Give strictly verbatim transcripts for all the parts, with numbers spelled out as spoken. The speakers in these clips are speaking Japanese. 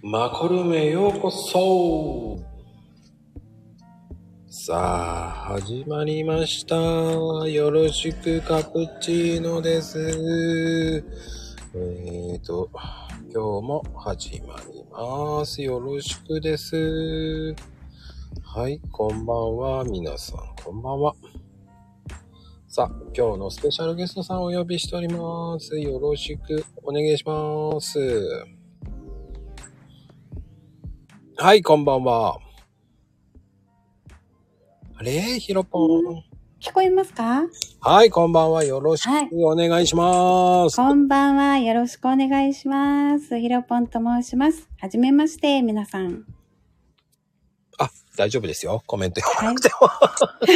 マコルームへようこそ。さあ、始まりました。よろしくカプチーノです。えーと、今日も始まります。よろしくです。はい、こんばんは。皆さん、こんばんは。さあ、今日のスペシャルゲストさんをお呼びしております。よろしくお願いします。はい、こんばんは。あれひろぽん。 聞こえますか？ はい、こんばんは。よろしくお願いします。 こんばんは。よろしくお願いします。ひろぽんと申します。はじめまして、皆さん。 あ、大丈夫ですよ。コメント読まなくても。はい、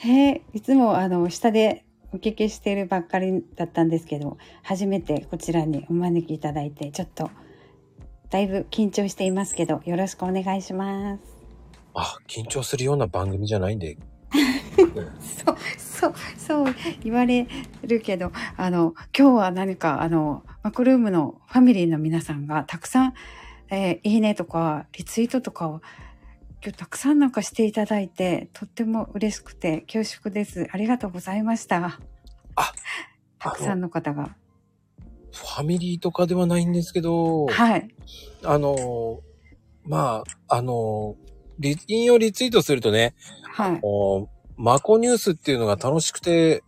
へいつもあの下でお聞きしているばっかりだったんですけど、初めてこちらにお招きいただいて、ちょっとだいぶ緊張していますけど、よろしくお願いします。 あ、緊張するような番組じゃないんで。 そうそうそう言われるけど、あの今日は何かあのマコルームのファミリーの皆さんがたくさん、えー、いいねとかリツイートとかを今日たくさんなんかしていただいて、とっても嬉しくて恐縮です。ありがとうございました。 あ、 たくさんの方が。 ファミリーとかではないんですけど、 はい。 あのまああのリ引用リツイートするとね、 はい。 マコニュースっていうのが楽しくて、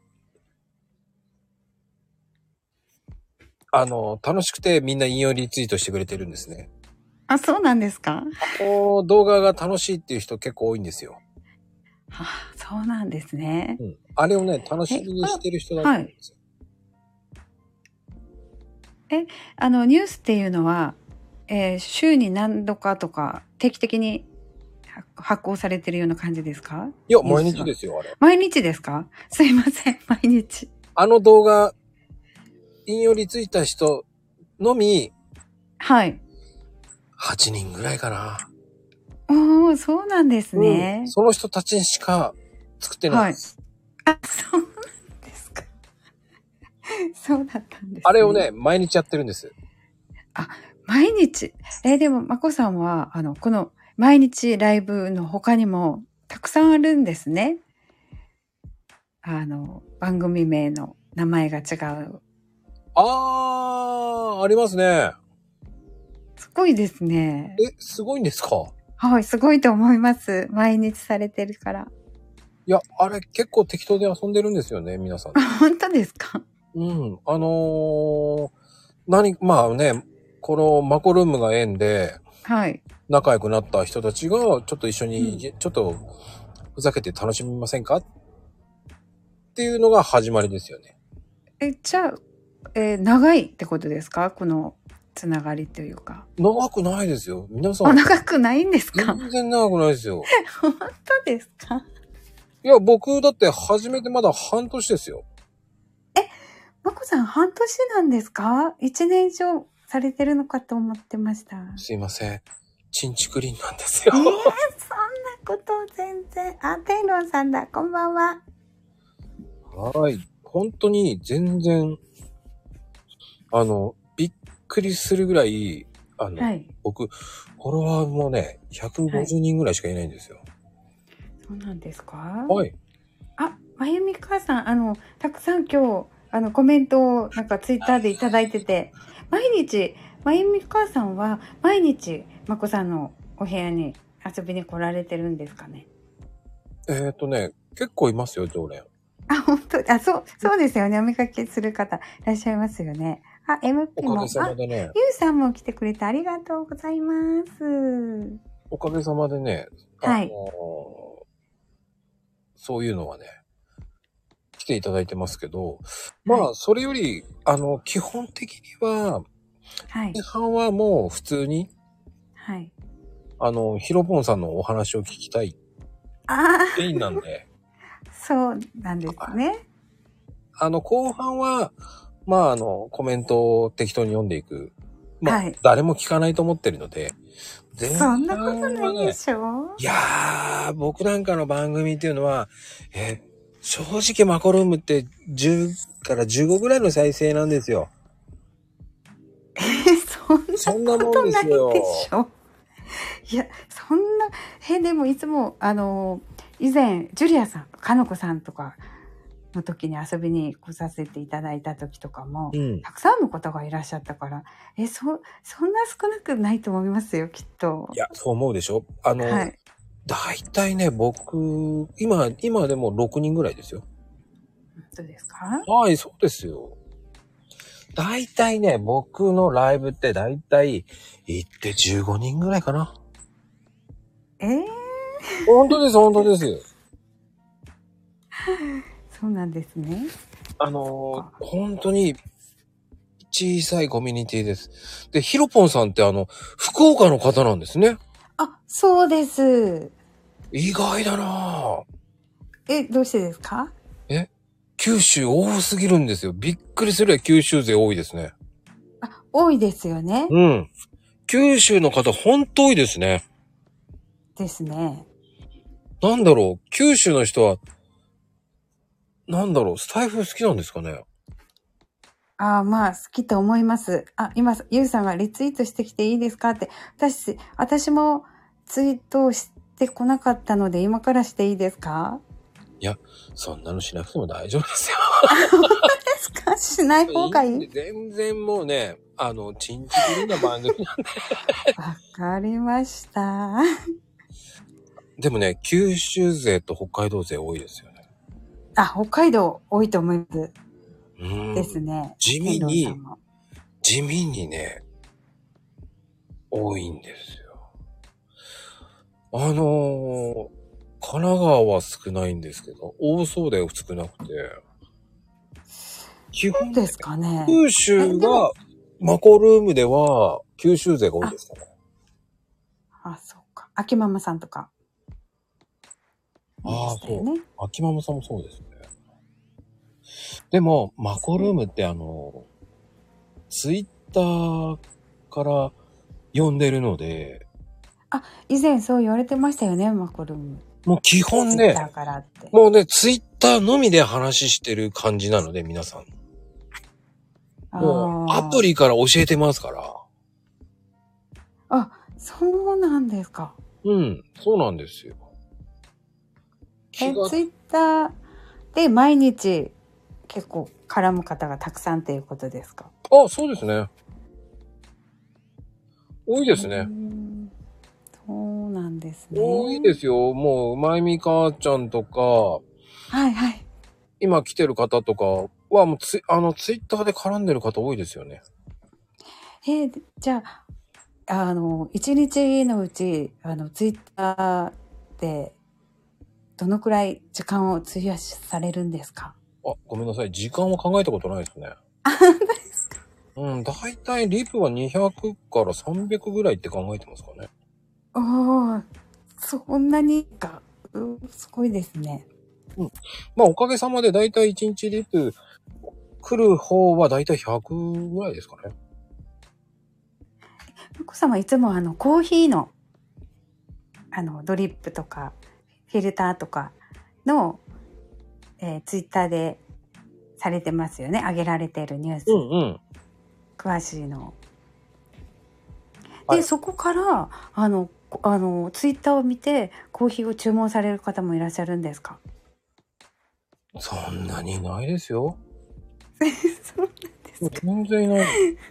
あの、楽しくてみんな引用リツイートしてくれてるんですね。 あ、そうなんですか？ この動画が楽しいっていう人結構多いんですよ。 はあ、そうなんですね。 うん。あれをね、楽しみにしてる人だと思うんですよ。 はい。え、あの、ニュースっていうのは、えー、週に何度かとか定期的に発行されてるような感じですか？ いや、毎日ですよ、あれ。 毎日ですか？すいません、毎日。 あの動画、引用リツイートした人のみ、 はい。 はちにんぐらいかな。 おー、そうなんですね。 うん。その人たちしか作ってないです。 はい。あ、そうなんですか。そうだったんですね。 あれをね、毎日やってるんです。 あ、毎日。えー、でも、まこさんは、あの、この毎日ライブの他にもたくさんあるんですね。あの、番組名の名前が違う。 あー、ありますね。 すごいですね。 え、すごいんですか？ はい、すごいと思います。毎日されてるから。 いや、あれ結構適当で遊んでるんですよね、皆さん。 本当ですか？ うん。あのー、何、まあね、このマコルームが縁で、 はい。 仲良くなった人たちが、ちょっと一緒に、うん、ちょっと、ふざけて楽しみませんかっていうのが始まりですよね。 え、じゃあ、えー、長いってことですか？このつながりというか。 長くないですよ。皆さん。 あ、長くないんですか？ 全然長くないですよ。 本当ですか？ いや、僕だって始めてまだ半年ですよ。 え、まこさん半年なんですか？一年以上されてるのかと思ってました。 すいません。チンチクリンなんですよ。 えー、そんなこと全然。あ、テイロンさんだ。こんばんは。 はい。本当に全然、あの、びっくりするぐらい、あの、はい、僕、フォロワーもね、ひゃくごじゅうにんぐらいしかいないんですよ。はい、 そうなんですか？ はい。 あ、まゆみ母さん、あの、たくさん今日、あの、コメントをなんかツイッターでいただいてて、毎日、まゆみ母さんは毎日、まこさんのお部屋に遊びに来られてるんですかね？ えっとね、結構いますよ、常連。 あ、本当、あ、そう、そうですよね。お見かけする方いらっしゃいますよね。あ、エムピー も。 おかげさまでね。 ゆうさんも来てくれてありがとうございます。 おかげさまでね、 はい。 そういうのはね、来ていただいてますけど、まあ、はい、それより、あの、基本的には、はい。前半はもう普通に、はい。あの、ヒロポンさんのお話を聞きたい。 ああ。 メインなんで。 そうなんですね。 あの、後半は、まあ、あの、コメントを適当に読んでいく。まあ、はい、誰も聞かないと思ってるので。 そんなことないでしょ？ いやー、僕なんかの番組っていうのは、えー、正直マコルームってじゅうからじゅうごぐらいの再生なんですよ。 そんなもんですよ。 でしょ。いや、そんな、え、でもいつも、あの、以前、ジュリアさん、かのこさんとかの時に遊びに来させていただいた時とかも、 うん。 たくさんの方がいらっしゃったから、え、そ、そんな少なくないと思いますよ、きっと。 いや、そう思うでしょ。あの、 はい。 だいたいね、僕、今、今でもろくにんぐらいですよ。 どうですか？ はい、そうですよ。だいたいね、僕のライブってだいたい行ってじゅうごにんぐらいかな。 えー、 本当です、本当です。 そうなんですね。 あのー、本当に小さいコミュニティです。で、ヒロポンさんってあの、福岡の方なんですね。 あ、そうです。 意外だなぁ。 え、どうしてですか？ え九州多すぎるんですよ。びっくりするぐらい九州勢多いですね。 あ、多いですよね。 うん。九州の方ほんと多いですね。 ですね。 なんだろう、九州の人は、なんだろう、スタイフ好きなんですかね。 ああ、まあ、好きと思います。あ、今、ゆうさんがリツイートしてきていいですかって。私、私もツイートしてこなかったので、今からしていいですか？ いや、そんなのしなくても大丈夫ですよ。 ですか？しない方がいい？ 全然もうね、あの、チンチクリな番組なんで。 わかりました。 でもね、九州勢と北海道勢多いですよね。 あ、北海道多いと思います。 うん。 ですね。 地味に、 も地味にね、多いんですよ。あのー、神奈川は少ないんですけど、多そうだよ、少なくて。基本ですかね。 九州が、マコルームでは、九州勢が多いですかね。 あ、そうか。秋ママさんとか。 ああ、そう。 ね、 秋ママさんもそうですね。でも、マコルームってあの、ツイッターから呼んでるので、 あ、以前そう言われてましたよね、マコルーム。 もう基本ね、 ツイッターからって。 もうね、ツイッターのみで話してる感じなので、皆さん。もう、アプリから教えてますから。 あ、そうなんですか。 うん、そうなんですよ。 え、ツイッターで毎日結構絡む方がたくさんっていうことですか？ あ、そうですね。多いですね。 そうなんですね。 多いですよ。もう、まゆみ母ちゃんとか、 はいはい。 今来てる方とかは、もうツイ、あの、ツイッターで絡んでる方多いですよね。 えー、じゃあ、あの、一日のうち、あの、ツイッターで、どのくらい時間を費やしされるんですか？ あ、ごめんなさい。時間は考えたことないですね。 あ、本当ですか？ うん、だいたいリプはにひゃくからさんびゃくぐらいって考えてますかね。 おー、そんなにか。うすごいですね。 うん。まあ、おかげさまでだいたいいちにちリプ来る方はだいたいひゃくぐらいですかね。 お子様いつもあの、コーヒーの、あの、ドリップとか、フィルターとかの、えー、ツイッターでされてますよね。上げられているニュース。 うんうん。 詳しいの。で、 はい、 そこから、あの、あの、ツイッターを見て、コーヒーを注文される方もいらっしゃるんですか？ そんなにいないですよ。 そうなんですか。 全然いない。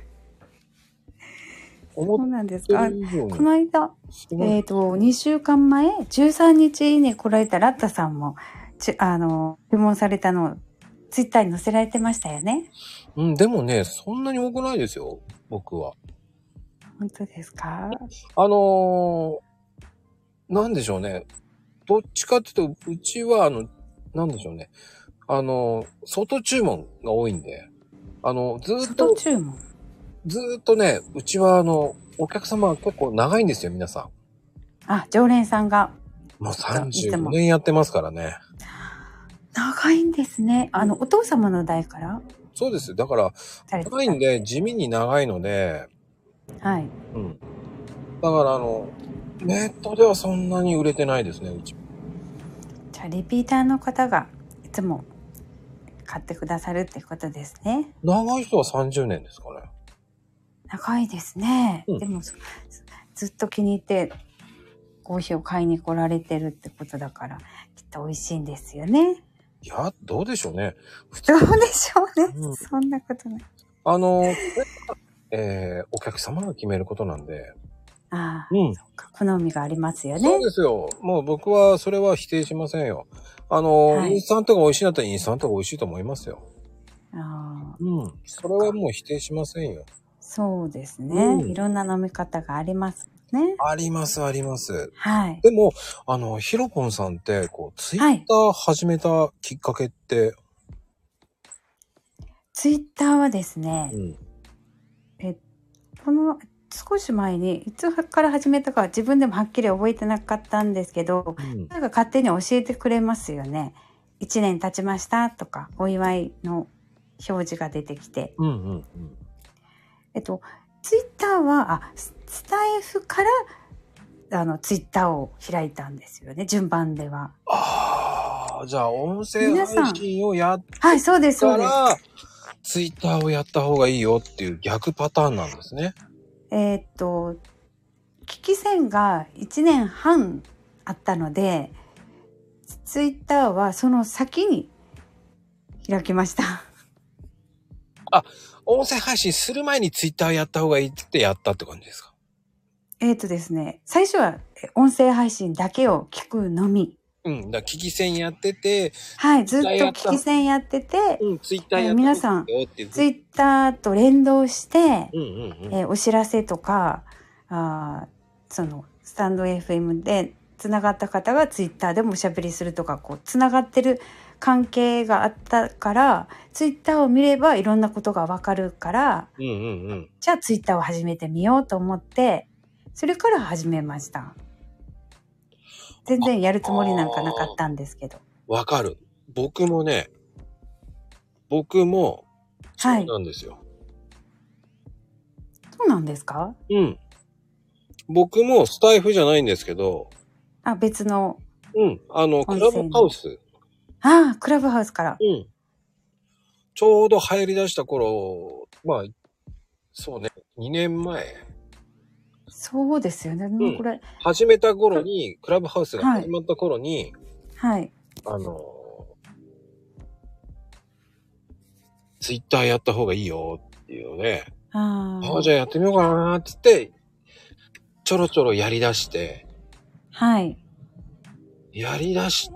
そうなんですか。この間、えっと、にしゅうかんまえ、じゅうさんにちに来られたラッタさんも、ちあの、注文されたのをツイッターに載せられてましたよね。 うん、でもね、そんなに多くないですよ、僕は。 本当ですか？ あのー、なんでしょうね。どっちかっていうと、うちは、あの、なんでしょうね。あの、外注文が多いんで、あの、ずーっと、 外注文ずーっとね、うちはあの、お客様は結構長いんですよ、皆さん。 あ、常連さんが。 もうさんじゅうごねんやってますからね。 長いんですね。あの、お父様の代からそうです。だから、長いんで、地味に長いので、 はい。 うん。だからあの、ネットではそんなに売れてないですね、うち。 じゃあ、リピーターの方がいつも買ってくださるってことですね。 長い人はさんじゅうねんですかね。 長いですね。 うんでもずずっと気に入ってコーヒーを買いに来られてるってことだから、きっと美味しいんですよね。 いや、どうでしょうね。 どうでしょうね。 うんそんなことない。 あの、これはえー、お客様が決めることなんで。 ああ、 うん。 そっか。好みがありますよね。 そうですよ。もう僕はそれは否定しませんよ。あの、 はいインスタントが美味しいんだったらインスタントが美味しいと思いますよ。 ああ、 うん。それはもう否定しませんよ。 そうですね、 うんいろんな飲み方がありますね。 あります、あります。 はい。 でも、あの、ヒロポンさんって、こう、ツイッター始めたきっかけって、 ツイッターはですね、 うん。 えこの少し前にいつから始めたかは自分でもはっきり覚えてなかったんですけど、 うん。 なんか勝手に教えてくれますよね。いちねん経ちましたとか、お祝いの表示が出てきて。 うんうんうん。 えっと、ツイッターは、あ、ススタイフから、あの、ツイッターを開いたんですよね、順番では。 ああ、じゃあ音声皆さん配信をやっはい、そうです、そうです。 たら、ツイッターをやった方がいいよっていう逆パターンなんですね。 えーっと、聞き戦がいちねんはんあったので、ツイッターはその先に開きました。 音声配信する前にツイッターやった方がいいってやったって感じですか？ えーっとですね、最初はえ音声配信だけを聞くのみ。 うん。だから聞き戦やってて、 はい、ずっとツイッターやった聞き戦やってて、 うん、ツイッターえーやった皆さん方がいいよっていう。 ツイッターと連動して、 うんうんうん。 えーお知らせとか、あーそのスタンド エフエム でつながった方がツイッターでもおしゃべりするとか、こうつながってる関係があったから、ツイッターを見ればいろんなことがわかるから、 うんうんうん。 じゃあツイッターを始めてみようと思って、それから始めました。全然やるつもりなんかなかったんですけど。 わかる。僕もね、僕も、そはい。 うなんですよ。 そうなんですか？ うん。僕もスタイフじゃないんですけど、 あ、別の、 うん。あの、クラブハウス。 ああ、クラブハウスから。 うん。ちょうど流行り出した頃、まあ、そうね、にねんまえ。 そうですよね。もうこれ、 始めた頃に、クラブハウスが始まった頃に、 はい。 あの、ツイッターやった方がいいよっていうので、 あああ、じゃあやってみようかなーって言って、ちょろちょろやり出して、 はい。 やり出して、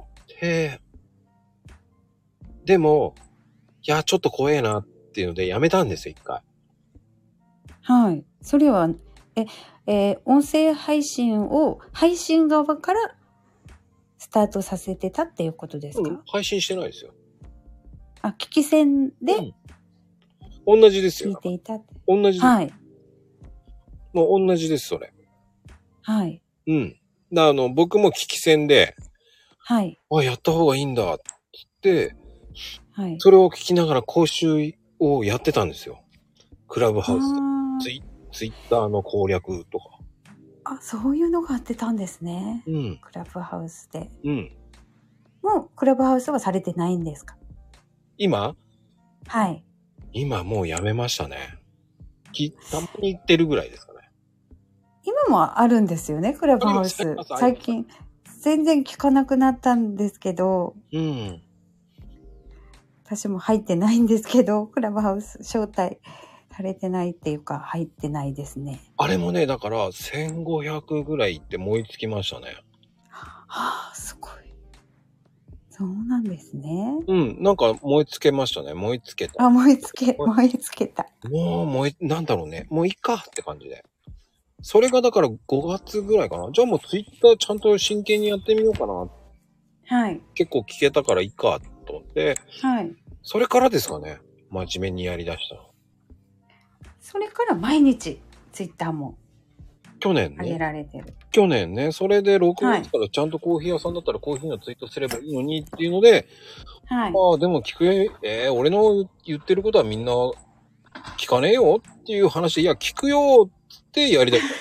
でも、いや、ちょっと怖えなっていうのでやめたんですよ、一回。 はい。それは、え、えー音声配信を配信側からスタートさせてたっていうことですか？ うん、配信してないですよ。 あ、聞き戦でうん、同じです聞いよ。 ていたって。 同じです。 はい。 もう同じです、それ。 はい。 うん。だあの、僕も聞き戦で、 はい。 あ、やった方がいいんだって言って、 はい。 それを聞きながら講習をやってたんですよ。クラブハウスで。 あツイツイッターの攻略とか。 あ、そういうのがあってたんですね。 うん。 クラブハウスで。 うん。 もうクラブハウスはされてないんですか？ 今はい。 今もうやめましたね。き、たまに行ってるぐらいですかね。 今もあるんですよね、クラブハウスあります。 最近、全然聞かなくなったんですけど、 うん。 私も入ってないんですけど、クラブハウス招待されてないっていうか、入ってないですね。 あれもね、だからせんごひゃくぐらい行って燃え尽きましたね。 はあ、すごい。そうなんですね。 うん。なんか燃え尽けましたね。燃え尽けた。 あ、燃えつけ、燃えつけた。 もう燃え、なんだろうね。もういいかって感じで。それがだからごがつぐらいかな。じゃあもうツイッターちゃんと真剣にやってみようかな。 はい。 結構聞けたからいいかと思って、 はい。 それからですかね。真面目にやりだしたの。 それから毎日、ツイッターも去年上げね。 られてる。 去年ね。それでろくがつからちゃんとコーヒー屋さんだったらコーヒーのツイートすればいいのにっていうので、 はい。 ああ、でも聞くよ、えー、俺の言ってることはみんな聞かねえよっていう話で、いや、聞くよってやりだした。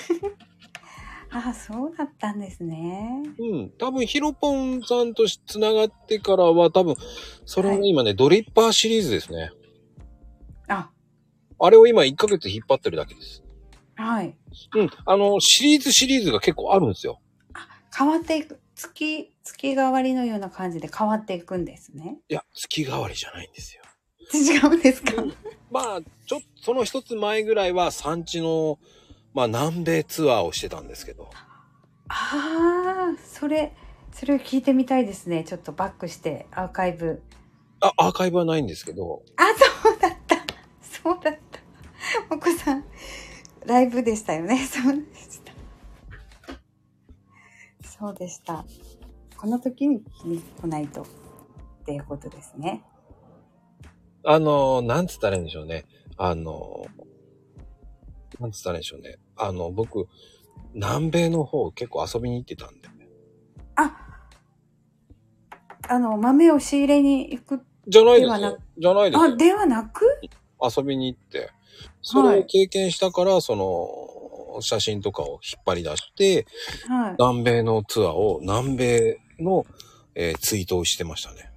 あ、そうだったんですね。 うん。多分、ヒロポンさんと繋がってからは多分、それが今ね、ドリッパーシリーズですね。 あ、 あれを今いっかげつ引っ張ってるだけです。 はい。 うん。あの、シリーズシリーズが結構あるんですよ。 あ、変わっていく。月、月替わりのような感じで変わっていくんですね。 いや、月替わりじゃないんですよ。 違うんですか？ まあ、ちょっと、その一つ前ぐらいは産地の、まあ、南米ツアーをしてたんですけど。 ああ、それ、それを聞いてみたいですね。ちょっとバックしてアーカイブ。 あ、アーカイブはないんですけど。 あ、そうだった。そうだった。お子さん、ライブでしたよね。そうでした。そうでした。この時に聞きに来ないとっていうことですね。 あの、なんつったらいいんでしょうね。あの、なんつったらいいんでしょうね。あの、僕、南米の方結構遊びに行ってたんで。 あ、あの、豆を仕入れに行くじゃないでではなく。 すよ。じゃないですよ。 あ、ではなく遊びに行って。それを経験したから、はい、その、写真とかを引っ張り出して、はい、南米のツアーを、南米の、えー、ツイートをしてましたね。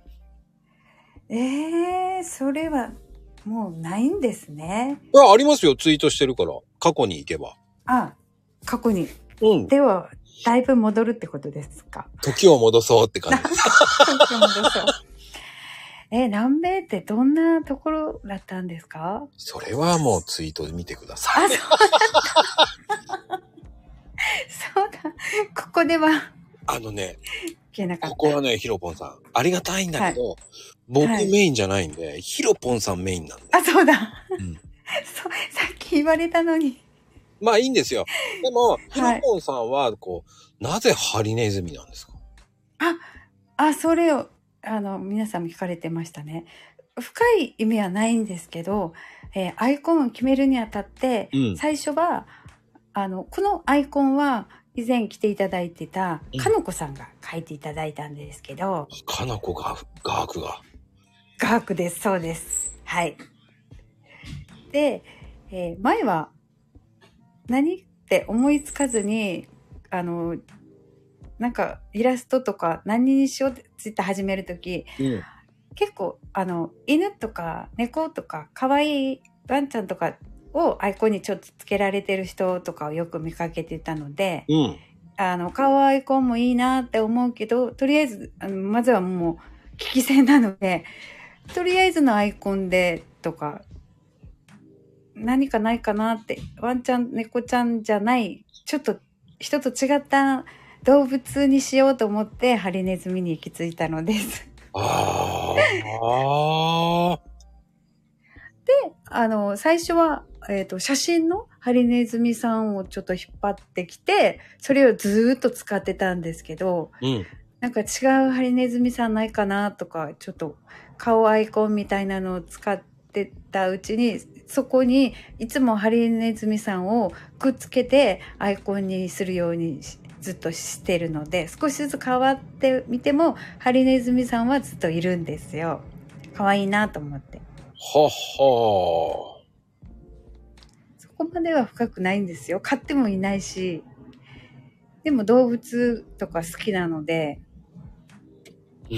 えー、それはもうないんですね。 いや、ありますよ。ツイートしてるから。過去に行けば。 あ、過去に。 うん。 では、だいぶ戻るってことですか。 時を戻そうって感じ。 時を戻そう。え、南米ってどんなところだったんですか？ それはもうツイートで見てください。 あ、そうだった。そうだ。ここでは。 あのね、ここはね、ヒロポンさん、ありがたいんだけど、はい、僕メインじゃないんで、はい、ヒロポンさんメインなんで。 あ、そうだ。 うん。 そう、さっき言われたのに。 まあいいんですよ。でも、ヒロポンさんは、こう、はい、なぜハリネズミなんですか？ あ、あ、それを、あの、皆さんも聞かれてましたね。深い意味はないんですけど、えー、アイコンを決めるにあたって、うん、最初は、あの、このアイコンは、以前来ていただいてた、かのこさんが書いていただいたんですけど。 かのこが、ガークが。 ガークです、そうです。はい。で、えー、前は、何って思いつかずに、あの、なんかイラストとか何にしようってツイッター始めるとき、うん、結構あの犬とか猫とか可愛いワンちゃんとかをアイコンにちょっとつけられてる人とかをよく見かけてたので、うん、あの顔アイコンもいいなって思うけど、とりあえずあのまずはもう危機戦なので、とりあえずのアイコンでとか何かないかなって、ワンちゃん猫ちゃんじゃないちょっと人と違った動物にしようと思ってハリネズミに行き着いたのです。 ああ。 で、あの、最初は、えっと、写真のハリネズミさんをちょっと引っ張ってきて、それをずーっと使ってたんですけど、うん、なんか違うハリネズミさんないかなとか、ちょっと顔アイコンみたいなのを使ってたうちに、そこにいつもハリネズミさんをくっつけてアイコンにするようにして、ずっとしてるので、少しずつ変わってみてもハリネズミさんはずっといるんですよ。可愛いなと思って。 はは。 そこまでは深くないんですよ。飼ってもいないし、でも動物とか好きなので。 うー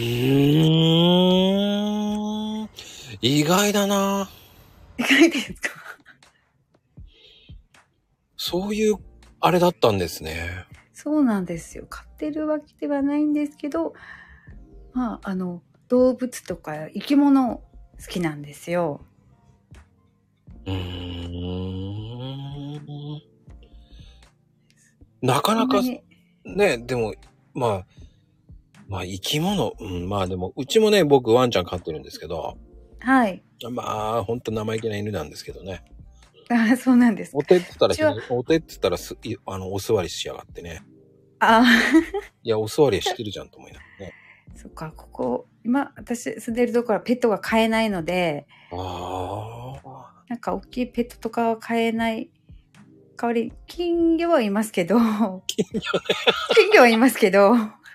ん、意外だな。 意外ですか？ そういうあれだったんですね。 そうなんですよ。飼ってるわけではないんですけど、まあ、あの、動物とか生き物好きなんですよ。 うーん。なかなか、ね、でも、まあ、まあ生き物、うん、まあでも、うちもね、僕ワンちゃん飼ってるんですけど、 はい。 まあ、ほんと生意気な犬なんですけどね。 ああ、そうなんですか。 お手って言ったら、お手って言ったらす、あの、お座りしやがってね。 ああ。 いや、お座りしてるじゃんと思いながらね。 そっか、ここ、今、私住んでるところはペットが飼えないので、 ああ。なんか大きいペットとかは飼えない。代わり、金魚はいますけど、金魚ね。金魚はいますけど、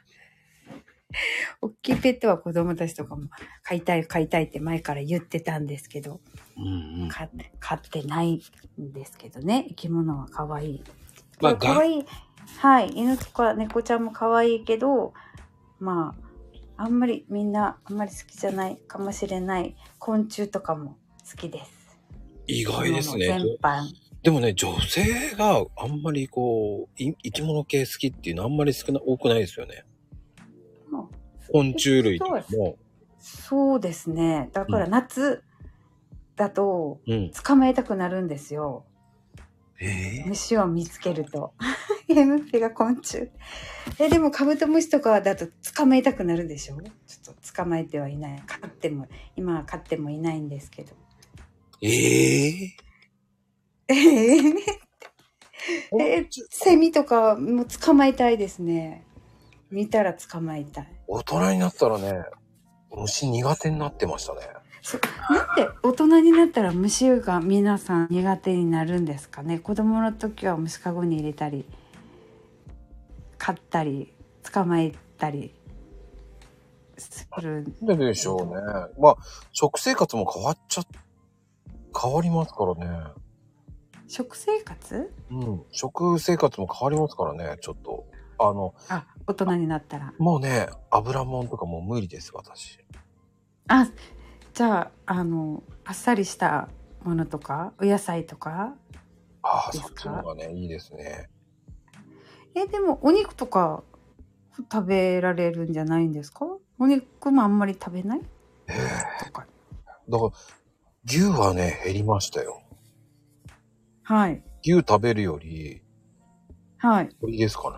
大きいペットは子供たちとかも飼いたい飼いたいって前から言ってたんですけど、うんうん、飼ってないんですけどね。生き物は可愛い。まあ、可愛い。はい。犬とか猫ちゃんも可愛いけど、まあ、あんまりみんなあんまり好きじゃないかもしれない昆虫とかも好きです。 意外ですね。 全般。 でもね、女性があんまりこう、い生き物系好きっていうのあんまり少な、多くないですよね。昆虫類とかも。 そうですね。だから夏だと捕まえたくなるんですよ。うん、えー、虫を見つけると。エムピー が昆虫。え、でもカブトムシとかだと捕まえたくなるでしょ？ちょっと捕まえてはいない。飼っても、今は飼ってもいないんですけど。ええー、えー、え、セミとかも捕まえたいですね。見たら捕まえたい。 大人になったらね、虫苦手になってましたね。 なんで大人になったら虫が皆さん苦手になるんですかね。子供の時は虫かごに入れたり、飼ったり、捕まえたりする。 なんででしょうね。まあ、食生活も変わっちゃ、変わりますからね。 食生活？ うん。食生活も変わりますからね、ちょっと。あの。 あ、大人になったら。 もうね、油もんとかもう無理です、私。 あ、じゃあ、あの、あっさりしたものとか、お野菜とかああ、そっちの方がね、いいですね。 え、でもお肉とか食べられるんじゃないんですか？お肉もあんまり食べない？ ええー。とか。だから、牛はね、減りましたよ。 はい。 牛食べるより、 はい。 鳥ですか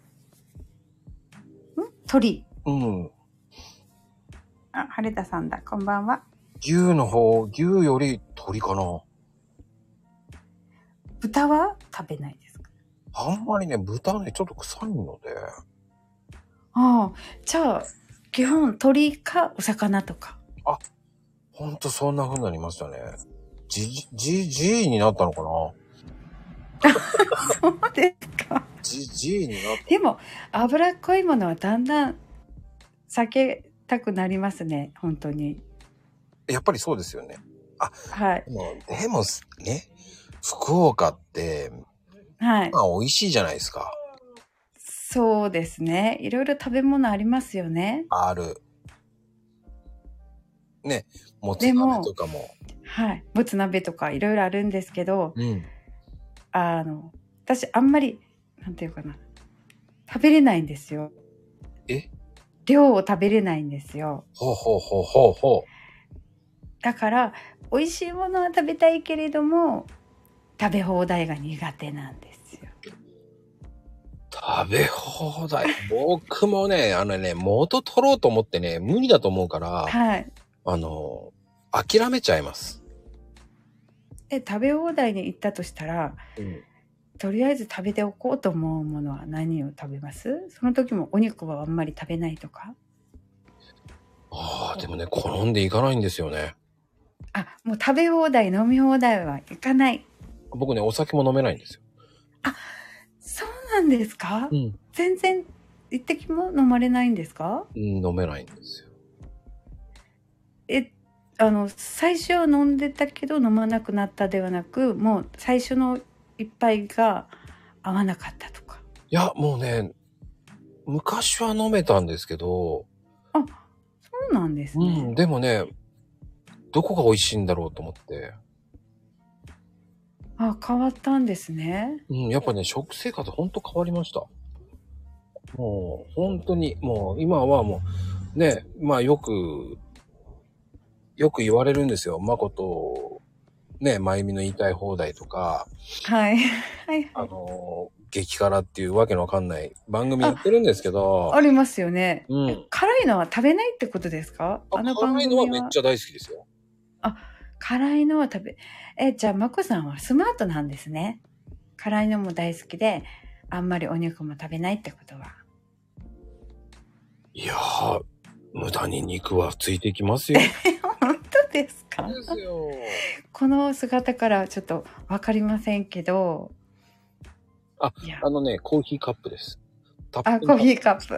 ね。ん？鳥。 うん。 あ、晴田さんだ。こんばんは。 牛の方、牛より鳥かな。 豚は食べないですか？ あんまりね、豚ね、ちょっと臭いので。 ああ、じゃあ、基本鳥かお魚とか。 あ、ほんとそんな風になりましたね。じ、じ、じになったのかな。 そうですか。 じ、じになった。 でも、脂っこいものはだんだん避けたくなりますね、本当に。 やっぱりそうですよね。あ、 はい。 でも、でもね、福岡って、 はい。 まあ美味しいじゃないですか。 そうですね。いろいろ食べ物ありますよね。 ある。ね、もつ鍋とかも。もはい。もつ鍋とかいろいろあるんですけど、 うん。 あの、私あんまり、なんていうかな、食べれないんですよ。 え？ 量を食べれないんですよ。 ほうほうほうほうほう。 だから、美味しいものは食べたいけれども、食べ放題が苦手なんですよ。 食べ放題。僕もね、あのね、元取ろうと思ってね、無理だと思うから、 はい。 あの、諦めちゃいます。 で、食べ放題に行ったとしたら、うん、とりあえず食べておこうと思うものは何を食べます？その時もお肉はあんまり食べないとか？ ああ、でもね、好んでいかないんですよね。 あ、もう食べ放題、飲み放題は行かない。 僕ね、お酒も飲めないんですよ。 あ、そうなんですか？ うん。 全然一滴も飲まれないんですか？ うん、飲めないんですよ。 え、あの、最初は飲んでたけど飲まなくなったではなく、もう最初の一杯が合わなかったとか。 いや、もうね、昔は飲めたんですけど。 あ、そうなんですね。 うん、でもね、どこが美味しいんだろうと思って。 あ、変わったんですね。 うん、やっぱね、食生活ほんと変わりました。もう、本当に、もう、今はもう、ね、まあよく、よく言われるんですよ。まこと、ね、まゆみの言いたい放題とか。 はい。はい。 あの、激辛っていうわけのわかんない番組やってるんですけど。 あ、ありますよね。 うん。 辛いのは食べないってことですか？ あ、 あの番組は。 辛いのはめっちゃ大好きですよ。 あ、辛いのは食べ、え、じゃあ、まこさんはスマートなんですね。辛いのも大好きで、あんまりお肉も食べないってことは。 いやー、無駄に肉はついてきますよ。 本当ですか？ そうですよ。 この姿からちょっとわかりませんけど。 あ、あのね、コーヒーカップです。 あ、コーヒーカップ。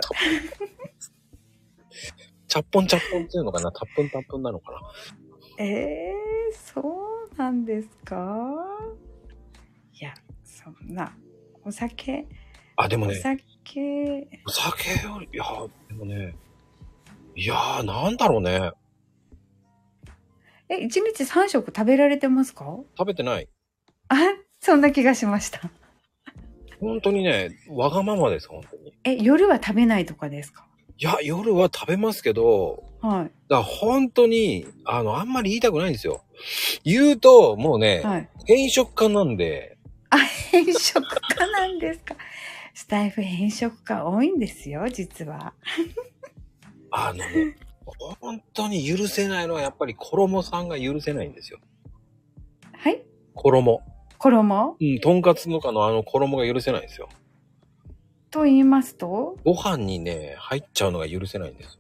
チャッポンチャッポンっていうのかな、タップンタップンなのかな。 ええー、そうなんですか？いや、そんな、お酒。 あ、でもね。 お酒。 お酒より、いや、でもね。いやー、なんだろうね。 え、一日三食食べられてますか？ 食べてない。 あ、そんな気がしました。 本当にね、わがままです、本当に。 え、夜は食べないとかですか？ いや、夜は食べますけど、 はい。 だから本当に、あの、あんまり言いたくないんですよ。言うと、もうね、 はい。 偏食家なんで。 あ、偏食家なんですか？スタイフ偏食家多いんですよ、実は。 あのね、本当に許せないのはやっぱり衣さんが許せないんですよ。 はい？ 衣。 衣？ うん、とんかつとかのあの衣が許せないんですよ。 と言いますと？ ご飯にね、入っちゃうのが許せないんですよ。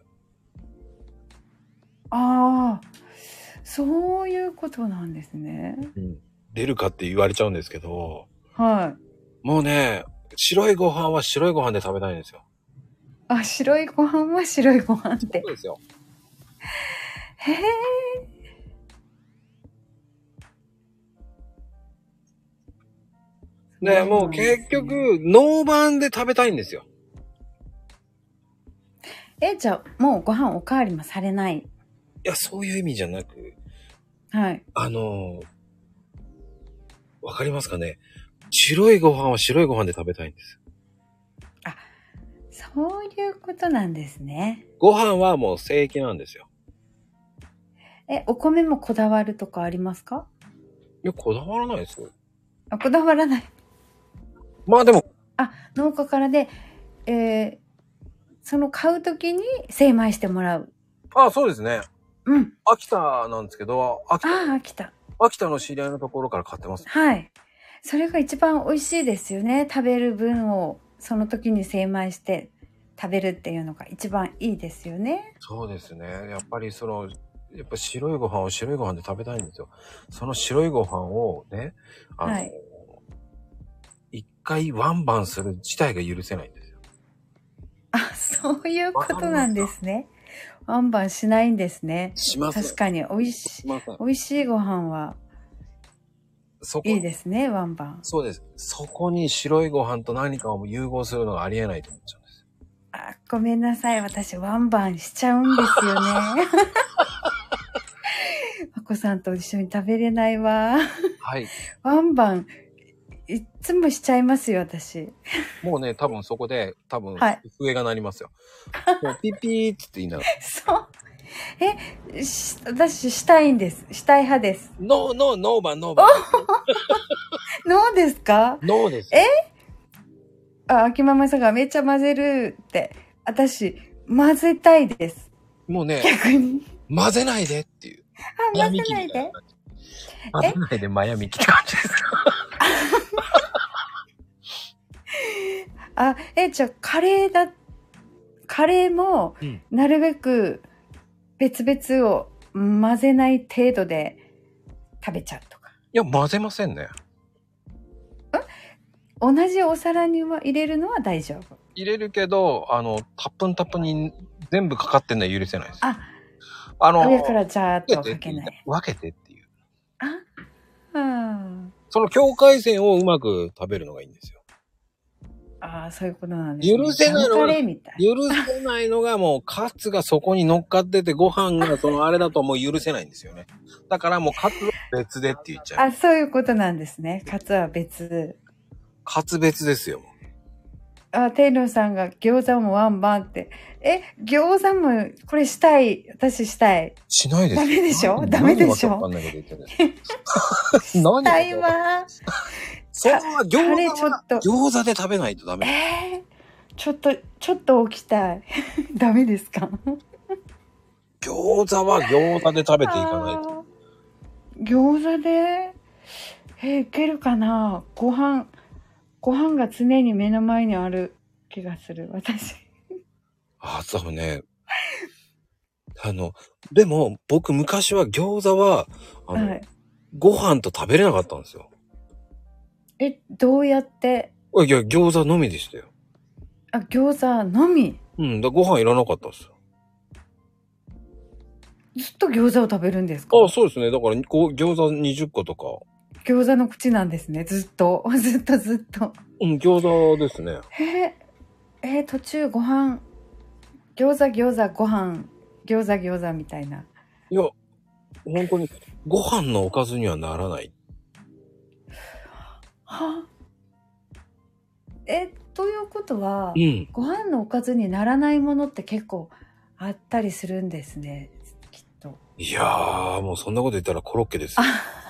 ああ、そういうことなんですね。 うん。出るかって言われちゃうんですけど、 はい。 もうね、白いご飯は白いご飯で食べたいんですよ。 あ、白いご飯は白いご飯で。 そうですよ。 へえ。 ね、もう結局、ノーバンで食べたいんですよ。 え、じゃあ、もうご飯おかわりもされない？ いや、そういう意味じゃなく、 はい。 あの、わかりますかね？白いご飯は白いご飯で食べたいんです。 あ、そういうことなんですね。 ご飯はもう正規なんですよ。 え、お米もこだわるとかありますか？ いや、こだわらないですよ。 あ、こだわらない。 まあでも。 あ、農家からで、えー、その買うときに精米してもらう。 あ、そうですね。 うん。 秋田なんですけど、秋田。 ああ、秋田。 秋田の知り合いのところから買ってます。 はい。それが一番美味しいですよね。食べる分をその時に精米して食べるっていうのが一番いいですよね。 そうですね。やっぱりその、やっぱ白いご飯を白いご飯で食べたいんですよ。その白いご飯をね、あの、はい、一回ワンバンする自体が許せないんですよ。 あ、そういうことなんですね。ワンバンしないんですね。 します。 確かに美味しい、美味しいご飯は、そこいいですね、ワンバン。 そうです。そこに白いご飯と何かを融合するのがありえないと思っちゃうんです。 あ、ごめんなさい。私、ワンバンしちゃうんですよね。まこさんと一緒に食べれないわ。 はい。 ワンバン、いつもしちゃいますよ、私。 もうね、多分そこで、多分、笛が鳴りますよ。もうピッピーって言いながら。 そう。え、し私、したいんです。したい派です。 ノー、ノー、ノーバン、ノーバン。 ノーですか？ ノーです。 えあ、秋ママさんがめっちゃ混ぜるって。私、混ぜたいです。 もうね、 逆に。 混ぜないでっていう。 あ、混ぜないで。 混ぜないでマヤミキって感じですか？ あ、え、じゃあ、カレーだ、カレーも、なるべく別々を混ぜない程度で食べちゃうとか。 いや、混ぜませんね。 同じお皿には入れるのは大丈夫。 入れるけど、あの、タップンタップに全部かかってんのは許せないです。 あ、 あの、 上からジャーっとかけない。 分けてっていう。 あ、うん。 その境界線をうまく食べるのがいいんですよ。 ああ、そういうことなんですね。 許せないのが、 許せないのがもうカツがそこに乗っかっててご飯がそのあれだともう許せないんですよね。だからもうカツは別でって言っちゃう。 あ、そういうことなんですね。カツは別。 カツ別ですよ。 あ、テイローさんが餃子もワンバンって。え、餃子もこれしたい。私したい。 しないです。 ダメでしょ？ダメでしょ？したいわ。 それは餃子は餃子で食べないとダメ。 えー、ちょっと、ちょっと起きたい。ダメですか？ 餃子は餃子で食べていかないと。 餃子でえー、いけるかな？ご飯、ご飯が常に目の前にある気がする、私。 あ、そうね。あの、でも、僕昔は餃子は、あの、はい、ご飯と食べれなかったんですよ。 え、どうやって？ いや、餃子のみでしたよ。 あ、餃子のみ？ うん、だご飯いらなかったですよ。 ずっと餃子を食べるんですか？ あ、そうですね。だから、こう、餃子にじゅっことか。 餃子の口なんですね。ずっと。ずっとずっと。 うん、餃子ですね。 えー、えー、途中ご飯、餃子餃子ご飯、餃子餃子みたいな。 いや、 本当にご飯のおかずにはならない。 はえ、ということは、 うん。 ご飯のおかずにならないものって結構あったりするんですね、きっと。 いやー、もうそんなこと言ったらコロッケですよ。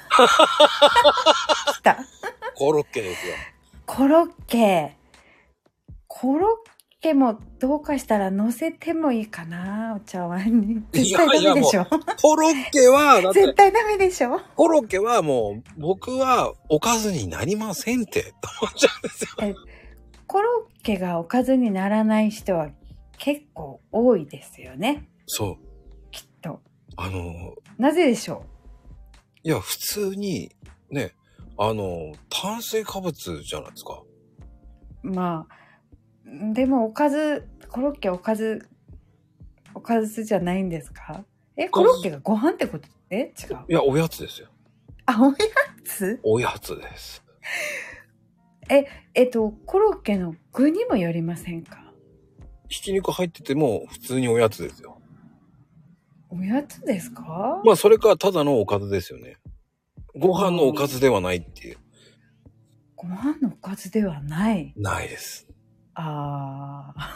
来た。 コロッケですよ。 コロッケ。コロッケもどうかしたら乗せてもいいかな、お茶碗に。絶対ダメでしょ。 コロッケは、だって、 絶対ダメでしょ。 コロッケはもう、僕はおかずになりませんって、思っちゃうんですよ。 え、コロッケがおかずにならない人は結構多いですよね。 そう。 きっと。 あの、 なぜでしょいや、普通に、ね、あの、炭水化物じゃないですか。 う。まあ、でもおかず、コロッケおかず、おかずじゃないんですか？え、コロッケがご飯ってこと？え、違う。 いや、おやつですよ。 あ、おやつ？ おやつです。 え、えっと、コロッケの具にもよりませんか？ ひき肉入ってても普通におやつですよ。 おやつですか？ まあ、それかただのおかずですよね。ご飯のおかずではないっていう。 ご飯のおかずではない。 ないです。 ああ。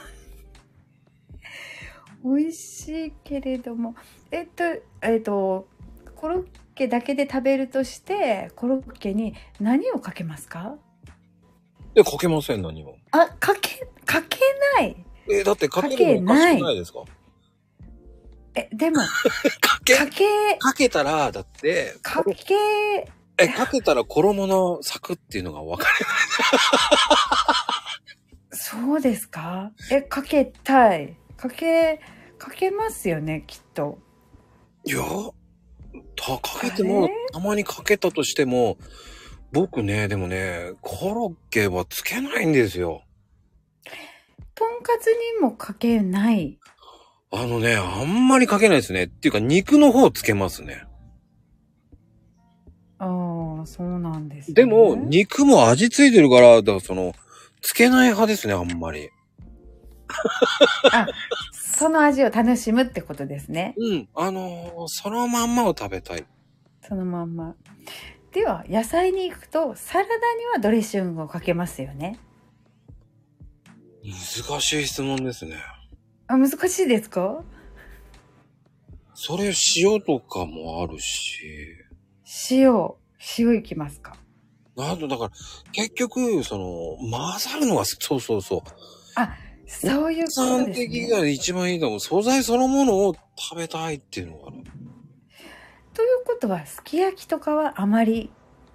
美味しいけれども、えっと、えっと、コロッケだけで食べるとして、コロッケに何をかけますか？ で、かけません、何も。 あ、かけ、かけない。 え、だってかけるのおかしくないですか？ え、でも、 かけ、 かけ、 かけたら、だって、 かけ、 え、かけたら衣のサクっていうのが分かれない。 そうですか？え、かけたい。かけ、かけますよね、きっと。 いや、た、かけても、たまにかけたとしても、僕ね、でもね、コロッケはつけないんですよ。 とんかつにもかけない。 あのね、あんまりかけないですね。っていうか、肉の方つけますね。 ああ、そうなんですね。 でも、肉も味ついてるから、だからその、つけない派ですね、あんまり。 あ、その味を楽しむってことですね。 うん。あのー、そのまんまを食べたい。 そのまんま。では、野菜に行くと、サラダにはドレッシングをかけますよね。 難しい質問ですね。 あ、難しいですか？ それ、塩とかもあるし。 塩、塩いきますか？ なんと、だから、結局、その、混ざるのは、そうそうそう。 あ、そういうことですね。 的が一番いいと思う。素材そのものを食べたいっていうのがある。 ということは、すき焼きとかはあまり、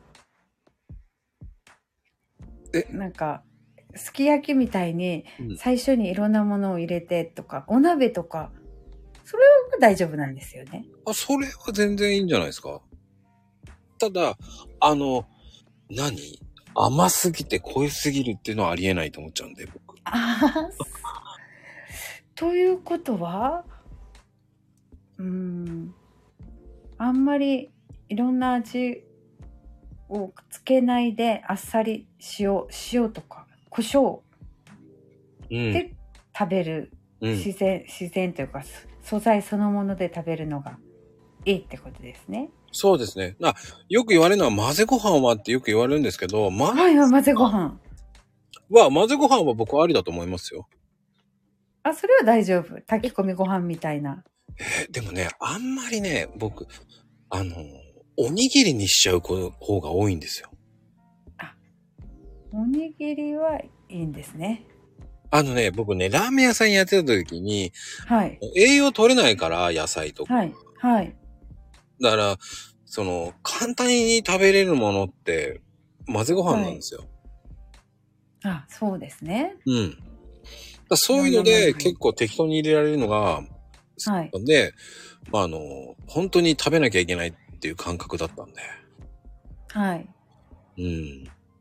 え、 なんか、すき焼きみたいに最初にいろんなものを入れてとか、うん、お鍋とか、それは大丈夫なんですよね。 あ、それは全然いいんじゃないですか。ただ、あの、何？甘すぎて濃いすぎるっていうのはありえないと思っちゃうんで、僕。 あということは、うーん、あんまりいろんな味をつけないで、あっさり塩、塩とか胡椒で食べる、うん、自然、自然というか素材そのもので食べるのがいいってことですね。 そうですね。あ、よく言われるのは混ぜご飯はってよく言われるんですけど、 ま、はいはい、混ぜご飯は、混ぜご飯は僕はありだと思いますよ。 あ、それは大丈夫。炊き込みご飯みたいな。 えー、でもね、あんまりね、僕、あの、おにぎりにしちゃう方が多いんですよ。 あ、おにぎりはいいんですね。 あのね、僕ね、ラーメン屋さんやってた時に、 はい。 栄養取れないから、野菜とか。 はい。はい。 だから、その、簡単に食べれるものって、混ぜご飯なんですよ。 はい、あ、そうですね。 うん。だそういうので、結構適当に入れられるのが、はい。で、まあ、あの、本当に食べなきゃいけないっていう感覚だったんで。 はい。 うん。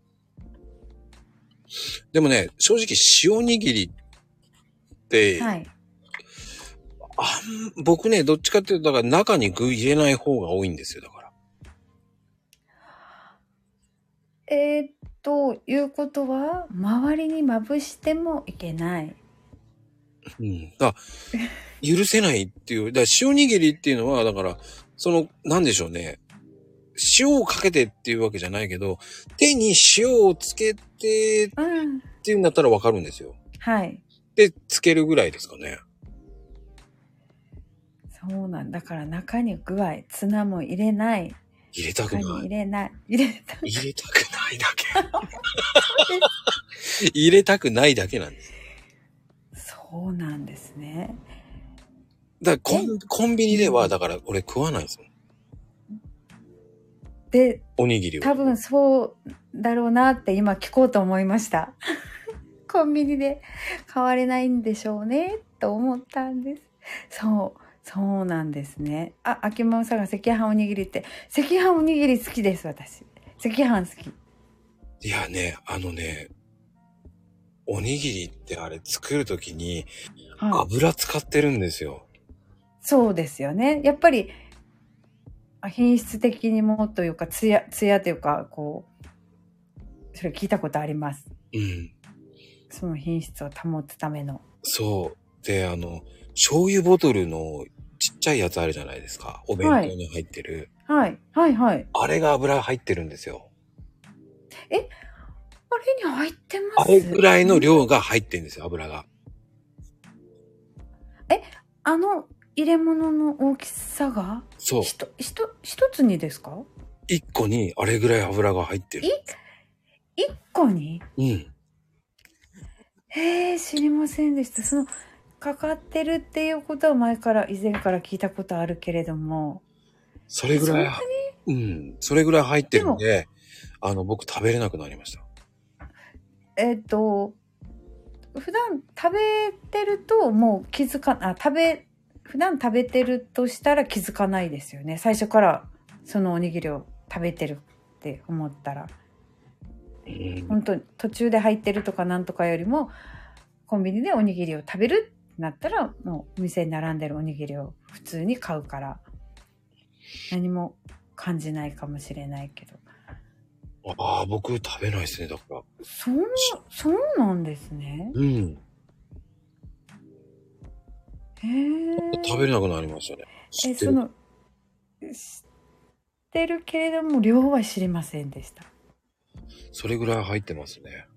でもね、正直塩握りって、はい。あん、僕ね、どっちかっていうと、だから中に具入れない方が多いんですよ、だから。 えー、っと、いうことは、周りにまぶしてもいけない。 うん。だ許せないっていう、だから塩握りっていうのは、だから、 その、なんでしょうね。塩をかけてっていうわけじゃないけど、手に塩をつけてうん。 っていうんだったらわかるんですよ。 はい。 で、つけるぐらいですかね。 そうなんだから中に具合、ツナも入れない。 入れたく中にない。 入れない。入れた入れたくないだけ。入れたくないだけなんです。 そうなんですね。 だからコン、コンビニでは、だから俺食わないですもん。 で、 おにぎりを。 多分そうだろうなって今聞こうと思いました。コンビニで買われないんでしょうねと思ったんです。そう、そうなんですね。あ、秋元さんが赤飯おにぎりって、赤飯おにぎり好きです、私。赤飯好き。 いやね、あのね、おにぎりってあれ作るときに油使ってるんですよ。はい、 そうですよね。やっぱり品質的にもというか、ツヤ、ツヤというか、こう、それ聞いたことあります。 うん。 その品質を保つための。 そう。で、あの、醤油ボトルのちっちゃいやつあるじゃないですか。お弁当に入ってる。 はい。はい、はい、はい。 あれが油入ってるんですよ。 え、あれに入ってます？ あれぐらいの量が入ってるんですよ、油が。 え、あの入れ物の大きさが？ そう。 ひと、ひと、一つにですか？ 一個にあれぐらい油が入ってる。 い、一個に？ うん。 へえ、知りませんでした。その、かかってるっていうことは前から、以前から聞いたことあるけれども。 それぐらい、うん。それぐらい入ってるんで、あの、僕食べれなくなりました。 えっと、普段食べてるともう気づか、あ、食べ、普段食べてるとしたら気づかないですよね。最初からそのおにぎりを食べてるって思ったら。うん、本当に途中で入ってるとかなんとかよりも、コンビニでおにぎりを食べるってなったら、もうお店に並んでるおにぎりを普通に買うから、何も感じないかもしれないけど。 ああ、僕食べないですね、だから。 そう、そうなんですね。 うん。 へえ。 食べれなくなりましたね。 え、その、知ってるけれども、量は知りませんでした。 それぐらい入ってますね。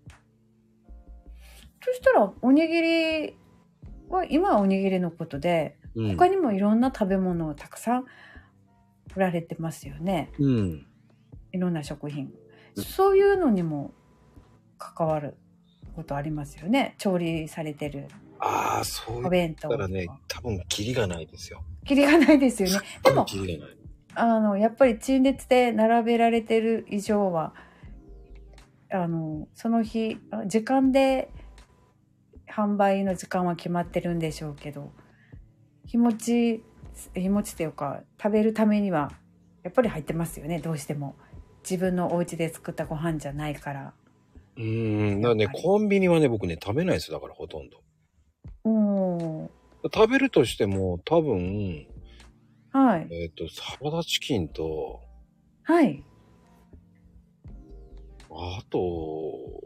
そしたら、おにぎりは、今はおにぎりのことで、うん、他にもいろんな食べ物をたくさん売られてますよね。 うん。 いろんな食品。そういうのにも関わることありますよね。調理されてる。 ああ、そう言ったらね、多分キリがないですよ。 キリがないですよね。でも、 キリがない。 あの、やっぱり陳列で並べられてる以上は、あの、その日、時間で販売の時間は決まってるんでしょうけど、日持ち、日持ちというか、食べるためには、やっぱり入ってますよね、どうしても。自分のお家で作ったご飯じゃないから。 うーん、だからね、コンビニはね、僕ね、食べないですよ、だからほとんど。 おー。 食べるとしても、多分、 はい。 えっと、サラダチキンと、 はい。 あと、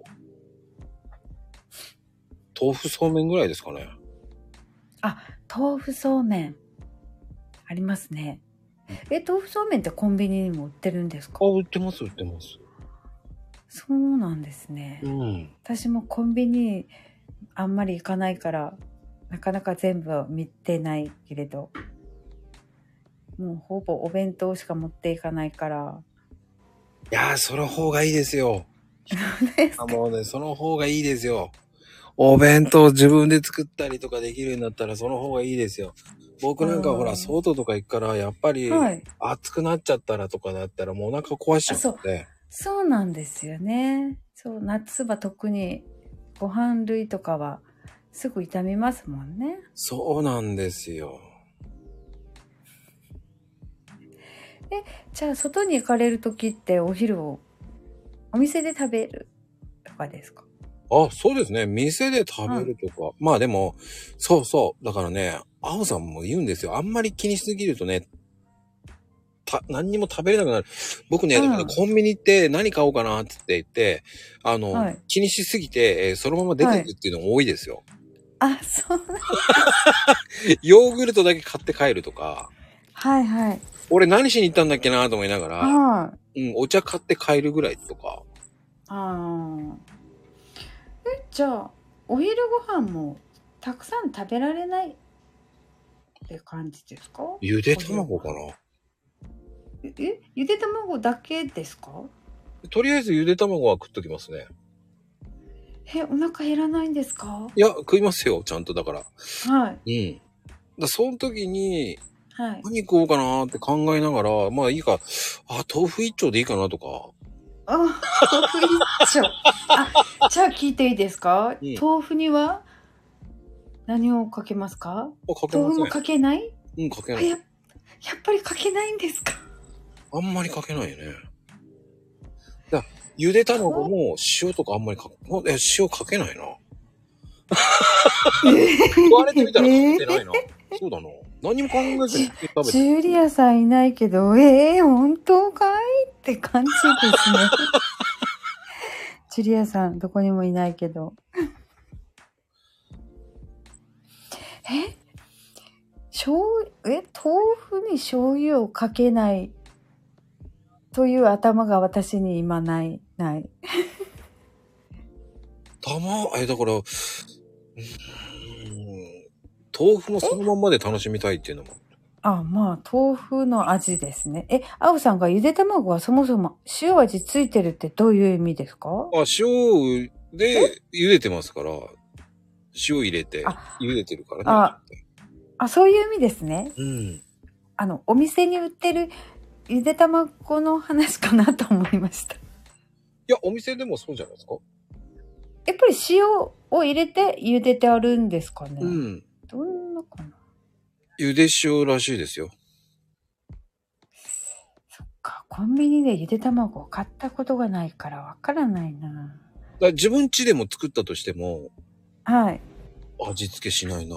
豆腐そうめんぐらいですかね。 あ、豆腐そうめん。ありますね。え、豆腐そうめんってコンビニにも売ってるんですか？ あ、売ってます、売ってます。 そうなんですね。 うん。 私もコンビニあんまり行かないから、なかなか全部は見てないけれど、もうほぼお弁当しか持っていかないから。 いやー、その方がいいですよ。 ですか？ あ、もうね、その方がいいですよ。お弁当自分で作ったりとかできるんだったらその方がいいですよ。僕なんかほら、外とか行くから、やっぱり、暑くなっちゃったらとかだったらもうお腹壊しちゃうんで。 そう、そうなんですよね。そう、夏場特にご飯類とかはすぐ傷みますもんね。 そうなんですよ。 え、じゃあ外に行かれるときってお昼をお店で食べるとかですか？ あ、そうですね。店で食べるとか。うん、まあでも、そうそう。だからね、青さんも言うんですよ。あんまり気にしすぎるとね、た、何にも食べれなくなる。僕ね、うん、だからコンビニ行って何買おうかなって言って、あの、はい、気にしすぎて、えー、そのまま出ていくっていうのが多いですよ。 はい、あ、そうなんです。 ヨーグルトだけ買って帰るとか。 はいはい。 俺何しに行ったんだっけなと思いながら、 はい。 うん、お茶買って帰るぐらいとか。 ああ。え、じゃあ、お昼ご飯もたくさん食べられないって感じですか？ ゆで卵かな。 え、ゆで卵だけですか？ とりあえずゆで卵は食っときますね。 え、お腹減らないんですか？ いや、食いますよ、ちゃんとだから。 はい。 うん。だその時に、 はい。 何食おうかなって考えながら、まあいいか、あ、豆腐一丁でいいかなとか。 あ、豆腐一丁。あ、じゃあ聞いていいですか？ うん、 豆腐には何をかけますか？ あ、かけません。 豆腐もかけない？ うん、かけなあ、 い。 や、やっぱりかけないんですか？ あんまりかけないよね。だゆで卵も塩とかあんまりかけ、え、塩かけないな。言われてみたらかけてないな。えー、そうだな。何も考えずに食べて。 ジュリアさんいないけど、えー、本当かいって感じですね。ジュリアさんどこにもいないけど。え醤油、え豆腐に醤油をかけないという頭が私に今ない、ない。 たま、え、だから、うーん、豆腐もそのまんまで楽しみたいっていうのも。 あ、まあ、豆腐の味ですね。え、青さんがゆで卵はそもそも塩味ついてるってどういう意味ですか？ あ、塩で茹でてますから、塩入れて茹でてるからね。 あ、あ、そういう意味ですね。 うん。 あの、お店に売ってるゆで卵の話かなと思いました。いや、お店でもそうじゃないですか？ やっぱり塩を入れて茹でてあるんですかね。 うん。 どんなかな。 茹で塩らしいですよ。 そっか、コンビニでゆで卵を買ったことがないからわからないな。だから自分家でも作ったとしても、 はい。 味付けしないな。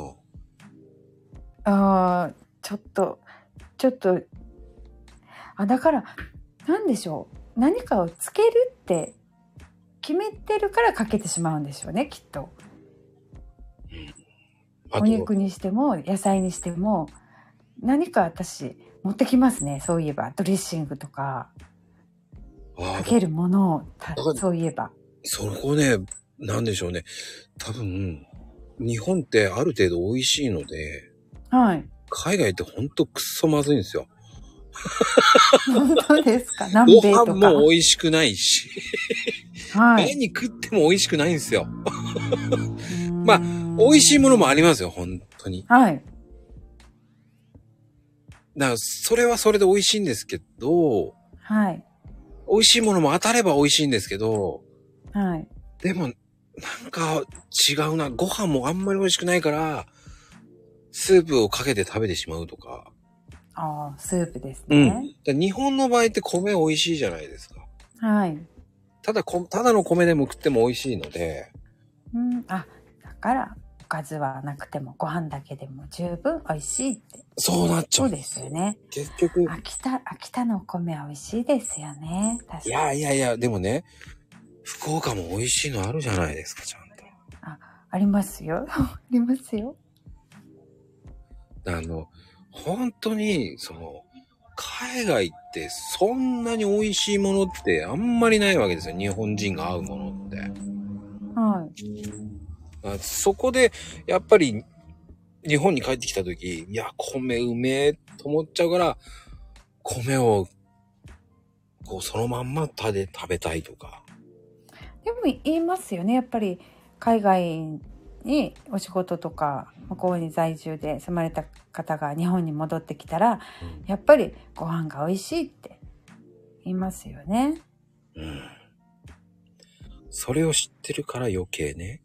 ああ、ちょっと、ちょっと、あ、だから、なんでしょう。何かをつけるって決めてるからかけてしまうんでしょうね、きっと。 うん、あとお肉にしても、野菜にしても、何か私、持ってきますね、そういえば。ドレッシングとか、かけるものを、そういえば。 そこね、なんでしょうね。多分、日本ってある程度美味しいので、 はい。 海外ってほんとくっそまずいんですよ。 本当ですか？南米とか。 ご飯も美味しくないし。 はい。 何食っても美味しくないんですよ。まあ、美味しいものもありますよ、本当に。 はい。 だから、それはそれで美味しいんですけど、 はい。 美味しいものも当たれば美味しいんですけど、 はい。 でも、なんか違うな。ご飯もあんまり美味しくないから、スープをかけて食べてしまうとか。 ああ、スープですね。 うん。日本の場合って米美味しいじゃないですか。 はい。 ただこ、ただの米でも食っても美味しいので。 うん、あ、だから、おかずはなくてもご飯だけでも十分美味しいって。 そうなっちゃう。 そうですよね。 結局。 秋田、秋田のお米は美味しいですよね。確かに。 いやいやいや、でもね、福岡も美味しいのあるじゃないですか、ちゃんと。 あ、ありますよ。ありますよ。 あの、本当に、その、海外ってそんなに美味しいものってあんまりないわけですよ。日本人が合うものって。 はい。 あそこで、やっぱり、日本に帰ってきたとき、いや、米うめえと思っちゃうから、米を、こう、そのまんま食べ、食べたいとか。 でも言いますよね。やっぱり、海外にお仕事とか向こうに在住で住まれた方が日本に戻ってきたら、うん、やっぱりご飯が美味しいって言いますよね。 うん。それを知ってるから余計ね。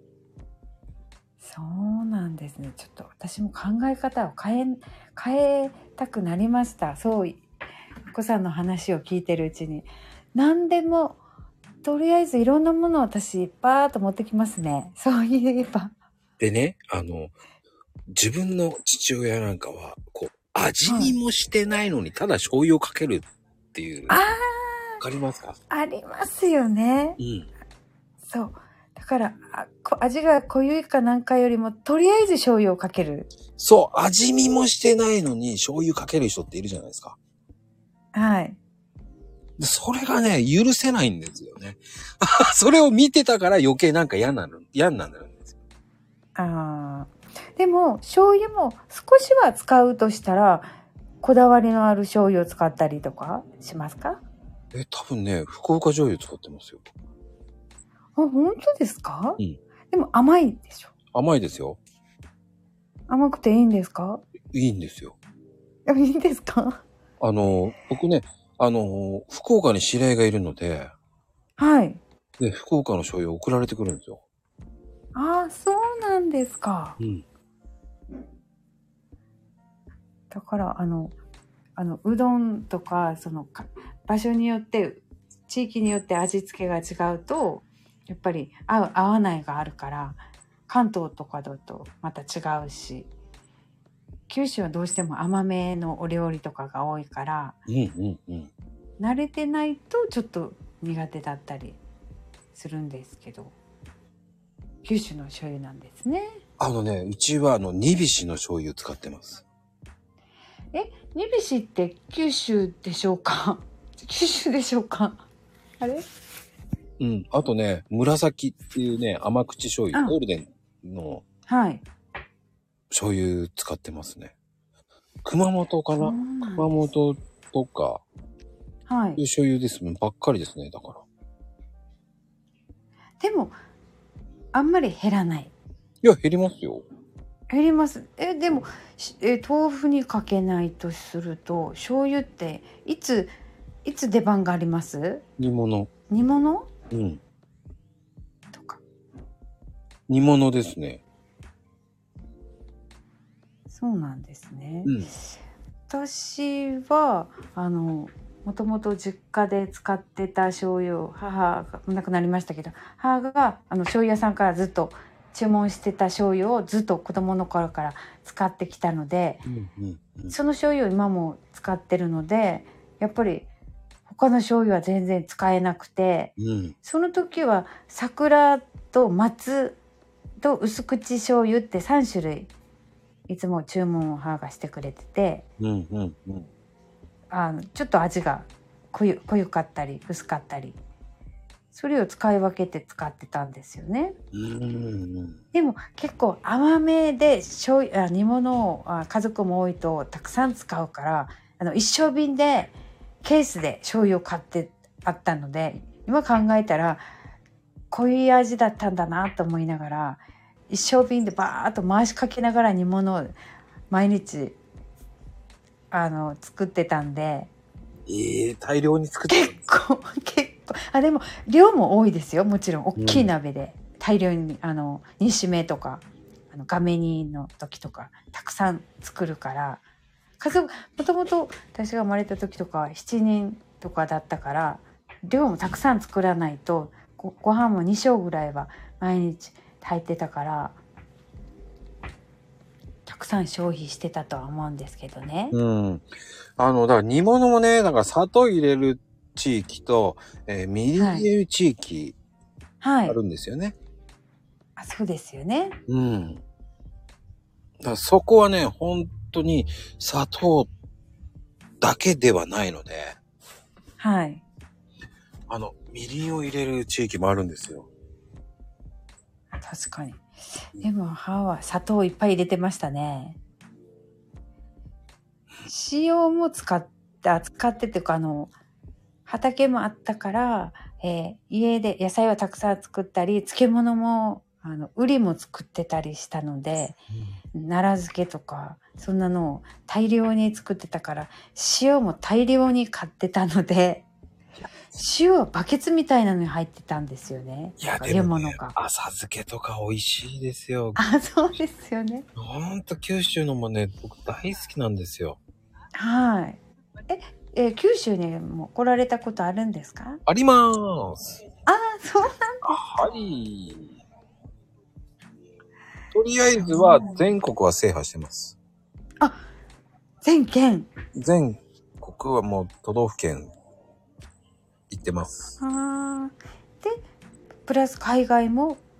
そうなんですね。ちょっと私も考え方を変え変えたくなりました。そう、お子さんの話を聞いてるうちに何でも。とりあえずいろんなものを私パーッと持ってきますね。そういえば。 でね、あの、自分の父親なんかは、こう、味見もしてないのに、ただ醤油をかけるっていう。 ああ。わかりますか？ ありますよね。 うん。 そう。 だから、あこ味が濃ゆいかなんかよりも、とりあえず醤油をかける。 そう、味見もしてないのに醤油かける人っているじゃないですか。 はい。 でそれがね、許せないんですよね。それを見てたから余計なんか嫌なの、嫌になるんですよ。 ああ。でも、醤油も少しは使うとしたら、こだわりのある醤油を使ったりとかしますか？ え、多分ね、福岡醤油使ってますよ。 あ、本当ですか？ うん。 でも甘いでしょ？ 甘いですよ。 甘くていいんですか？ いいんですよ。 いいんですか？ あの、僕ね、あの、福岡に知り合いがいるので、 はい。 で、福岡の醤油送られてくるんですよ。 ああ、そうなんですか。 うん。 だから、あの、あの、うどんとか、その、か場所によって、地域によって味付けが違うと、やっぱり合う、合わないがあるから、関東とかだとまた違うし、九州はどうしても甘めのお料理とかが多いから、 うんうんうん。 慣れてないとちょっと苦手だったりするんですけど、九州の醤油なんですね。 あのね、うちはあの、ニビシの醤油使ってます。 え、ニビシって九州でしょうか？九州でしょうか？あれ？ うん。あとね、紫っていうね、甘口醤油、 あ、 ゴールデンのはい。 醤油使ってますね。熊本かそうななん熊です。 本とか、 はい。 いう醤油ですばっかりですね、だから。 でも、あんまり減らない。 いや、減りますよ。 減ります。え、でも、しえ、豆腐にかけないとすると、醤油っていつ、いつ出番があります？ 煮物。 煮物うん。 とか。 煮物ですね。 そうなんですね。 うん。 私は、あの、もともと実家で使ってた醤油を母が亡くなりましたけど、母があの醤油屋さんからずっと注文してた醤油をずっと子供の頃から使ってきたので、 うんうんうん。 その醤油を今も使ってるので、やっぱり他の醤油は全然使えなくて、 うん。 その時は桜と松と薄口醤油ってさん種類いつも注文を母がしてくれてて、 うんうんうん。 あのちょっと味が濃ゆ、濃ゆかったり薄かったり、それを使い分けて使ってたんですよね。 うんうん。 でも結構甘めで醤油あ煮物をあ家族も多いとたくさん使うから、あの一升瓶でケースで醤油を買ってあったので、今考えたら濃い味だったんだなと思いながら、一升瓶でバーッと回しかけながら煮物を毎日あの作ってたんで、 ええー、大量に作ってたん結ですか？ 構結構あでも量も多いですよ。もちろん大きいうん。 鍋で大量にあの煮しめとかあのがめ煮の時とかたくさん作るから、家族もともと私が生まれた時とかはしちにんとかだったから、量もたくさん作らないと ご, ご飯もに升ぐらいは毎日炊いてたから、たくさん消費してたとは思うんですけどね。 うん。あの、だから煮物もね、だから砂糖入れる地域と、えー、みりんはい。 入れる地域はい。 あるんですよね。 あ、そうですよね。 うん。だからそこはね、本当に砂糖だけではないので、 はい。 あの、みりんを入れる地域もあるんですよ。 確かに。でも母は砂糖いっぱい入れてましたね。塩も使って、あ使ってっていうかあの、畑もあったから、えー家で野菜はたくさん作ったり、漬物も、あの、ウリも作ってたりしたので、奈良漬けとか、そんなのを大量に作ってたから、塩も大量に買ってたので、塩はバケツみたいなのに入ってたんですよね。 いや、 なんか入れでもね、 物が。 浅漬けとか美味しいですよ。 あ、そうですよね。 ほんと九州のもね、僕大好きなんですよ。 はい。え、えー九州にも来られたことあるんですか？ ありまーす。 ああ、そうなんですか。 はい。とりあえそうずはなんです。 全国は制覇してます。 あ、全県。 全国はもう都道府県行ってます。 ああ。で、プラス海外も。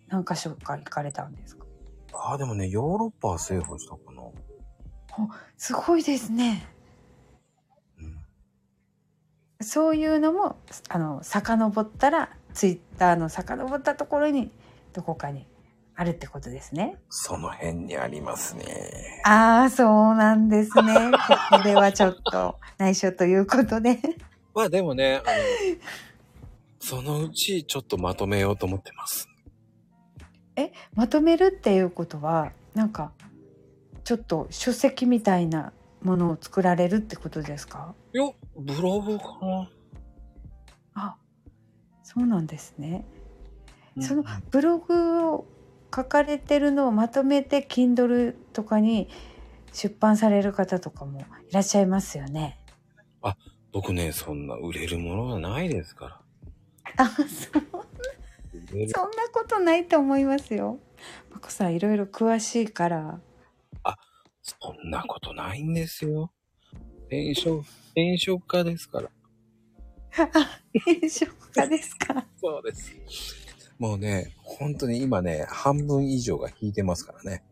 何か所か行かれたんですか？ ああ、でもね、ヨーロッパは制覇したかな。 すごいですね。 うん、 そういうのも、あの、遡ったら、ツイッターの遡ったところに、どこかにあるってことですね。 その辺にありますね。 ああ、そうなんですね。ここではちょっと内緒ということで。 まあでもね、あの、そのうちちょっとまとめようと思ってます。 え、まとめるっていうことは、なんか、ちょっと書籍みたいなものを作られるってことですか？ いや、ブログかな。 あ、そうなんですね。 うん、 そのブログを書かれてるのをまとめて Kindle とかに出版される方とかもいらっしゃいますよね。 あ、僕ね、そんな売れるものはないですから。 あ、そう。そんなことないと思いますよ。まこさんいろいろ詳しいから。 あ、そんなことないんですよ。転職、転職家ですから。 あ、転職家ですか？ そうです。もうね、本当に今ね、半分以上が引いてますからね。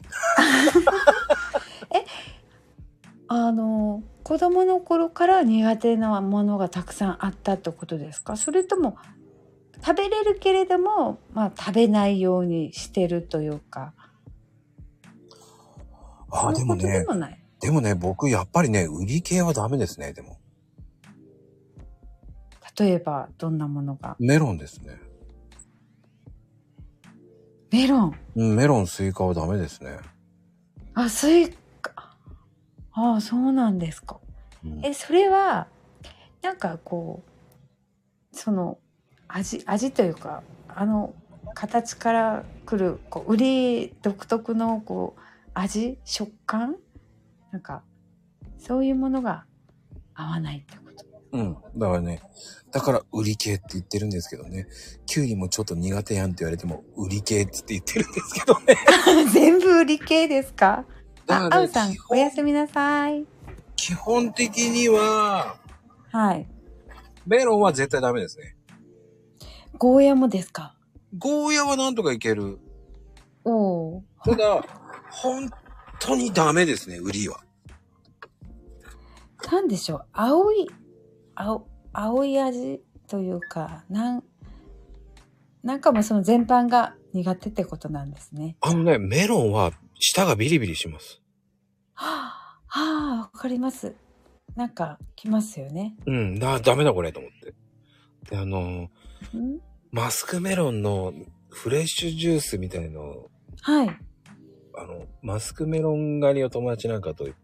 え、あの、子供の頃から苦手なものがたくさんあったってことですか？それとも、食べれるけれども、まあ食べないようにしてるというか。 ああ、でもね、 でもない。 でもね、僕やっぱりね、売り系はダメですね、でも。 例えば、どんなものが？ メロンですね。 メロン。 うん、メロン、スイカはダメですね。 あ、スイカ。ああ、そうなんですか。うん、え、それは、なんかこう、その、味、味というか、あの、形から来る、こう、売り独特の、こう、味、食感なんか、そういうものが合わないってこと。 うん。だからね、だから売り系って言ってるんですけどね。キュウリもちょっと苦手やんって言われても、売り系って言ってるんですけどね。 全部売り系ですか？あ、 ね、 あうさん、おやすみなさい。 基本的には、 はい。 メロンは絶対ダメですね。 ゴーヤもですか？ ゴーヤはなんとかいける。 おー。 ただ、本当にダメですね、売りは。 なんでしょう、青い、青、青い味というか、なん、なんかもその全般が苦手ってことなんですね。 あのね、メロンは舌がビリビリします。 はあ、はあ、わかります。なんか、きますよね。 うん、だ、ダメだこれと思って。で、あの、んマスクメロンのフレッシュジュースみたいの、 はい。 あの、マスクメロン狩りを友達なんかと言って、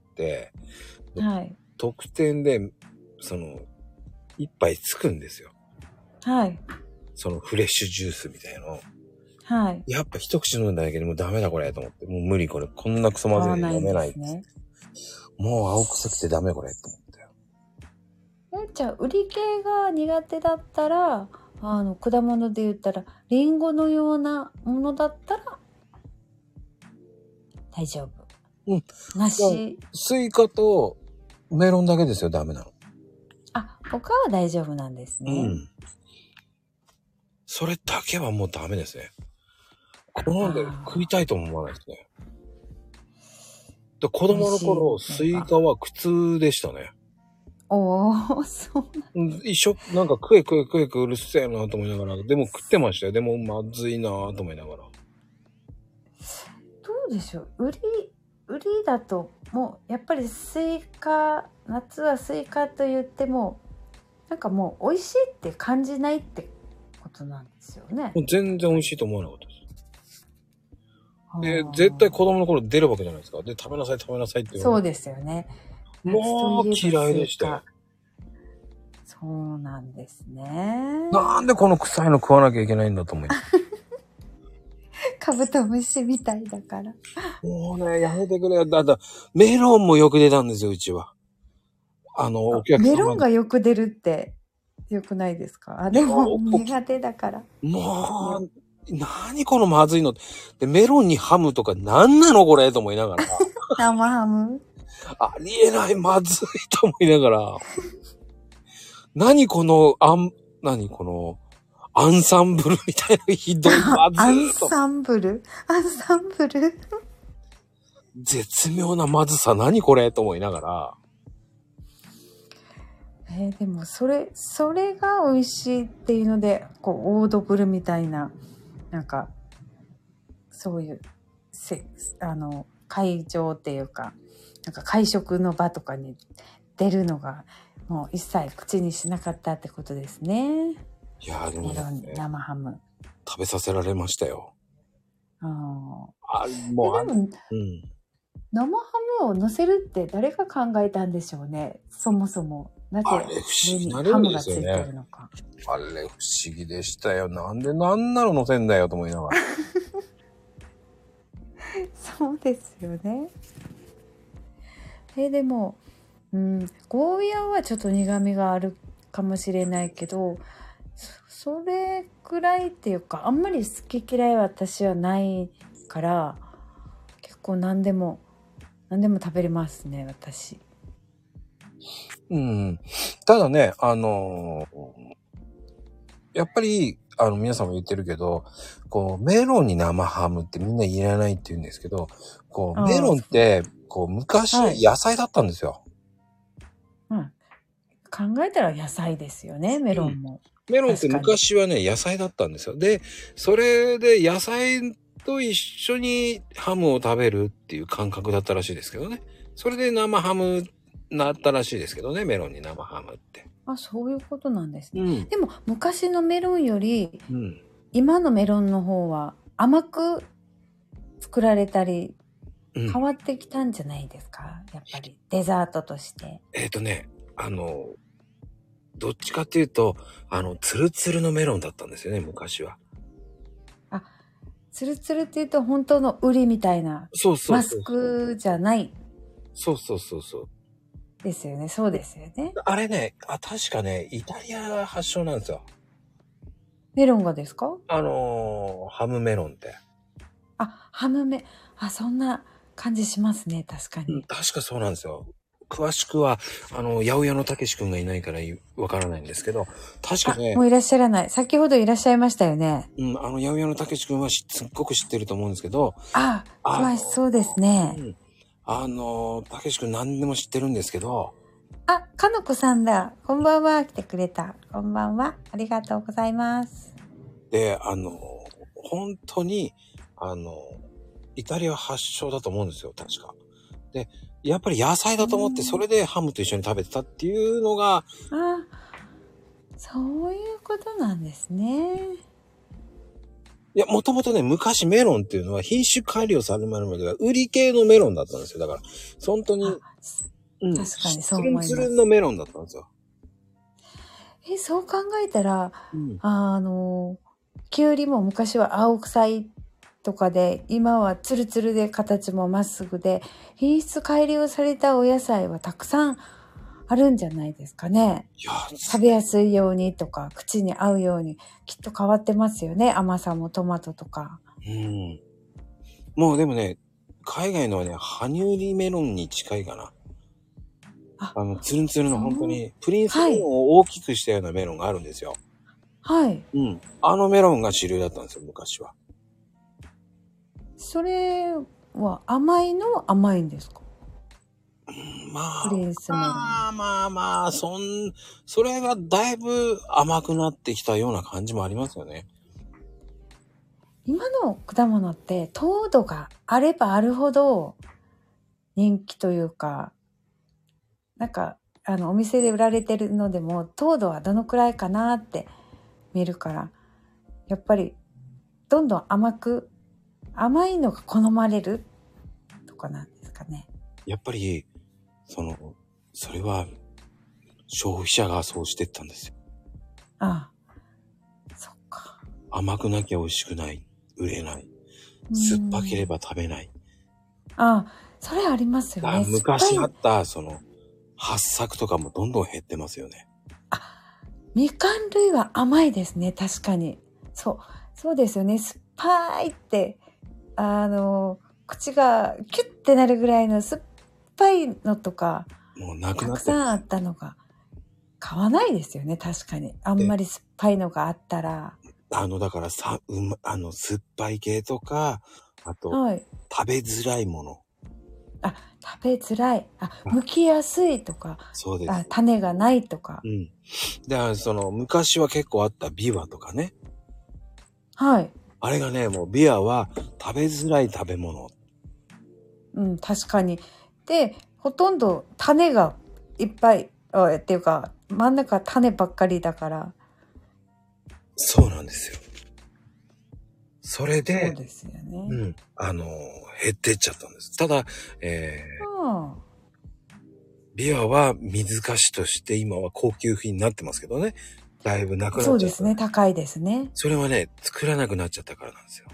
はい。 特典で、その、一杯つくんですよ。 はい。そのフレッシュジュースみたいの。 はい。 やっぱ一口飲んだだけでもうダメだこれと思って。もう無理これ。こんなクソまずいで飲めないですね。もう青臭くてダメこれと思ったよ。 え、じゃあ、売り系が苦手だったら、あの、果物で言ったら、リンゴのようなものだったら、大丈夫。 うん。 梨。 スイカとメロンだけですよ、ダメなの。 あ、他は大丈夫なんですね。うん。 それだけはもうダメですね。好んで食いたいとも思わないですね。で子供の頃、スイカは苦痛でしたね。 おー、そうなんだ。 一緒、なんか食え食え食え食えうるせえなと思いながら、でも食ってましたよ。でもまずいなと思いながら。どうでしょう。売り、売りだと、もうやっぱりスイカ、夏はスイカと言っても、なんかもう美味しいって感じないってことなんですよね。 もう全然美味しいと思わなかったです。で、絶対子供の頃出るわけじゃないですか。で、食べなさい食べなさいって言われて。 そうですよね。 もう嫌いでしたよ。 そうなんですね。 なんでこの臭いの食わなきゃいけないんだと思います。 カブトムシみたいだから。 もうね、やめてくれよ。だって、メロンもよく出たんですよ、うちは。あの、お客様。 メロンがよく出るってよくないですか？あ、でも苦手だから。 もう、何このまずいの。で、メロンにハムとか何なのこれと思いながら。 生ハムありえない、まずいと思いながら。何この、あん、何この、 アンサンブルみたいなひどいまずアンーと。 サンブルアンサンブル絶妙なまずさ、何これと思いながら。 えーでもそれそれが美味しいっていうので、こうオードブルみたいな、なんかそういうせあの会場っていうか、なんか会食の場とかに出るのがもう一切口にしなかったってことですね。 いやーでもメロンね、 生ハム。 食べさせられましたよ。 ああ、 ーもうあ、 えでもうん。 生ハムを乗せるって誰が考えたんでしょうね。そもそもなぜあれ不思議な上にハ料理ムがついてですよね。 るのか。 あれ不思議でしたよ。なんでなんなの乗せんだよと思いながら。 そうですよね。えでも、うん、ゴーヤーはちょっと苦味があるかもしれないけど、そ、それくらいっていうか、あんまり好き嫌いは私はないから、結構何でも何でも食べれますね、私。 うん。ただね、あのーやっぱり、あの、皆さんも言ってるけど、こう、メロンに生ハムってみんないらないって言うんですけど、こう、メああ、 ロンって、こう、昔はい。 野菜だったんですよ。 うん。考えたら野菜ですよね、メうん。 ロンも。 メロンって確かに。 昔はね、野菜だったんですよ。で、それで野菜と一緒にハムを食べるっていう感覚だったらしいですけどね。それで生ハムなったらしいですけどね、メロンに生ハムって。 あ、そういうことなんですね。 うん。 でも昔のメロンよりうん。 今のメロンの方は甘く作られたりうん。 変わってきたんじゃないですか、やっぱりデザートとして。 えっとね、あの、どっちかっていうと、あの、ツルツルのメロンだったんですよね、昔は。 あ、ツルツルって言うと本当のウリみたいな、 そうそうマスそうそう。 クじゃないそうそうそうそう。 ですよね。そうですよね。 あれね、あ、確かね、イタリア発祥なんですよ。 メロンがですか？ あのーハムメロンって。 あ、ハムメ、あ、そんな感じしますね、確かうん、 に。 確かそうなんですよ。詳しくは、あの、八百屋のたけしくんがいないからいわからないんですけど、確かあ、 ね、 もういらっしゃらない。先ほどいらっしゃいましたよね。 うん、あの、八百屋のたけしくんはしすっごく知ってると思うんですけど、 あ、 あの、 詳しそうですね。 うん、あの、たけしくん何でも知ってるんですけど、 あ、かのこさんだ。こんばんは。来てくれた。こんばんは。ありがとうございます。 で、あの、本当に、あの、イタリア発祥だと思うんですよ、確か。で、やっぱり野菜だと思って、それでハムと一緒に食べてたっていうのが、 あ、そういうことなんですね。 いや、もともとね、昔メロンっていうのは品種改良されるまでは売り系のメロンだったんですよ。だから、本当に、 あ、 うん、 確かにそうツルン思います。 ツルンのメロンだったんですよ。 え、そう考えたら、 うん。 あの、きゅうりも昔は青臭いとかで、今はツルツルで形もまっすぐで、品質改良されたお野菜はたくさんあるんじゃないですかね。 いや、 食べやすいようにとか、口に合うように、きっと変わってますよね。甘さもトマトとか。 うん。もうでもね、海外のはね、ハニュリメロンに近いかな。 あ、 あの、ツルンツルンのそう。 本当に、プリンスメロンはい。 を大きくしたようなメロンがあるんですよ。 はい。 うん。あのメロンが主流だったんですよ、昔は。 それは甘いの甘いんですか？ まあ、 プリンスメロン。 まあまあまあ、そん、それがだいぶ甘くなってきたような感じもありますよね。 今の果物って糖度があればあるほど人気というか、なんかあのお店で売られてるのでも糖度はどのくらいかなって見るから、やっぱりどんどん甘く、甘いのが好まれるとかなんですかね。 やっぱり、その、それは消費者がそうしてったんですよ。 ああ、そっか。 甘くなきゃ美味しくない、売れない。 う酸っぱけれん。 ば食べない。 ああ、それありますよあ、 ね。酸っぱ昔あっい。 た、その、発作とかもどんどん減ってますよね。 あ、みかん類は甘いですね。確かに。そう、そうですよね。酸っぱいって、あの、口がキュッてなるぐらいの酸っぱいのとか、 もうなくたなってます。 くさんあったのが、買わないですよね。確かに。あんまり酸っぱいのがあったら。 あの、だからさ、うま、あの、酸っぱい系とか、あと、 はい。 食べづらいもの。 あ、食べづらい。あ、剥きやすいとか、 そうです。 あ、種がないとか。 うん。だから、その、昔は結構あったビワとかね。 はい。 あれがね、もうビワは食べづらい食べ物。 うん、確かに。で、ほとんど種がいっぱい、あっていうか、真ん中種ばっかりだから。 そうなんですよ。それそうで、 ですよね。 うん、あの、減ってっちゃったんです。ただ、えああ。 ー、ビワは水菓子として今は高級品になってますけどね。だいぶなくなっちゃった。 そうですね。高いですね。 それはね、作らなくなっちゃったからなんですよ。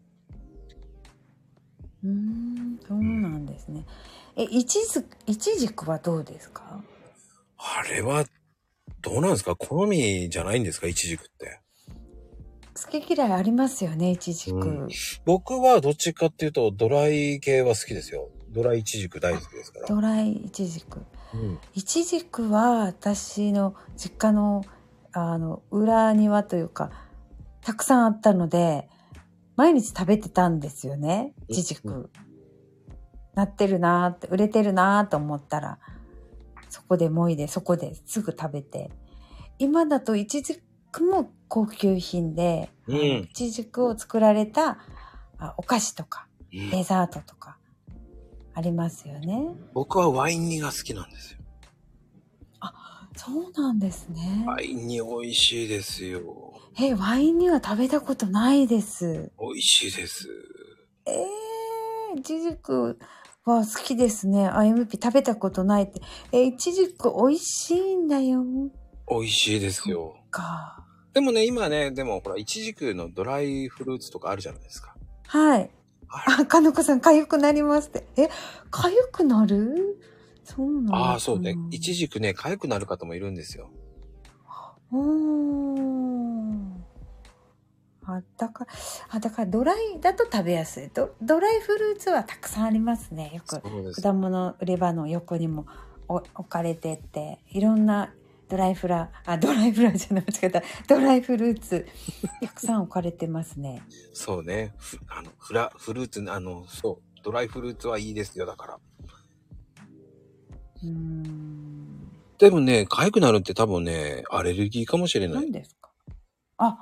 うーん、そうなんですね。え、いちじく、いちじくはどうですか？ あれは、どうなんですか？好みじゃないんですか？イチジクって。 好き嫌いありますよね、いちじく。 うん、僕はどっちかっていうと、ドライ系は好きですよ。ドライイチジク大好きですから。 ドライイチジク。 うん。 イチジクは私の実家の、あの、裏庭というか、たくさんあったので、毎日食べてたんですよね、イチジク。うん、なってるなーって、売れてるなーと思ったら、そこでもいで、そこですぐ食べて。今だとイチジクも高級品で、うん、イチジクを作られたあお菓子とか、うん、デザートとかありますよね。 僕はワイン煮が好きなんですよ。 あ、そうなんですね。 ワイン煮美味しいですよ。 え、ワイン煮は食べたことないです。 美味しいです。 えー、イチジクは好きですね。あゆみぴ食べたことないって。え、イチジク美味しいんだよ。 美味しいですよ。 そっか。 でもね、今ね、でもほら、イチジクのドライフルーツとかあるじゃないですか。 はい。あ、かのこさん、かゆくなりますって。え、かゆくなる？そうなの？ ああ、そうね。イチジクね、かゆくなる方もいるんですよ。 うーん。あ、だから、あ、だからドライだと食べやすい。ド、ドライフルーツはたくさんありますね。よく果物売り場の横にも置かれてて、いろんなドライフラ、あ、ドライフラじゃなくて、ドライフルーツ、たくさん置かれてますね。 そうね。あの、フラ、フルーツ、あの、そう、ドライフルーツはいいですよ、だから。 うーん。 でもね、痒くなるって多分ね、アレルギーかもしれない。 何ですか？あ、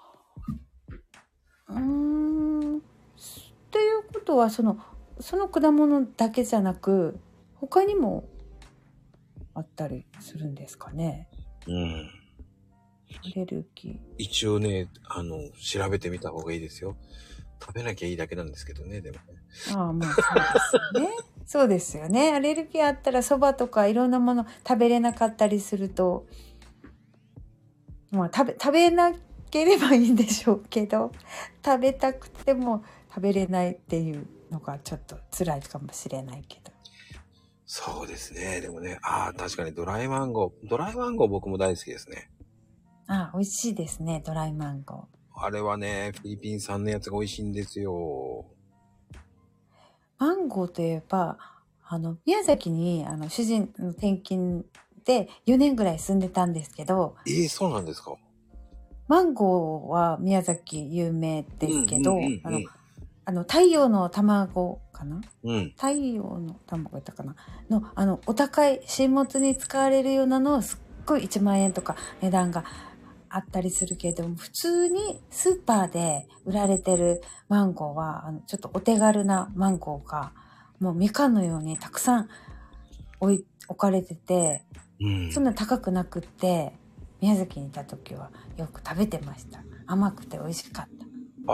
うーん。っていうことは、その、その果物だけじゃなく、他にもあったりするんですかね。 うん。 アレルギー。 一応ね、あの、調べてみた方がいいですよ。食べなきゃいいだけなんですけどね、でもね。 ああ、まあそうですよね。そうですよね。アレルギーあったらそばとかいろんなもの食べれなかったりすると、まあ食べ、食べなければいいんでしょうけど、食べたくても食べれないっていうのがちょっと辛いかもしれないけど。 そうですね。でもね、ああ、確かにドライマンゴー。ドライマンゴー僕も大好きですね。 ああ、美味しいですね、ドライマンゴー。あれはね、フィリピン産のやつが美味しいんですよ。 マンゴーといえば、あの、宮崎に、あの、主人の転勤でよねんぐらい住んでたんですけど。 ええー、そうなんですか。 マンゴーは宮崎有名ですけど、 うんうんうんうん、 あの、あの、太陽の卵かな、 うん、 太陽の卵やったかなの、あの、お高い、新物に使われるようなのはすっごいいちまんえんとか値段があったりするけれども、普通にスーパーで売られてるマンゴーは、あの、ちょっとお手軽なマンゴーが、もうみかんのようにたくさん置い、置かれてて、うん、そんな高くなくって、宮崎にいた時はよく食べてました。甘くて美味しかった。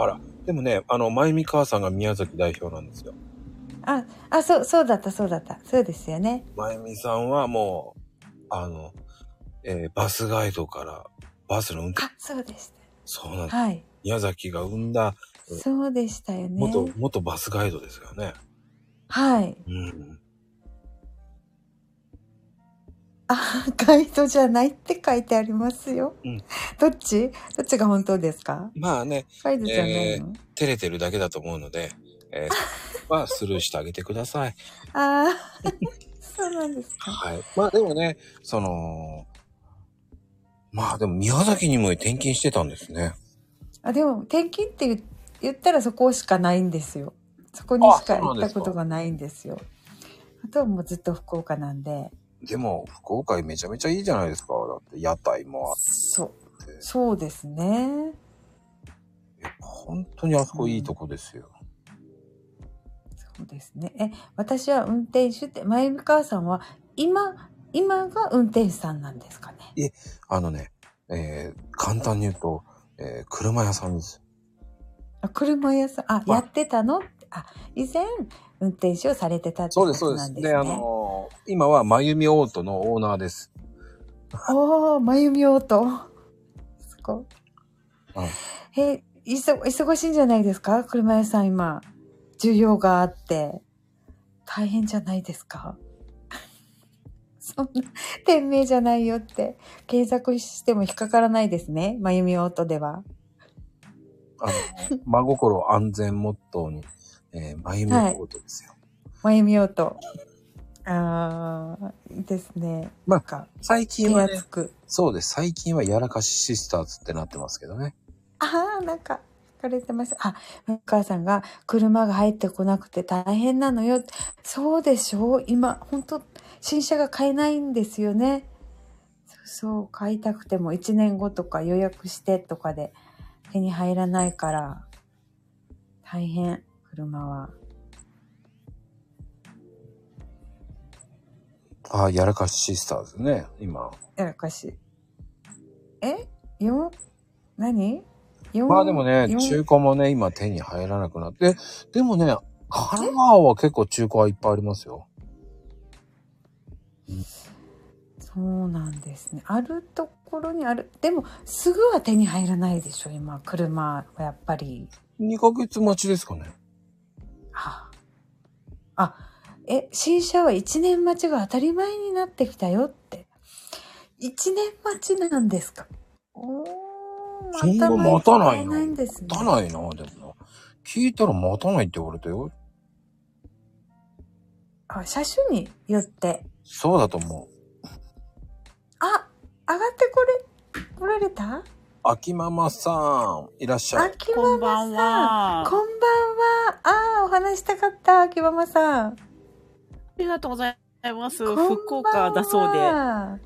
あら、でもね、あの、まゆみ母さんが宮崎代表なんですよ。 あ、あ、そう、そうだった、そうだった。そうですよね。 まゆみさんはもう、あの、えー、バスガイドからバスの運転。 あ、そうでした。 そうなんです。 はい。 宮崎が生んだ。 そうでしたよね。 元、元バスガイドですよね。 はい。 うん。 あ、ガイドじゃないって書いてありますよ。うん。どっちどっちが本当ですか？ まあね。 ガイドじゃないの？えー、 照れてるだけだと思うので、えー、はスルーしてあげてください。 ああ、そうなんですか。 はい。まあでもね、その、まあでも宮崎にも転勤してたんですね。 あ、でも転勤って言言ったらそこしかないんですよ。そこにしか行ったことがないんですよ。あとはもうずっと福岡なんで。 でも、福岡めちゃめちゃいいじゃないですか。だって屋台もあって。 そう。そうですね。 本当にあそこいいとこですよ。 そうですね。え、私は運転手って、まゆみ母さんは今、今が運転手さんなんですかね。 え、あのね、えー、簡単に言うと、えー、車屋さんです。 あ、車屋さん、あ、やってたの？あ、以前運転手をされてたってことなんですね。そうです、そうです。で、あのー、今はまゆみオートのオーナーです。 おー、まゆみオート。すごい。え、いそ、忙しいんじゃないですか？車屋さん今、需要があって。大変じゃないですか？そんな、店名じゃないよって。検索しても引っかからないですね。まゆみオートでは。 あの、真心安全モットーに、えー、まゆみオートですよ。 まゆみオート。あー、いいですね。 まあ、最近はね、そうです。最近はやらかしシスターズってなってますけどね。 あー、なんか、聞かれてます。あ、お母さんが車が入ってこなくて大変なのよ。そうでしょう？今、本当新車が買えないんですよね。そうそう、買いたくてもいちねんごとか予約してとかで手に入らないから、大変、車は。 ああ、やらかしシスターズね、今。 やらかし。え？よ？何？ まあでもね、中古もね、今手に入らなくなって、でもね、神奈川は結構中古はいっぱいありますよ。 うん、そうなんですね。あるところにある。でも、すぐは手に入らないでしょ、今、車はやっぱり。 にかげつ待ちですかね。 はあ、あ、え、新車はいちねん待ちが当たり前になってきたよって。いちねん待ちなんですか？おー、 そんな待たないの？ 待たないな、でもな。聞いたら待たないって言われたよ。 あ、車種によって。 そうだと思う。 あ、上がってこれ、来られた？ 秋ママさん、いらっしゃい。 秋ママさん。こんばんは。こんばんは。ああ、お話したかった、秋ママさん。ありがとうございます。福岡だそうで。 はい。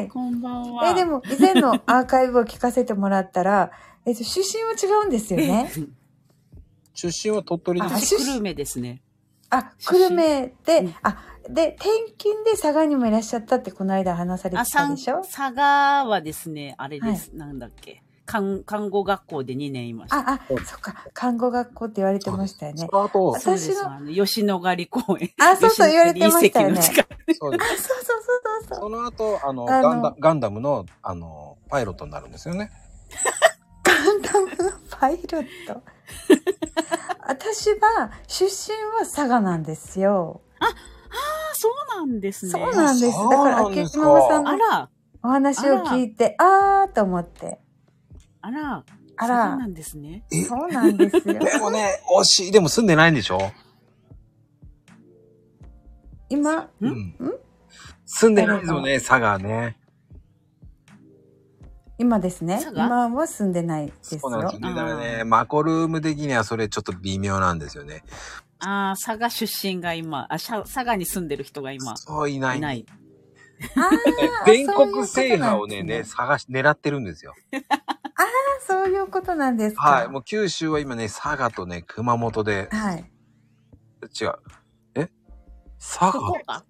こんばんは。 え、でも、以前のアーカイブを聞かせてもらったら、えっと、出身は違うんですよね。 出身は鳥取です。 私、久留米ですね。 あ、久留米で、うん、あ、で、転勤で佐賀にもいらっしゃったってこの間話されてたでしょ？ 佐賀はですね、あれです。はい、なんだっけ。看, 看護学校でにねんいました。 あ、あ、そっか。看護学校って言われてましたよね。 私の、あの吉野ヶ里公園。 あ、そうそう言われてましたよね。 そうです。 あ、そうそうそうそう。 その後、あの、あのガンダ、ガンダムの、あの、パイロットになるんですよね。 ガンダムのパイロット。私は、出身は佐賀なんですよ。 あ、ああ、そうなんですね。 そうなんです。だから、秋ママさんのお話を聞いて、あーと思って。 あら、 あら、 そうなんですね。 そうなんですよ。 でもね、惜しい。でも住んでないんでしょ？ 今、 んん住んでないですよね、佐賀ね。 今ですね。今は住んでないですよ。 そうなんですよね。だからね、マコルーム的にはそれちょっと微妙なんですよね。 ああ、佐賀出身が今、あ、佐賀に住んでる人が今。 そういない。いない。 あ全国制覇をね、ね、探し、狙ってるんですよ。 ああ、そういうことなんですか。 はい。もう九州は今ね、佐賀とね、熊本で。 はい。 違う。え佐賀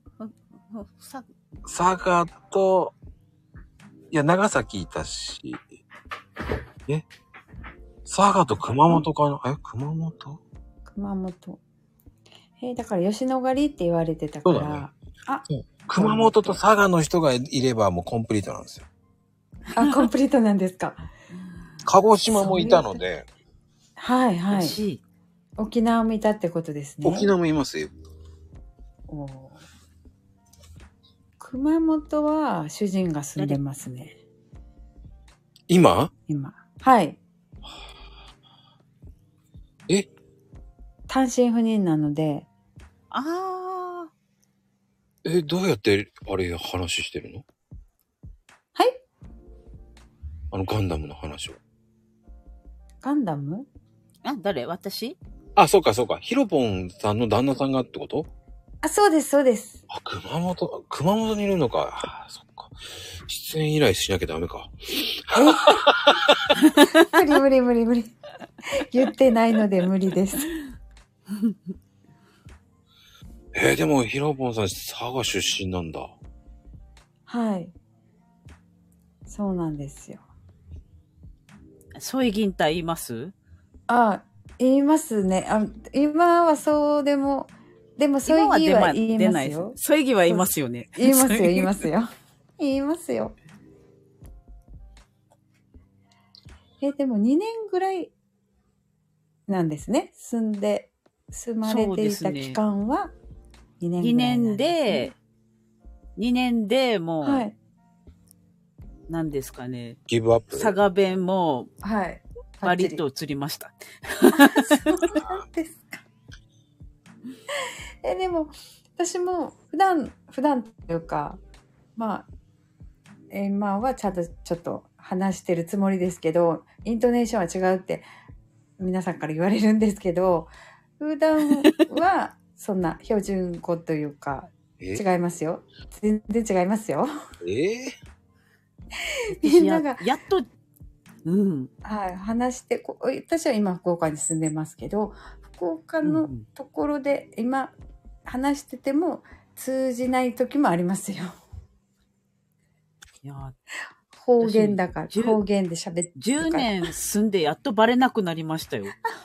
佐賀と、いや、長崎いたし、え佐賀と熊本かな？え熊本熊本。えー、だから吉野ヶ里って言われてたから。そうだね。あ、 熊本と佐賀の人がいればもうコンプリートなんですよ。 あ、コンプリートなんですか。 鹿児島もいたので。 はいはい。沖縄もいたってことですね。 沖縄もいますよ。 お熊本は主人が住んでますね。 今？ 今。はい。 え？ 単身赴任なので。 ああ。 え、どうやってあれ話してるの？ はい？ あのガンダムの話を。 ガンダム？ あ、誰？私？ あ、そうかそうか。ヒロポンさんの旦那さんがってこと？ あ、そうです、そうです。 あ、熊本、熊本にいるのか。あ、そっか。出演依頼しなきゃダメか。 無理無理無理無理。言ってないので無理です。 えー、でもヒロポンさん佐賀出身なんだ。 はい。そうなんですよ。 ソイギンタ言います？ あ、言いますね。あ、今はそうでも、でもソイギは言いますよ。 ソイギは言いますよね。 言いますよ、言いますよ。言いますよ。え、でもにねんぐらいなんですね。住んで、住まれていた期間はにねんぐらいなんですね。 にねんで、にねんでもう、はい、何ですかね。 ギブアップ。 佐賀弁も、 はい。 バリッと移りました。 そうなんですか。え、でも、私も普段、普段というか、まあ、今はちゃんとちょっと話してるつもりですけど、イントネーションは違うって皆さんから言われるんですけど、普段はそんな標準語というか、違いますよ。全然違いますよ。 えー、 みんなが。 やっと、うん。 はい、話してこ、私は今福岡に住んでますけど、福岡のところで今話してても通じない時もありますよ。 いや、 方言だから、方言で喋ってるから。 じゅうねん住んでやっとバレなくなりましたよ。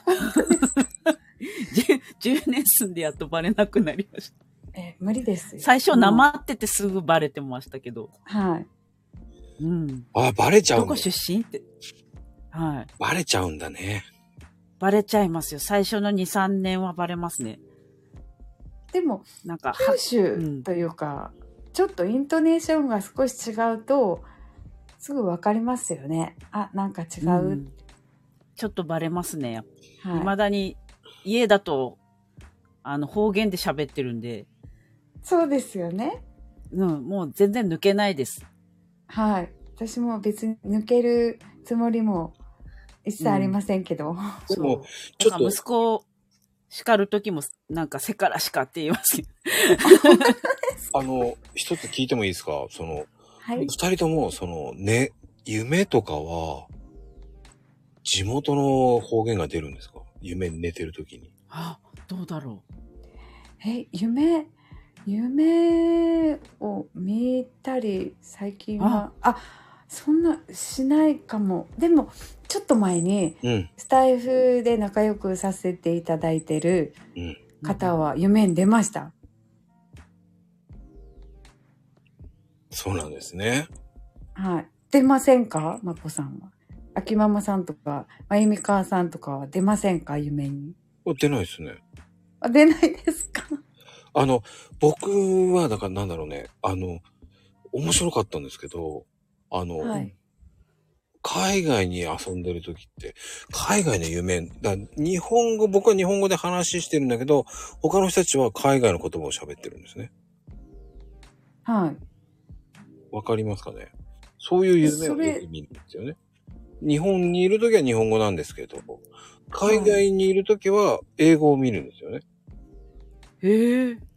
じゅうねん住んでやっとバレなくなりました。 え、無理ですよ。 最初なまっててすぐバレてましたけど。 はい。 うん。 あ、バレちゃうの？ どこ出身って。はい。 バレちゃうんだね。 バレちゃいますよ。最初のに、さんねんはバレますね。 でも、なんか、九州というか、うん、ちょっとイントネーションが少し違うと、すぐわかりますよね。あ、なんか違う。うん、 ちょっとバレますね。 はい。 未だに、家だと、あの、方言で喋ってるんで。 そうですよね。 うん、もう全然抜けないです。 はい。私も別に抜けるつもりも一切ありませんけど。うん、 でも、ちょっと。 息子を叱るときも、なんか、せからしかって言いますよ。 あの、一つ聞いてもいいですか？その、 はい。 二人とも、その、ね、夢とかは、地元の方言が出るんですか？夢に寝てるときに。 あ、どうだろう。 え、夢、夢を見たり、最近は、あ、あそんなしないかも。でも、ちょっと前に、うん、スタイフで仲良くさせていただいてる方は夢に出ました。 そうなんですね。 はい。出ませんか？まこさんは。秋ママさんとか、まゆみかわさんとかは出ませんか？夢に。 出ないですね。 あ、出ないですか？ あの、僕は、だからなんだろうね。あの、面白かったんですけど、あの、はい、海外に遊んでる時って、海外の夢、だ日本語、僕は日本語で話してるんだけど、他の人たちは海外の言葉を喋ってるんですね。 はい。 わかりますかね？そういう夢をよく見るんですよね。日本にいる時は日本語なんですけど、海外にいる時は英語を見るんですよね。 へえ。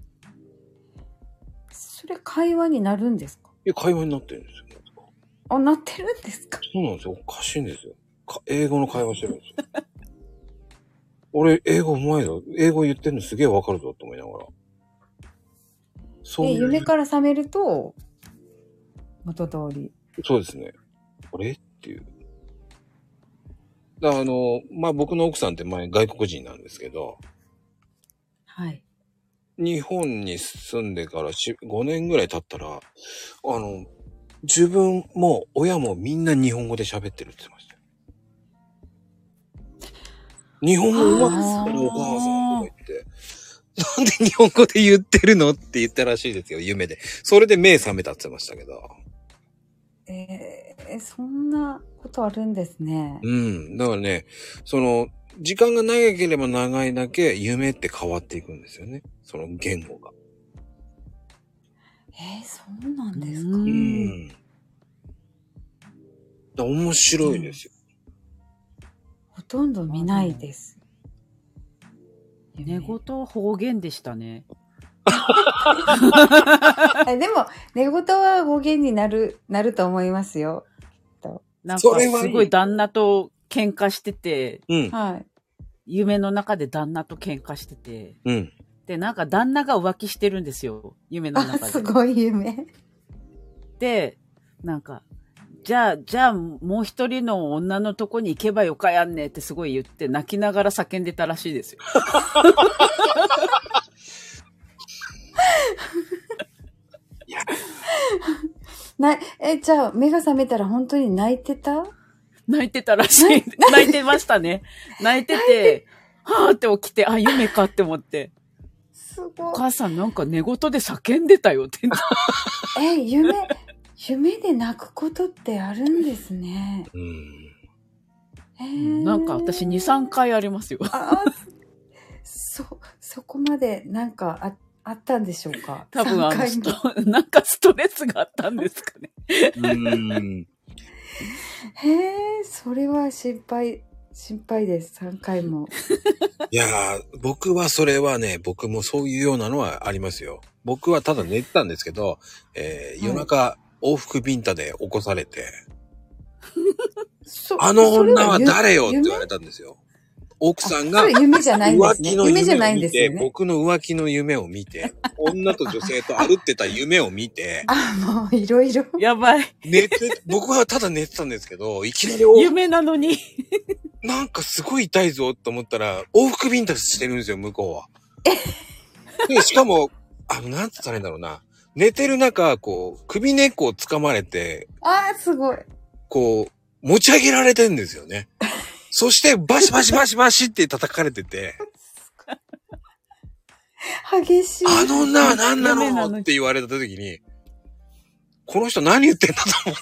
それ会話になるんですか？ いや、会話になってるんですよ。 あ、なってるんですか？ そうなんですよ。おかしいんですよ。か英語の会話してるんですよ。俺、英語うまいぞ。英語言ってるのすげえわかるぞって思いながら。 そういう。夢から覚めると、元通り。 そうですね。あれっていう。だからあの、まあ、僕の奥さんって前外国人なんですけど。 はい。 日本に住んでからごねんぐらい経ったら、あの、自分も親もみんな日本語で喋ってるって言ってましたよ。日本語うまくするお母さんとか言って、なんで日本語で言ってるのって言ったらしいですよ、夢で。それで目覚めたって言ってましたけど。 えー、そんなことあるんですね。 うん。だからね、その、時間が長ければ長いだけ夢って変わっていくんですよね。その言語が。 えー、そうなんですか。 うん。だ面白いですよ。 とんど見ないです。 寝言は方言でしたね。 でも、寝言は方言になる、なると思いますよ。 なんか、すごい旦那と喧嘩してて、 うん、 はい。 夢の中で旦那と喧嘩してて、 うん、 で、なんか旦那が浮気してるんですよ。夢の中で。 あ、すごい夢。 で、なんか、じゃあ、じゃあ、もう一人の女のとこに行けばよかやんねってすごい言って、泣きながら叫んでたらしいですよ。 な、え、じゃあ、目が覚めたら本当に泣いてた？ 泣いてたらしい。泣いてましたね。泣いてて、はぁって起きて、あ、夢かって思って。 すごい。 お母さんなんか寝言で叫んでたよって。 え、夢、夢で泣くことってあるんですね。 うん。 えー、 なんか私に、さんかいありますよ。 あ、そ、そこまでなんかあ、あったんでしょうか？ 多分あのスト、なんかストレスがあったんですかね。 うん。 へえ、それは心配、心配です。さんかいも。 いやー、僕はそれはね、僕もそういうようなのはありますよ。僕はただ寝てたんですけど、えー、夜中往復ビンタで起こされて、あの女は誰よって言われたんですよ。奥さんが夢じゃないんですね。 浮気の夢を見て、 ね、 僕の浮気の夢を見て、女と女性と歩ってた夢を見て、 あ、もういろいろ。 やばい。 寝て、僕はただ寝てたんですけど、いきなり夢なのに。 なんかすごい痛いぞと思ったら、往復ビンタしてるんですよ、向こうは。で、しかも、あの、なんつったらいいんだろうな。寝てる中、こう、首根っこを掴まれて、 あー、すごい。 こう、持ち上げられてんですよね。そして、バシバシバシバシって叩かれてて。 激しい。 あの女は何なのって言われた時に、この人何言ってんだと思って。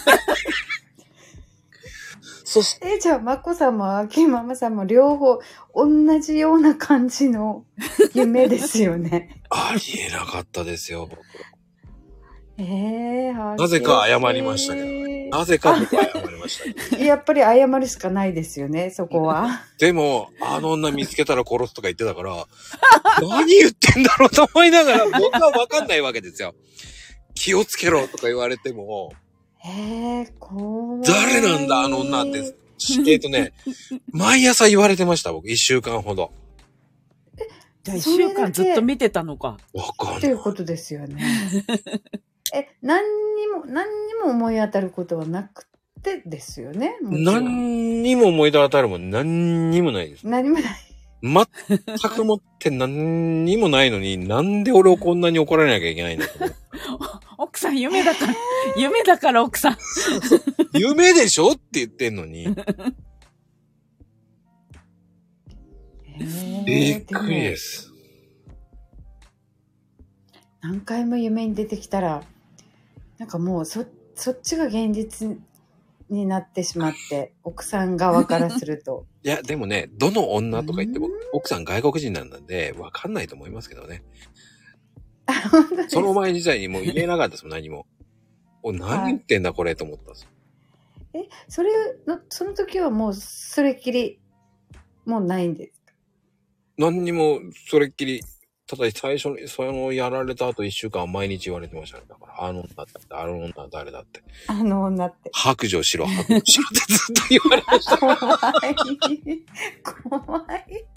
そして。え、じゃあ、まこさんもあきママさんも両方同じような感じの夢ですよね。 ありえなかったですよ、僕。 ええー、 なぜか謝りましたけど、ね、なぜか僕は謝りましたけど。 やっぱり謝るしかないですよね、そこは。 でも、あの女見つけたら殺すとか言ってたから、何言ってんだろうと思いながら、僕は分かんないわけですよ。気をつけろとか言われても、 えー、怖い。 誰なんだあの女って。えっとね、毎朝言われてました、僕。一週間ほど。 え、じゃあ一週間ずっと見てたのか。 わかんない。 ということですよね。え、何にも、何にも思い当たることはなくてですよね。 何にも思い当たるもん何にもないです。 何もない。 全くもって何にもないのに、なんで俺をこんなに怒られなきゃいけないんだと思う。 奥さん夢だから、夢だから奥さん。 夢でしょって言ってんのに。びっくりです。 何回も夢に出てきたら、なんかもうそ、そっちが現実になってしまって、奥さん側からすると。 いや、でもね、どの女とか言っても、奥さん外国人なんで、わかんないと思いますけどね。その前時代にもう言えなかったですもん、何も。お、何言ってんだ、これ、と思ったんです。 え、それの、その時はもう、それっきり、もうないんですか？ 何にも、それっきり、ただ最初に、そのやられた後一週間毎日言われてましたね。だから、あの女だって、あの女は誰だって。 あの女って。 白状しろ、白状しろってずっと言われました。 怖い。怖い。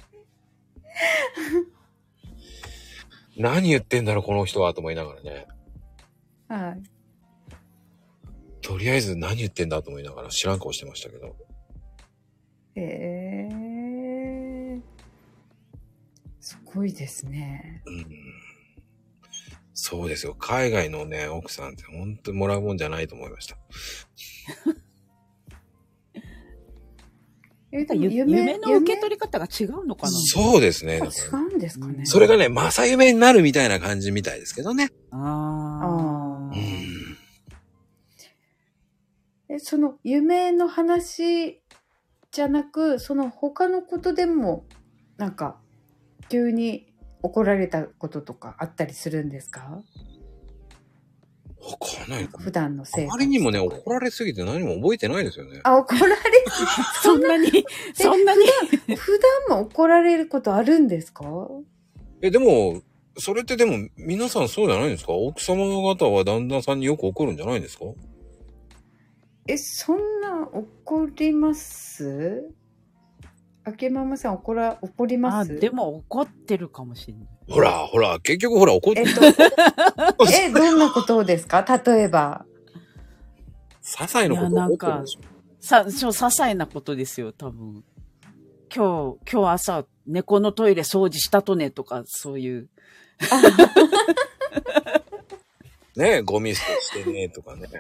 何言ってんだろう、この人は、と思いながらね。 はい。 とりあえず何言ってんだと思いながら知らん顔してましたけど。 へえー。すごいですね。 うん。そうですよ。海外のね、奥さんって本当にもらうもんじゃないと思いました。 え、夢, 夢の受け取り方が違うのかな？ そうですね。 違うんですかね。 それがね、正夢になるみたいな感じみたいですけどね。 ああ。 うん。 え、その夢の話じゃなく、その他のことでも、なんか、急に怒られたこととかあったりするんですか？ わかんない。 普段の生活。 あまりにもね、怒られすぎて何も覚えてないですよね。 あ、怒られそんなに、そんなに。 普段も怒られることあるんですか？ え、でも、それってでも、皆さんそうじゃないんですか？奥様方は旦那さんによく怒るんじゃないんですか？ え、そんな怒ります？あけママさん怒ら、怒りまあ、 す？ でも怒ってるかもしれない。 ほら、ほら、結局ほら怒って、 えっと、え、どんなことですか？例えば。 些細なこと怒ってるでしょ。 さ、ちょ、些細なことですよ、多分。今日、今日朝、猫のトイレ掃除したとね、とか、そういう。 ねえ、ゴミ捨てしてね、とかね。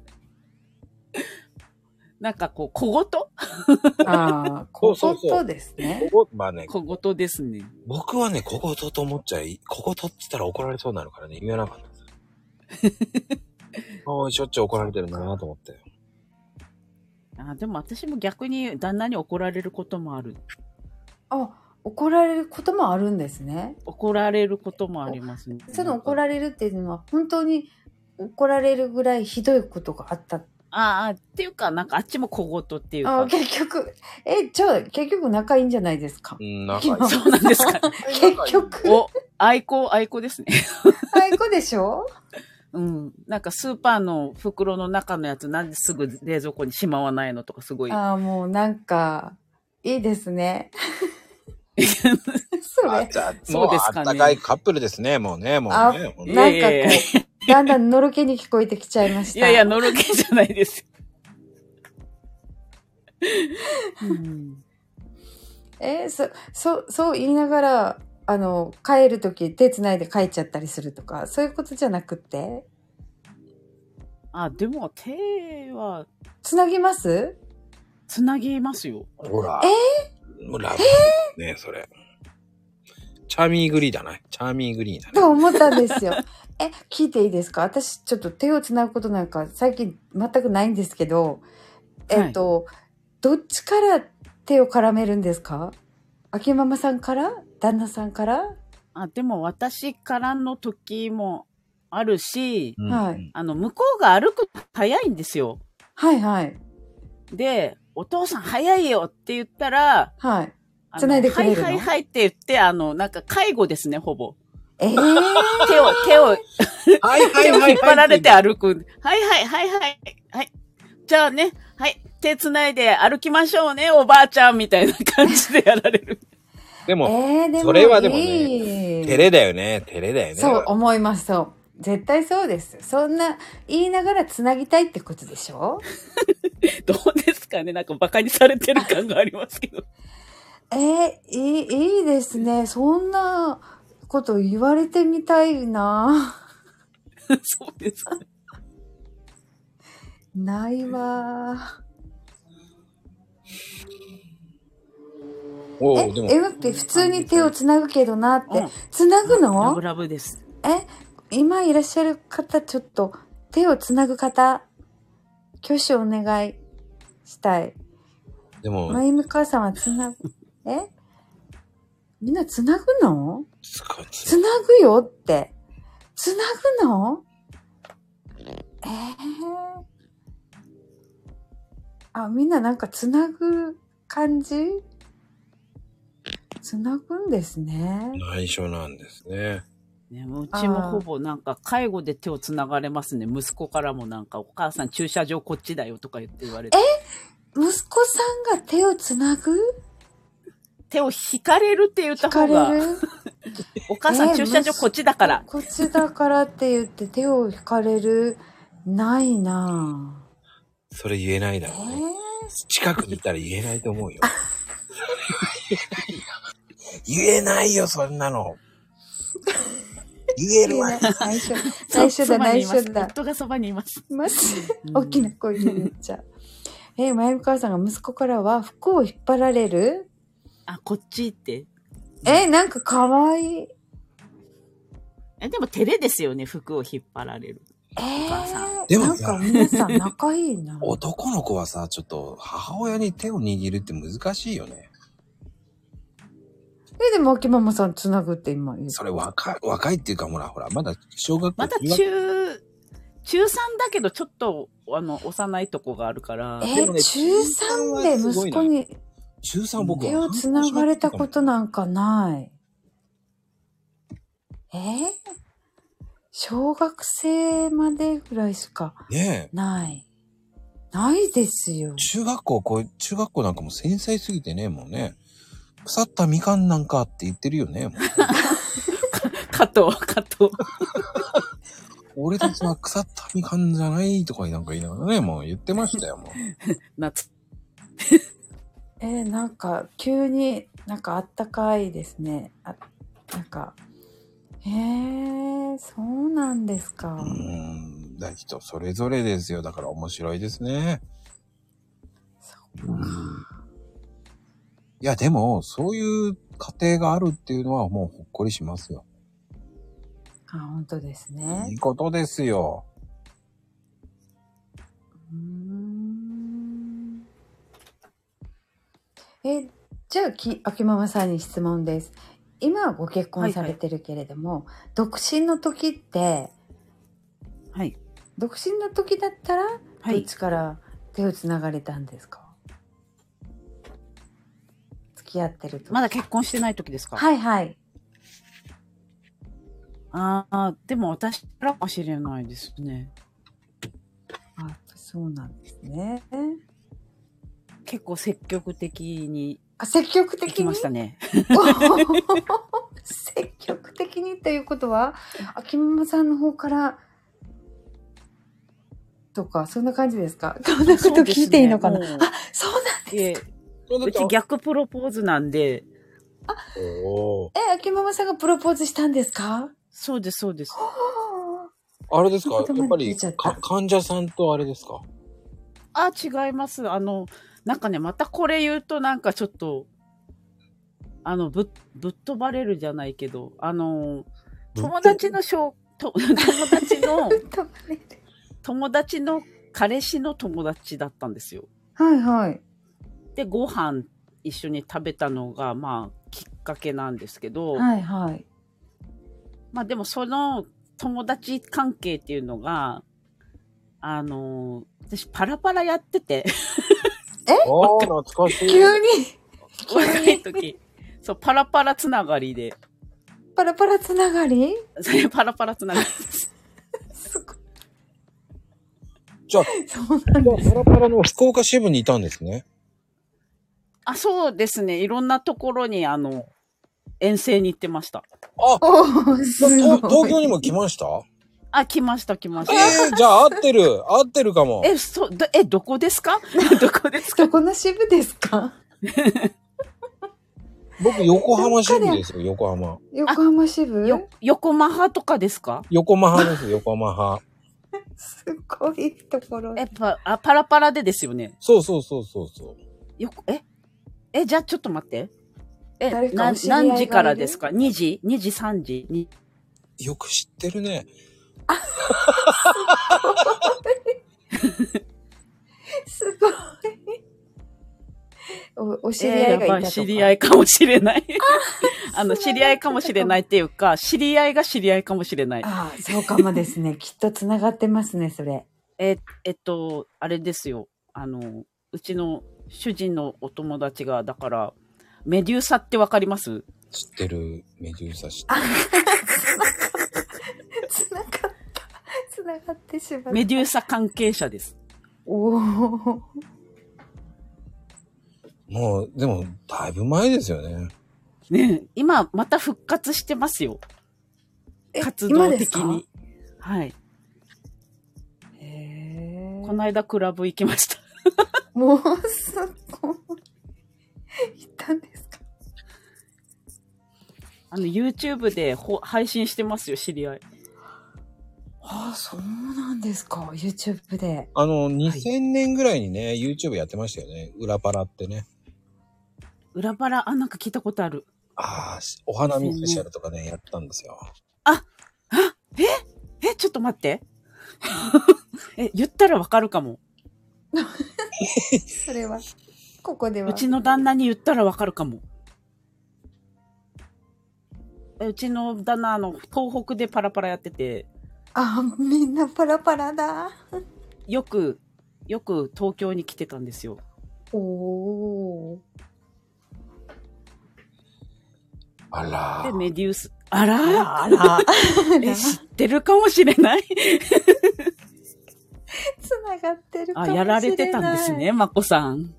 なんかこう、小言ああ、小言ですね。 小言、まあね、 小言ですね。 僕はね、小言と思っちゃい、小言って言ったら怒られそうになるからね、言えなかったです。ああ、しょっちゅう怒られてるなと思って。 あ、でも私も逆に旦那に怒られることもある。 あ、怒られることもあるんですね。 怒られることもありますね。 その怒られるっていうのは、本当に怒られるぐらいひどいことがあった。 ああ、っていうか、なんかあっちも小言っていうか。 あ、結局、え、じゃあ結局仲いいんじゃないですか。 うん、仲いい。 そうなんですか。 結局。 お、愛子、愛子ですね。 愛子でしょ？ うん。なんかスーパーの袋の中のやつなんですぐ冷蔵庫にしまわないのとかすごい。 ああ、もうなんか、いいですね。それ。 じゃあ、 そうですかね。 もうあったかいカップルですね、もうね、もうね。 あ、なんかこう、だんだんのろけに聞こえてきちゃいました。 いやいや、のろけじゃないです。うん、 えー、そ、そう、そう言いながら、あの、帰るとき手繋いで帰っちゃったりするとか、そういうことじゃなくって？ あ、でも手は、 繋ぎます？ 繋ぎますよ。 ほら。 えー、ラブね、それ。チャーミーグリーだな。チャーミーグリーだね。 と思ったんですよ。え、聞いていいですか？私ちょっと手を繋ぐことなんか最近全くないんですけど、えっと、はい、どっちから手を絡めるんですか？秋ママさんから？旦那さんから？ あ、でも私からの時もあるし、 うん、はい。 あの、向こうが歩くと早いんですよ。 はいはい。 で、お父さん早いよって言ったら、 はい。繋いでくれるの？ はいはいはいって言って、あの、なんか介護ですね、ほぼ。 ええー、 手を、手を、はいはいはい、手を引っ張られて歩く。はいはいはいはい。はい。じゃあね、はい。手繋いで歩きましょうね、おばあちゃんみたいな感じでやられる。 でも、 えー、でもそれはでもね、照れだよね、照れだよね。 そう思います、そう。絶対そうです。そんな言いながら繋ぎたいってことでしょ？ どうですかね、なんかバカにされてる感がありますけど。 えー、いい、いいですね。そんなこと言われてみたいな。 そうですか。 ないわ。 おえ、でも M って普通に手をつなぐけどなって。うん、つなぐの？ ラブラブです。 え、今いらっしゃる方、ちょっと手をつなぐ方、挙手お願いしたい。 でも、 まゆみ母さんはつなぐ、えみんなつなぐの？つなぐよって。つなぐの？えー、あ、みんななんかつなぐ感じ？つなぐんですね。 内緒なんですね。 ね、うちもほぼなんか介護で手をつながれますね。息子からもなんかお母さん駐車場こっちだよとか言って言われて。 え？息子さんが手をつなぐ？ 手を引かれるって言った方が。お母さん駐車場こっちだから。 こっちだからって言って手を引かれる。ないなぁ。 それ言えないだろうね。えー、近くにいたら言えないと思うよ。言えないよ、そんなの。言えるわ。 内緒、内緒だ、内緒だ。 夫がそばにいます。 います。大きな声で言っちゃう。えー、まゆみ母さんが息子からは服を引っ張られる？ あ、こっちって。 えー、なんかかわいい。 え、でも照れですよね、服を引っ張られる。 えー、 お母さん。 でもなんか皆さん仲いいな。 男の子はさ、ちょっと母親に手を握るって難しいよね。 え、でも秋ママさんつなぐって今言う。 それ若い、若いっていうかほらほら、まだ小学校。 まだ中、 中さんだけどちょっと、あの、幼いとこがあるから。 えー、中さんで息子に中さん僕手をつながれたことなんかない。えー、小学生までぐらいしかない。ねえ。ないですよ。 中学校、こう、中学校なんかも繊細すぎてね、もうね。腐ったみかんなんかって言ってるよね、もう。 加藤、加藤。 俺たちは腐ったみかんじゃないとかなんか言いながらね、もう言ってましたよ、もう。 夏。 えー、なんか、急になんかあったかいですね。あ、なんか、へえ、そうなんですか。 うーん、だ人それぞれですよ。だから面白いですね。 そうか。うん、 いや、でも、そういう家庭があるっていうのはもうほっこりしますよ。 あ、本当ですね。 いいことですよ。 うーん。え、じゃあ、き、秋ママさんに質問です。今はご結婚されてるけれども、はいはい、独身の時って、 はい。 独身の時だったら、はい、どっちから手をつながれたんですか？付き合ってる時。 まだ結婚してない時ですか？ はいはい。 ああ、でも私からかもしれないですね。 あ、そうなんですね。 結構積極的に。 あ、積極的に。 行きましたね。 積極的にということは、秋ママさんの方からとか、そんな感じですか？こんなこと聞いていいのかな？あ、そうなんですか。 うち逆プロポーズなんで。 あ、え、秋ママさんがプロポーズしたんですか？ そうです、そうです。 あれですか？やっぱりか患者さんとあれですか？ あ、違います。あの、なんかね、またこれ言うとなんかちょっと、あの、ぶ、ぶっ飛ばれるじゃないけど、あの、友達の小、と友達の、友達の彼氏の友達だったんですよ。 はいはい。 で、ご飯一緒に食べたのが、まあ、きっかけなんですけど、 はいはい。 まあでもその友達関係っていうのが、あの、私パラパラやってて。 え？ おー、懐かしい。 急に若い時。そう、パラパラつながりで。 パラパラつながり？ それパラパラつながりです。 すごい。 じゃあ、 そうなんです。 パラパラの福岡支部にいたんですね。 あ、そうですね。いろんなところに、あの、遠征に行ってました。 あ、東京にも来ました？ あ、来ました、来ました。 えー、じゃあ合ってる。合ってるかも。 え、そ、どえ、どこですか？どこですか？ どこの支部ですか？ 僕、横浜支部ですよ、横浜。 横浜支部？ よ、横浜派とかですか？ 横浜派です、横浜派。 すごいところ。 え、パ、あ、パラパラでですよね。 そうそうそうそうそう。 よ、ええ、じゃあちょっと待って。え、な、何時からですか？ に 時 ?に 時、さんじに。 よく知ってるね。 あ、すごい。お、お知り合いがいたとか、えー、 知り合いかもしれない。あの、知り合いかもしれないっていうか、知り合いが知り合いかもしれない。 ああ、そうかもですね。きっと繋がってますね、それ。 え、えっと、あれですよ。あの、うちの主人のお友達が、だから、メデューサってわかります？ 知ってる。メデューサ知ってる。 つながった。つながってしまった。 メデューサ関係者です。 おお。 もう、でも、だいぶ前ですよね。 ねえ、今、また復活してますよ。活動的に。はい。 へー。 この間クラブ行きました。 もう、すごい。行ったんですか？ あの、YouTube でほ配信してますよ、知り合い。 ああ、そうなんですか。YouTube で。 あの、にせんねんぐらいにね、はい、YouTube やってましたよね。裏パラってね。 裏パラ、あ、なんか聞いたことある。 ああ、お花見スペシャルとかね、やったんですよ。 あ、あ、ええ、ちょっと待って。え、言ったらわかるかも。 それは、ここでは。 うちの旦那に言ったらわかるかも。うちの旦那、あの、東北でパラパラやってて。 あ、みんなパラパラだ。 よく、よく東京に来てたんですよ。 おー。 あらで、メデュース、あらあら、あら。 え、知ってるかもしれないつながってるかもしれない。 あ、やられてたんですね、まこさん。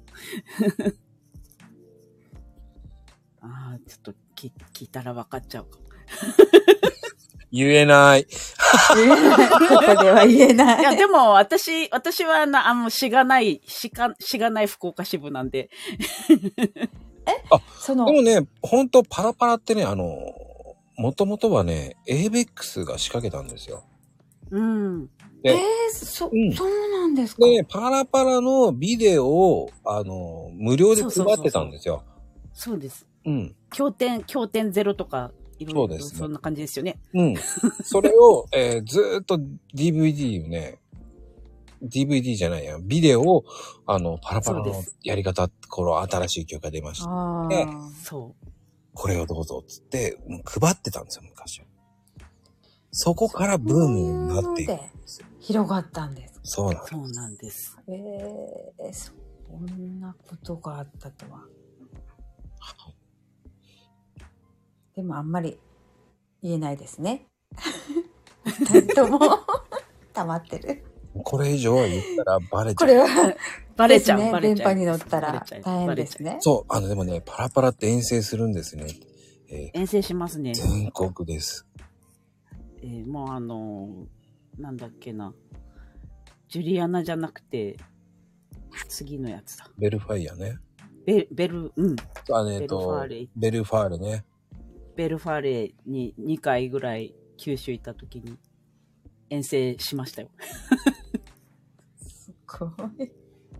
ああ、ちょっと聞聞いたら分かっちゃうかも。 言えない。 言えない。ここでは言えない。 いや、でも、私、私はな、あの、しがない、しか、しがない福岡支部なんで。 えあ、 その。 でもね、ほんとパラパラってね、あの、もともとはね、エーベックス が仕掛けたんですよ。 うん。 えー、そ、うん、そうなんですか。 で、パラパラのビデオを、あの、無料で配ってたんですよ。 そうです。 うん。 経典、経典ゼロとか、いろいろそうですね。 そんな感じですよね。 うん。それを、えー、ずーっと ディーブイディー をね、ディーブイディー じゃないや、ビデオを、あの、パラパラのやり方、この新しい曲が出ました。で、 そう。 これをどうぞっつって、配ってたんですよ、昔は。そこからブームになっていくんですよ。 広がったんです。 そうなんです。 そうなんです。 えー、そんなことがあったとは。でもあんまり言えないですね。二人とも溜まってる。 これ以上は言ったらバレちゃう。 これはバレちゃう、 ね、 バレちゃう。 電波に乗ったら大変ですね。 そう、あのでもね、パラパラって遠征するんですね。 えー、遠征しますね。 全国です。 えー、もうあのー、なんだっけな。ジュリアナじゃなくて、次のやつだ。 ベルファイアね。 ベ、ベル、うん。 あね、えっと、ベルファーレね。 ベルファーレににかいぐらい九州行った時に遠征しましたよ。 すごい。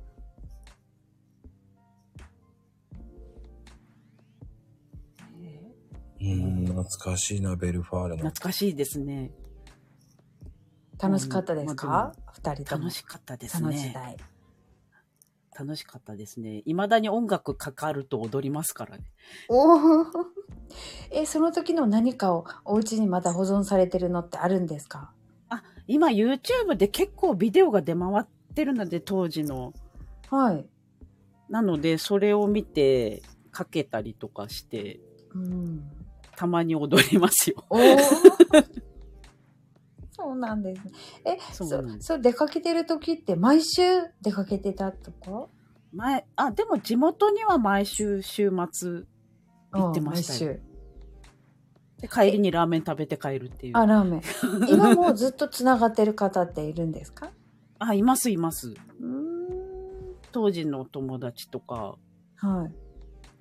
うん、懐かしいな、ベルファーレの。 懐かしいですね。 楽しかったですか？二人とも。 楽しかったですね。 その時代。 楽しかったですね。未だに音楽かかると踊りますからね。 おお。え、その時の何かをお家にまだ保存されてるのってあるんですか？ あ、今 YouTube で結構ビデオが出回ってるので、当時の。 はい。 なので、それを見て、かけたりとかして、 うん、 たまに踊りますよ。 おそうなんですね。え、そ、そう出かけてる時って毎週出かけてたとか？ 前、あ、でも地元には毎週週末行ってましたよ。毎週。で、帰りにラーメン食べて帰るっていう。 あ、ラーメン。今もずっとつながってる方っているんですか？ あ、いますいます。 うーん、 当時の友達とか。 はい。 うん。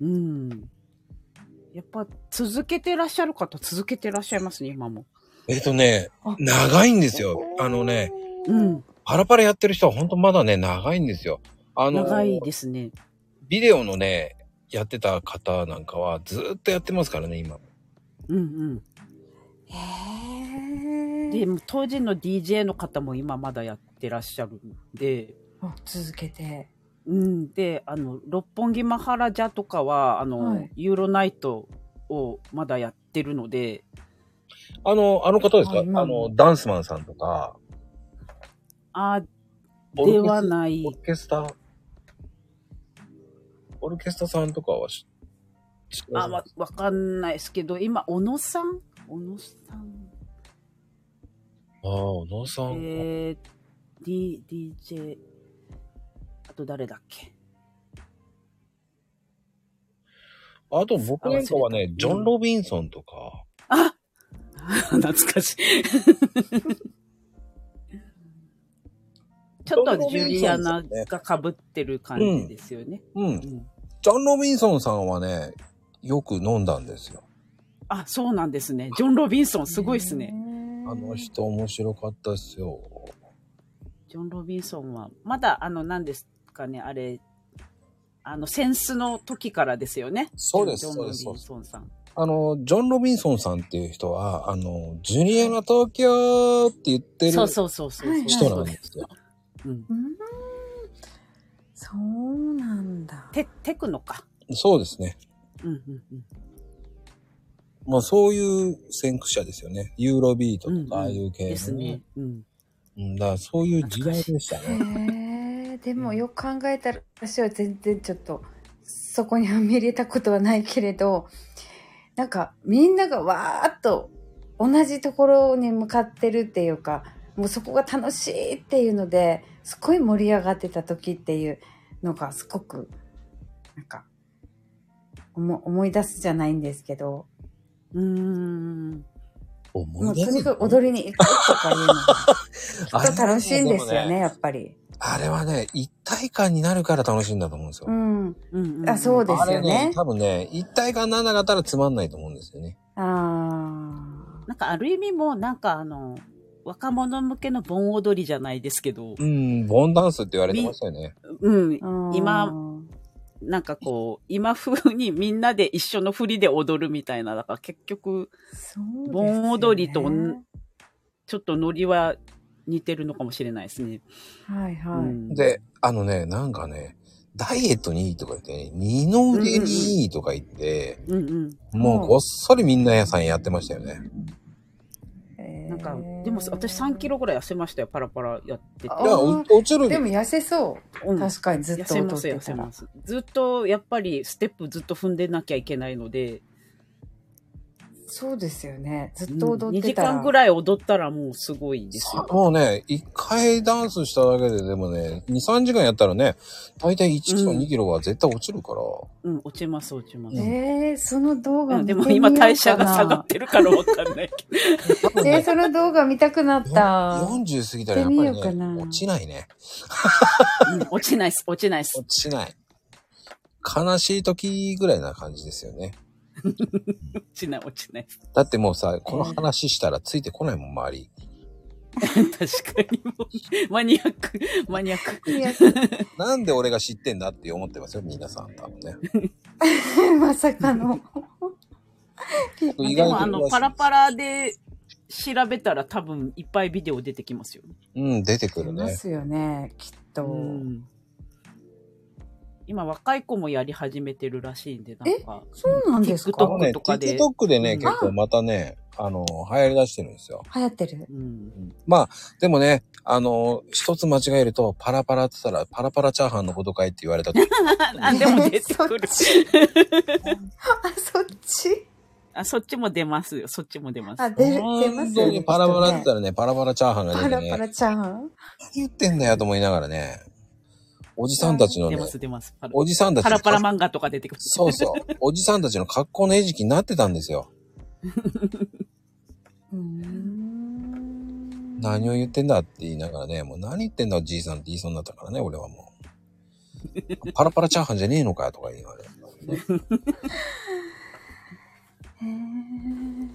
やっぱ続けてらっしゃる方続けてらっしゃいますね、今も。 えっとね、長いんですよ。あのね、 うん。 パラパラやってる人は本当まだね、長いんですよ。あの、 長いですね。 ビデオのね、やってた方なんかはずーっとやってますからね、今。 うんうん。へー。で、当時の ディージェー の方も今まだやってらっしゃるんで。 続けて。 うん。で、あの、六本木マハラジャとかは、あの、はい、ユーロナイトをまだやってるので。 あの、あの方ですか？あの、ダンスマンさんとか。 あ、ではない。 オルケスタオルケスタさんとかは知ってます？あ、わ、わかんないですけど、今、小野さん小野さん。 ああ、小野さん。 えー、D、ディージェー、あと誰だっけ？ あと僕なんかはね、ジョン・ロビンソンとか。 あ懐かしい。ちょっとジュリアナが被ってる感じですよね。 うん。うんうん、ジョン・ロビンソンさんはね、よく飲んだんですよ。 あ、そうなんですね。ジョン・ロビンソンすごいっすね。 あの人面白かったですよ。 ジョン・ロビンソンは、まだあの何ですかね、あれ、あの、センスの時からですよね。 そうです、 ジョン・ロビンソンさん。 あの、ジョン・ロビンソンさんっていう人は、あの、ジュニアの東京って言ってる人なんですよ。 うん。そうなんだ。 テ、テクノか。 そうですね。 うんうんうん。 まあそういう先駆者ですよね。ユーロビートとかああいう系の、ね、 ですね。うん。 うん、だからそういう時代でしたね。 へえ、でもよく考えたら私は全然ちょっとそこには見れたことはないけれど、なんかみんながわーっと同じところに向かってるっていうか、もうそこが楽しいっていうのですごい盛り上がってた時っていうのがすごくなんか思思い出すじゃないんですけど、 うーん。 もうと思い出すにかく踊りに行くとかいうのがきっと楽しいんですよね、やっぱり。 あれはね、一体感になるから楽しいんだと思うんですよ。 うん。 うんうんうん、 あ、そうですよね。 あれね、多分ね、一体感なんなかったらつまんないと思うんですよね。 ああ。 なんかある意味もなんかあの、若者向けの盆踊りじゃないですけど。 うん、盆ダンスって言われてましたよね。 うん。今、なんかこう、今風にみんなで一緒の振りで踊るみたいな、だから結局、盆踊りとちょっとノリは似てるのかもしれないですね。 はいはい。うん、 で、あのね、なんかね、ダイエットにいいとか言って、二の腕にいいとか言って、 うんうんうん、 もうごっそりみんな屋さんやってましたよね。 なんか、でも私さんキロぐらい痩せましたよ、パラパラやってて。いや、落ちるでも痩せそう。うん、確かにずっと踊ってたら。痩せます、痩せます。ずっと、やっぱりステップずっと踏んでなきゃいけないので。 そうですよね。ずっと踊ってたら、 うん、にじかんぐらい踊ったらもうすごいですよ。 もうね、いっかいダンスしただけででもね、に、さんじかんやったらね、だいたいいちキロ、うん、にキロは絶対落ちるから。 うん、落ちます、落ちます。 えー、その動画見てみようかな。 でも今代謝が下がってるからわかんないけど。 えー、その動画見たくなった。 よんじゅう過ぎたらやっぱりね、落ちないね、 うん。落ちないっす、落ちないっす。 落ちない。悲しい時ぐらいな感じですよね。 落ちない、落ちない。 だってもうさ、この話したらついてこないもん、周り。 確かにもう、マニアック、マニアック。 なんで俺が知ってんだって思ってますよ、皆さん多分ね。 まさかの。 でもあの、パラパラで調べたら多分いっぱいビデオ出てきますよね。 うん、出てくるね。 出ますよね、きっと。うん今若い子もやり始めてるらしいんで、なんか。 そうなんですか？ TikTok とかで。 TikTok でね、うん、結構またね、あの、流行り出してるんですよ。 流行ってる。 うん、 まあ、でもね、あの、一つ間違えると、パラパラって言ったら、パラパラチャーハンのことかいって言われたと。 あ、でも出てくる。 あ、そっちあ、そっちも出ますよ。そっちも出ます。 あ、出る、出ますよね。 パラパラって言ったらね、パラパラチャーハンが出てね。 パラパラチャーハン何言ってんだよと思いながらね。おじさんたちのね、 出ます出ます。 おじさんたちパラパラ漫画とか出てくる。 そうそう。おじさんたちの格好の餌食になってたんですよ。 うーん何を言ってんだって言いながらね、もう何言ってんだおじいさんって言いそうになったからね、俺はもう。パラパラチャーハンじゃねえのかよとか言われる、ね。 へー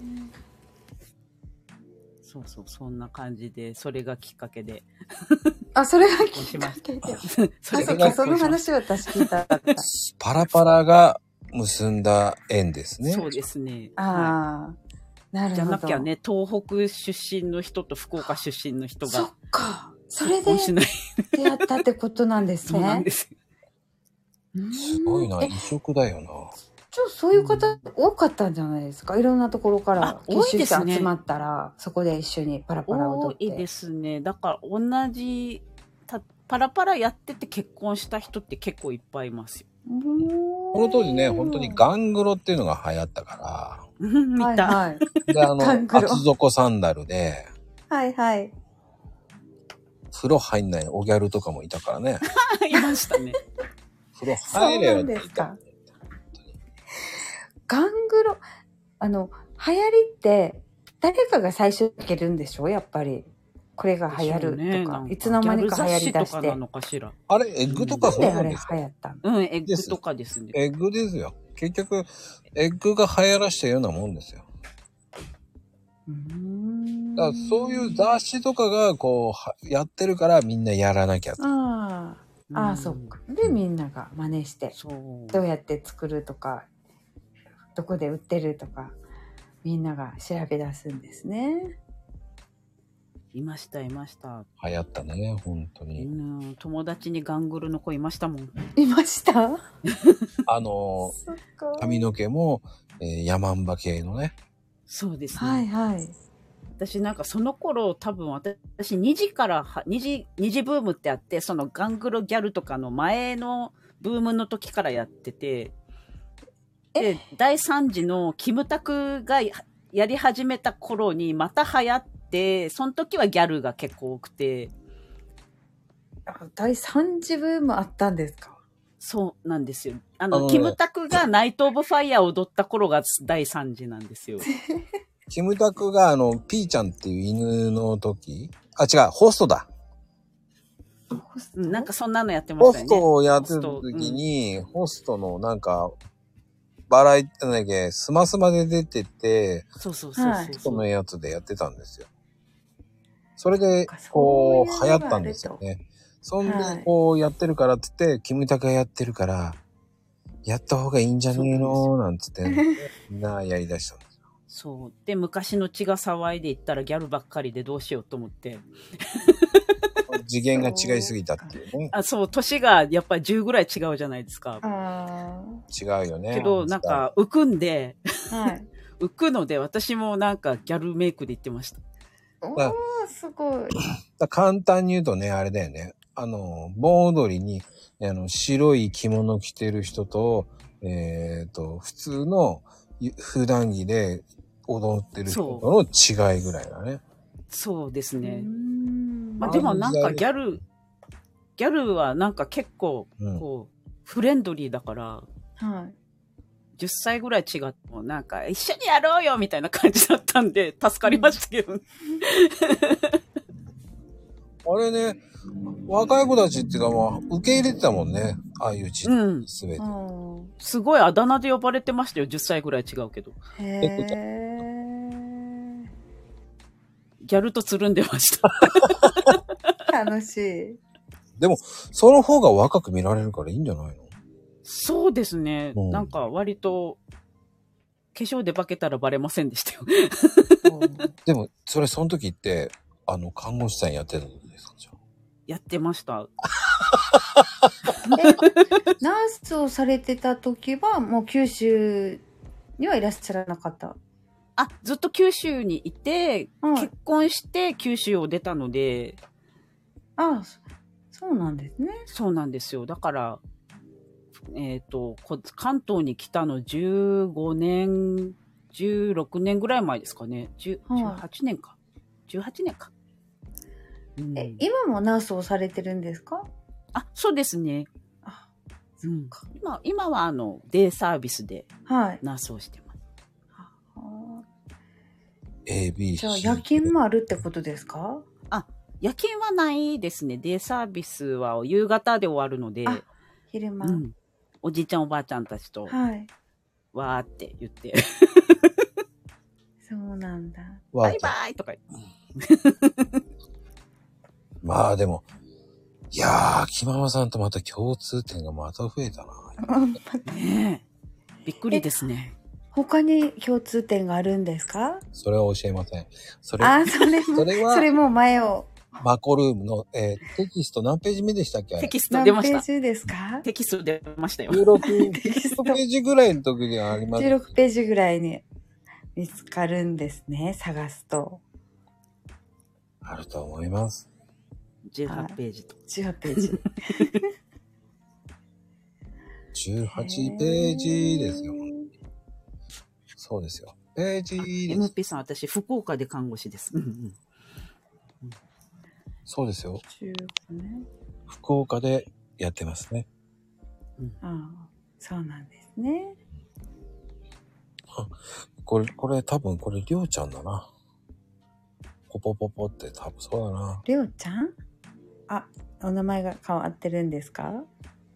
そうそう、そんな感じで、それがきっかけで。 あ、それがきっかけで。それがその話は私聞いた。 パラパラが結んだ縁ですね。 そうですね。 ああ、なるほど。 じゃなきゃね、東北出身の人と福岡出身の人が。 そっか。それで出会ったってことなんですね。 そうなんです。 すごいな、異色だよな。 ちょ、そういう方多かったんじゃないですか。いろんなところから多いですね。 集まったら、そこで一緒にパラパラ踊って。 多いですね。だから同じたパラパラやってて結婚した人って結構いっぱいいますよ。 この当時ね、本当にガングロっていうのが流行ったから。 見た。 はいはい、 で、あの、厚底サンダルで。 はいはい。 風呂入んないおギャルとかもいたからね。 いましたね。 風呂入れよって言った。 そうなんですか。ガングロ、あの、流行りって、誰かが最初に受けるんでしょやっぱり。これが流行るとか。いつの間にか流行り出して。 あれ、エッグとかそうなんですか？ なんであれ流行ったの？うん、エッグとかですね。 エッグですよ。結局、エッグが流行らしたようなもんですよ。 うーんだからそういう雑誌とかがこう、やってるからみんなやらなきゃ。 ああ、ああ、そっか。で、みんなが真似して、どうやって作るとか、どこで売ってるとか、みんなが調べ出すんですね。 いました、いました。 流行ったね、本当に。 うん、友達にガングルの子いましたもん。 いましたあの、髪の毛もえー、ヤマンバ系のね。 そうですね。 はいはい。 私なんかその頃多分私にじからは、にじ、にじブームってあって、そのガングロギャルとかの前のブームの時からやってて、で、だいさん次のキムタクがやり始めた頃にまた流行って、その時はギャルが結構多くて。 だいさん次ブームあったんですか？ そうなんですよ。あの、あのキムタクがナイト・オブ・ファイヤーを踊った頃がだいさん次なんですよ。 キムタクがあの、ピーちゃんっていう犬の時、あ、違う、ホストだ。 なんかそんなのやってましたよね。 ホストをやってた時に、ホスト、うん、ホストのなんか、バラエティーなんだっけ、スマスマで出てて、 そうそうそうそう。 そのやつでやってたんですよ。それで、こう、流行ったんですよね。そんで、こう、やってるからって言って、キムタクがやってるから、やった方がいいんじゃねえのなんつって、みんなやり出したんですよ。 そう。で、昔の血が騒いでいったらギャルばっかりでどうしようと思って。 次元が違いすぎたっていうね。 あ、そう、年がやっぱりじゅうぐらい違うじゃないですか。 あ違うよね。 けど、なんか、浮くんで、はい、浮くので、私もなんかギャルメイクで言ってました。 おー、すごい。 だ簡単に言うとね、あれだよね。あの、盆踊りに、あの、白い着物着てる人と、えっと、普通の普段着で踊ってる人との違いぐらいだね。 そうですね。まあ、でもなんかギャル、ギャルはなんか結構、こう、うん、フレンドリーだから、はい。じゅっさいぐらい違っても、なんか一緒にやろうよみたいな感じだったんで、助かりましたけど、ね。 あれね、若い子たちっていうかまあ、受け入れてたもんね。ああいうちすべて、 うん。すごいあだ名で呼ばれてましたよ。じゅっさいぐらい違うけど。 へー。 ギャルとつるんでました。 楽しい。 でも、その方が若く見られるからいいんじゃないの？ そうですね。うん、なんか割と、化粧で化けたらバレませんでしたよ。 でも、それその時って、あの、看護師さんやってたんですか？ やってました。 ナースをされてた時は、もう九州にはいらっしゃらなかった？ あ、ずっと九州にいて、うん、結婚して九州を出たので。 ああ、そうなんですね。 そうなんですよ。だから、えっと、関東に来たのじゅうごねん、じゅうろくねんぐらい前ですかね。じゅう、はい、じゅうはちねんか。じゅうはちねんか。 うん、え、今もナースをされてるんですか？ あ、そうですね。あ、そうか。うん、今、今はあの、デイサービスでナースをしてます。 はい、エービーシー。 じゃあ夜勤もあるってことですか？ あ、夜勤はないですね。デイサービスは夕方で終わるので。 昼間、うん。 おじいちゃんおばあちゃんたちと、 はい、 わーって言って。 そうなんだ。 バイバイとか言って。 まあでも、いやー、木ママさんとまた共通点がまた増えたな。 ねえ。びっくりですね。 他に共通点があるんですか？ それは教えません。それあ、それも、それは、それも前を。 マコルームの、えー、テキスト何ページ目でしたっけ？ テキスト出ました。 何ページですか？ テキスト出ましたよ。 じゅうろくページぐらいの時にあります。 じゅうろくページぐらいに見つかるんですね、探すと。 あると思います。 じゅうはちページと。 じゅうはちページ。 じゅうはちページですよ。そうですよ。ページです。 エムピー さん、私、福岡で看護師です。うんうん、 そうですよ。 じゅうごねん。 福岡でやってますね。 うん、ああ、そうなんですね。 あ、これ、これ多分これ、りょうちゃんだな。ポポポポって多分そうだな。 りょうちゃん？あ、お名前が変わってるんですか？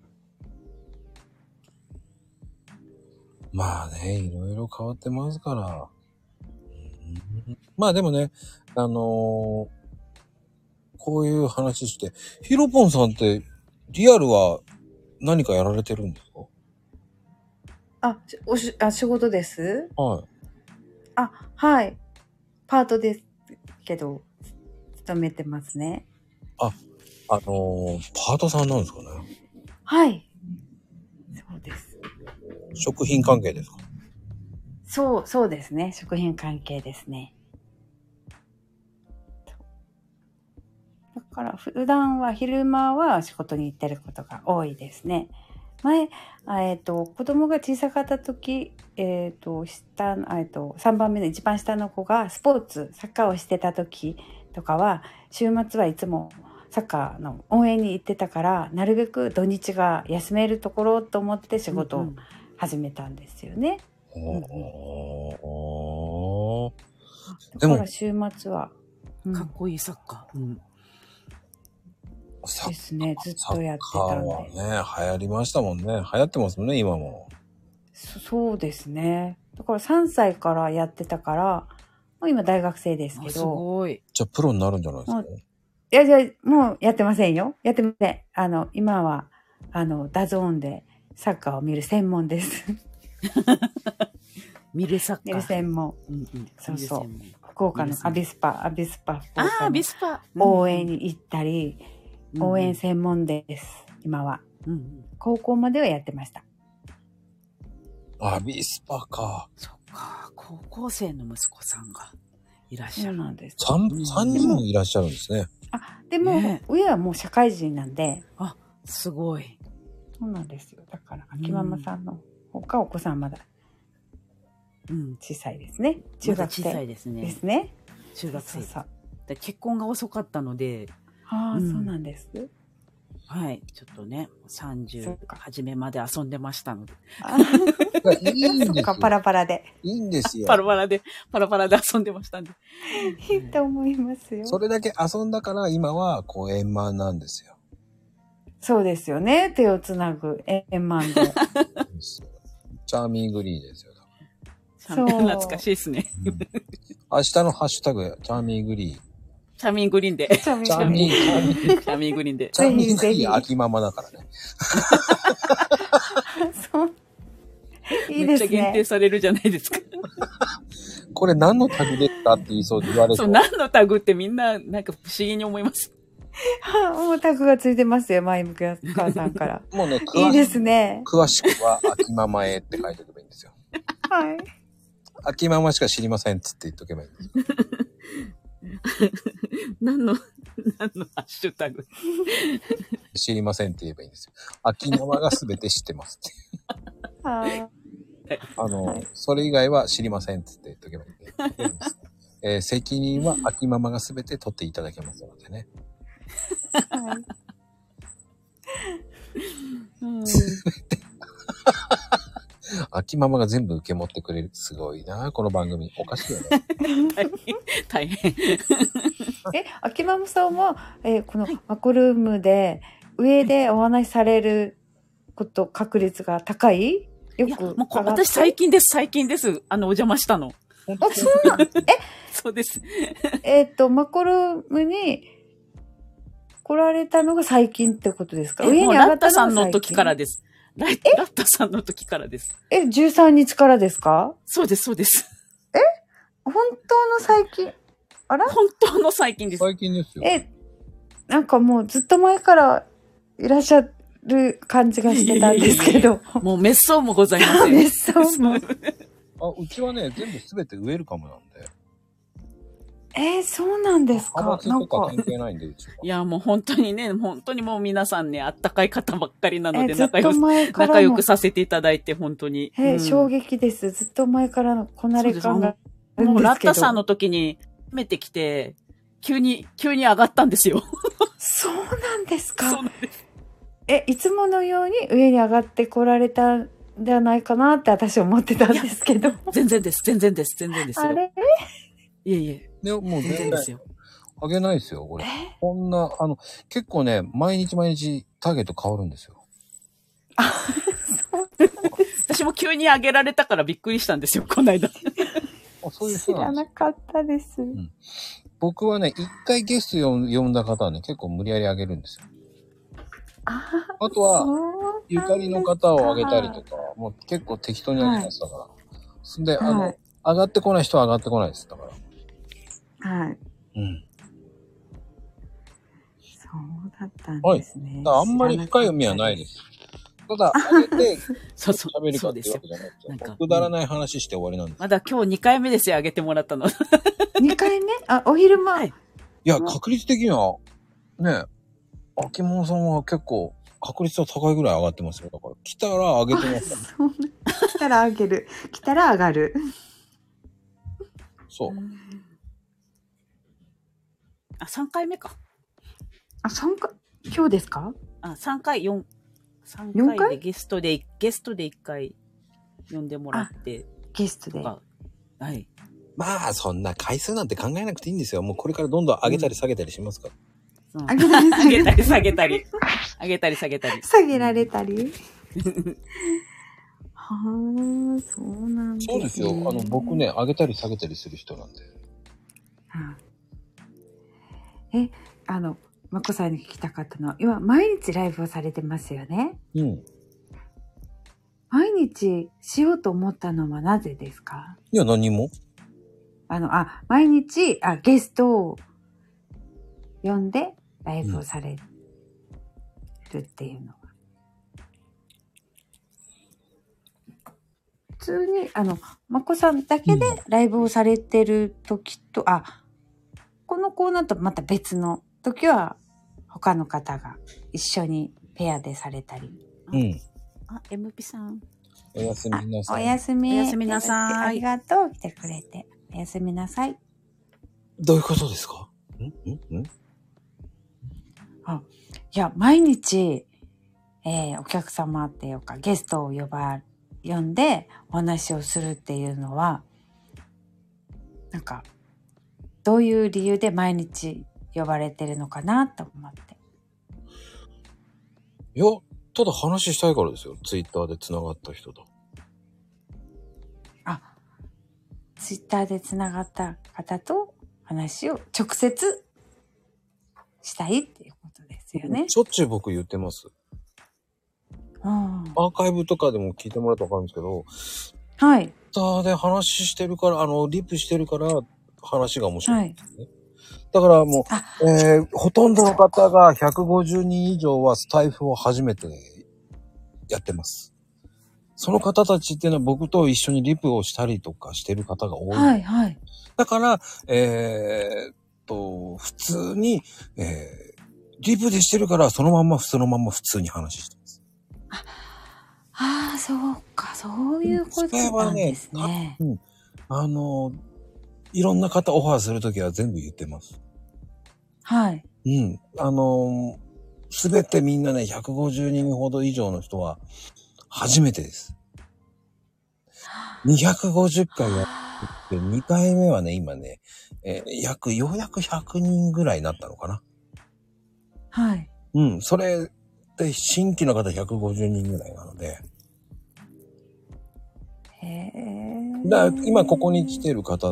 まあね、いろいろ変わってますから。うん、まあでもね、あのー、こういう話して、ヒロポンさんってリアルは何かやられてるんですか？ あ、おし、あ、仕事です。 はい。 あ、はい。パートですけど、勤めてますね。 あ、あのー、パートさんなんですかね。 はい。そうです。 食品関係ですか？ そう、そうですね。食品関係ですね。だから普段は昼間は仕事に行ってることが多いですね。前、えっと、子供が小さかった時、えっと、下、えっと、さんばんめの一番下の子がスポーツ、サッカーをしてた時とかは、週末はいつもサッカーの応援に行ってたから、なるべく土日が休めるところと思って仕事を始めたんですよね。 うんうん、おー。 だから週末は、 うん、かっこいいサッカー。うんですね、ずっとやってたんで。 サッカーはね、流行りましたもんね。流行ってますもんね、今も。 そ、そうですね。だからさんさいからやってたから、もう今大学生ですけど。 すごい。 じゃあプロになるんじゃないですか？ いやいや、もうやってませんよ。やってません。あの、今は、あの、ダゾーンでサッカーを見る専門です。 見るサッカー。 見る専門。 うんうん、 そうそう。福岡のアビスパ、アビスパ、福岡のアビスパ応援に行ったり、うん、応援専門です、今は、うんうん。高校まではやってました。 アビスパか。 そっか、高校生の息子さんがいらっしゃる。 そうなんです。 三、三人もいらっしゃるんですね。 あ、でも、ね、上はもう社会人なんで。 あ、すごい。 そうなんですよ。だから、秋ママさんの他、お子さんまだ、うん、小さいですね。中学生。 まだ小さいですね。 ですね。 中学生。 そうそう。 で結婚が遅かったので。 ああ、うん、そうなんです。 はい。ちょっとね、さんじゅう初めまで遊んでましたので。 いいんですよ。 そっか、パラパラで。 いいんですよ。 パラパラで、パラパラで遊んでましたんで。 いいと思いますよ。 それだけ遊んだから今は、こう、円満なんですよ。 そうですよね。手をつなぐ円満で。 チャーミーグリーですよ。 そう。懐かしいですね。 うん、明日のハッシュタグ、チャーミーグリー。 チャーミングリーンで。 チャーミーグリーン。 チャーミングリーンで。 チャーミングリーン秋ママだからね。 そう。いいですね。 めっちゃ限定されるじゃないですか。 これ何のタグですかって言いそうで言われて。 そう、何のタグってみんな、なんか不思議に思います。 はあ、もうタグがついてますよ、前向き母さんから。 もうね、 いいですね。 詳しくは、秋ママへって書いておけばいいんですよ。 はい。 秋ママしか知りませんっつって言っとけばいいんですよ。 何の、何のハッシュタグ知りませんって言えばいいんですよ。秋ママが全て知ってますって。 はい。 あの、 はい、 それ以外は知りませんっつって言っとけばいいんで。えー、責任は秋ママが全て取っていただけますのでね。 はい。 うん秋ママが全部受け持ってくれる。すごいな、この番組。おかしいよね。 大変。 え、秋ママさんは、えー、このマコルームで、上でお話しされること、確率が高い？よくもう私最近です、最近です。あの、お邪魔したの。 あ、そうなんえそうです。 えっと、マコルームに来られたのが最近ってことですか？上に上がったのが最近。ラッタさんの時からです。ラッタさんの時からです。 え、じゅうさんにちからですか？ そうです、そうです。 え本当の最近あら本当の最近です。 最近ですよ。 え、なんかもうずっと前からいらっしゃる感じがしてたんですけど。 もう滅相もございません。 滅相も。 あ、うちはね、全部すべてウェルカムなんで。 えー、そうなんですか。 派閥とか関係ないんで、うちは。 いや、もう本当にね、本当にもう皆さんね、あったかい方ばっかりなので、 仲良く、 仲良くさせていただいて、本当に。 えーうん、衝撃です。ずっと前からのこなれ感があるんですけど。 もうラッタさんの時に、初めて来て、急に、急に上がったんですよ。 そうなんですか。 そうなんです。 え、いつものように上に上がってこられたんじゃないかなって私思ってたんですけど。 全然です、全然です、全然ですよ。 あれいえいえ。 でももう全然ですよ。 あげないですよ、これ。こんな、あの、結構ね、毎日毎日ターゲット変わるんですよ。 あ、そう私も急に上げられたからびっくりしたんですよ、この間。 あ、そういう人なんです。 知らなかったです。うん、 僕はね、一回ゲスト呼んだ方はね、結構無理やり上げるんですよ。 あ, あとは、ゆかりの方を上げたりとか、もう結構適当に上げましたから。はい、で、あの、はい、上がってこない人は上がってこないです。だから。 はい。 うん。 そうだったんですね。 はい。あんまり深い読みはないです。 ただ、あげて、 そうそう。 喋るかっていうわけじゃないですよ。 なんかくだらない話して終わりなんです。 まだ今日にかいめですよ、あげてもらったの。 にかいめあ、お昼間。はい、 いや、確率的には、ね、秋物さんは結構、確率は高いぐらい上がってますよ。だから、来たら上げてます、ね。 来たら上げる。来たら上がる。 そう。 あ、さんかいめか。 あ、さんかい、今日ですか？ あ、さんかい、よん、さんかいでゲストで、ゲストでいっかい呼んでもらって。 ゲストで。 はい。 まあ、そんな回数なんて考えなくていいんですよ。もうこれからどんどん上げたり下げたりしますから。 うん、上げたり下げたり。上げたり下げたり。 下げられたり。はぁ、そうなんですね。 そうですよ。あの、僕ね、上げたり下げたりする人なんで。 はあ、え、あの、まこさんに聞きたかったのは、今、毎日ライブをされてますよね。 うん。 毎日しようと思ったのはなぜですか？ いや、何も。 あの、あ、毎日、あ、ゲストを呼んでライブをされるっていうのは。うん、普通に、あの、まこさんだけでライブをされてる時と、うん、あ、このコーナーとまた別の時は、他の方が一緒にペアでされたり。 うん。 あ、エムピー さん。 おやすみなさい。 おやすみ。 おやすみなさい。 ありがとう。来てくれて。おやすみなさい。 どういうことですか？んんんあ、いや、毎日、えー、お客様っていうか、ゲストを呼ば、呼んでお話をするっていうのは、なんか、どういう理由で毎日呼ばれてるのかなと思って。 いや、ただ話したいからですよ。ツイッターで繋がった人と。 あ、ツイッターで繋がった方と話を直接したいっていうことですよね。 しょっちゅう僕言ってます。うん、アーカイブとかでも聞いてもらうとわかるんですけど、 はい。 ツイッターで話してるから、あの、リプしてるから話が面白いんですね。はい、だからもう、えー、ほとんどの方がひゃくごじゅうにん以上はスタイフを初めてやってます。その方たちっていうのは僕と一緒にリプをしたりとかしてる方が多い。 はいはい。 だから、えー、っと、普通に、えー、リプでしてるからそのまんま、そのまんま普通に話してます。 ああー、そうか、そういうことなんですね。 うん、あの、いろんな方オファーするときは全部言ってます。 はい。 うん。あの、すべてみんなね、ひゃくごじゅうにんほど以上の人は初めてです。にひゃくごじゅっかいやって、にかいめはね、今ね、えー、約、ようやくひゃくにんぐらいになったのかな。 はい。 うん。それで新規の方ひゃくごじゅうにんぐらいなので。 へー。 だから今ここに来てる方って、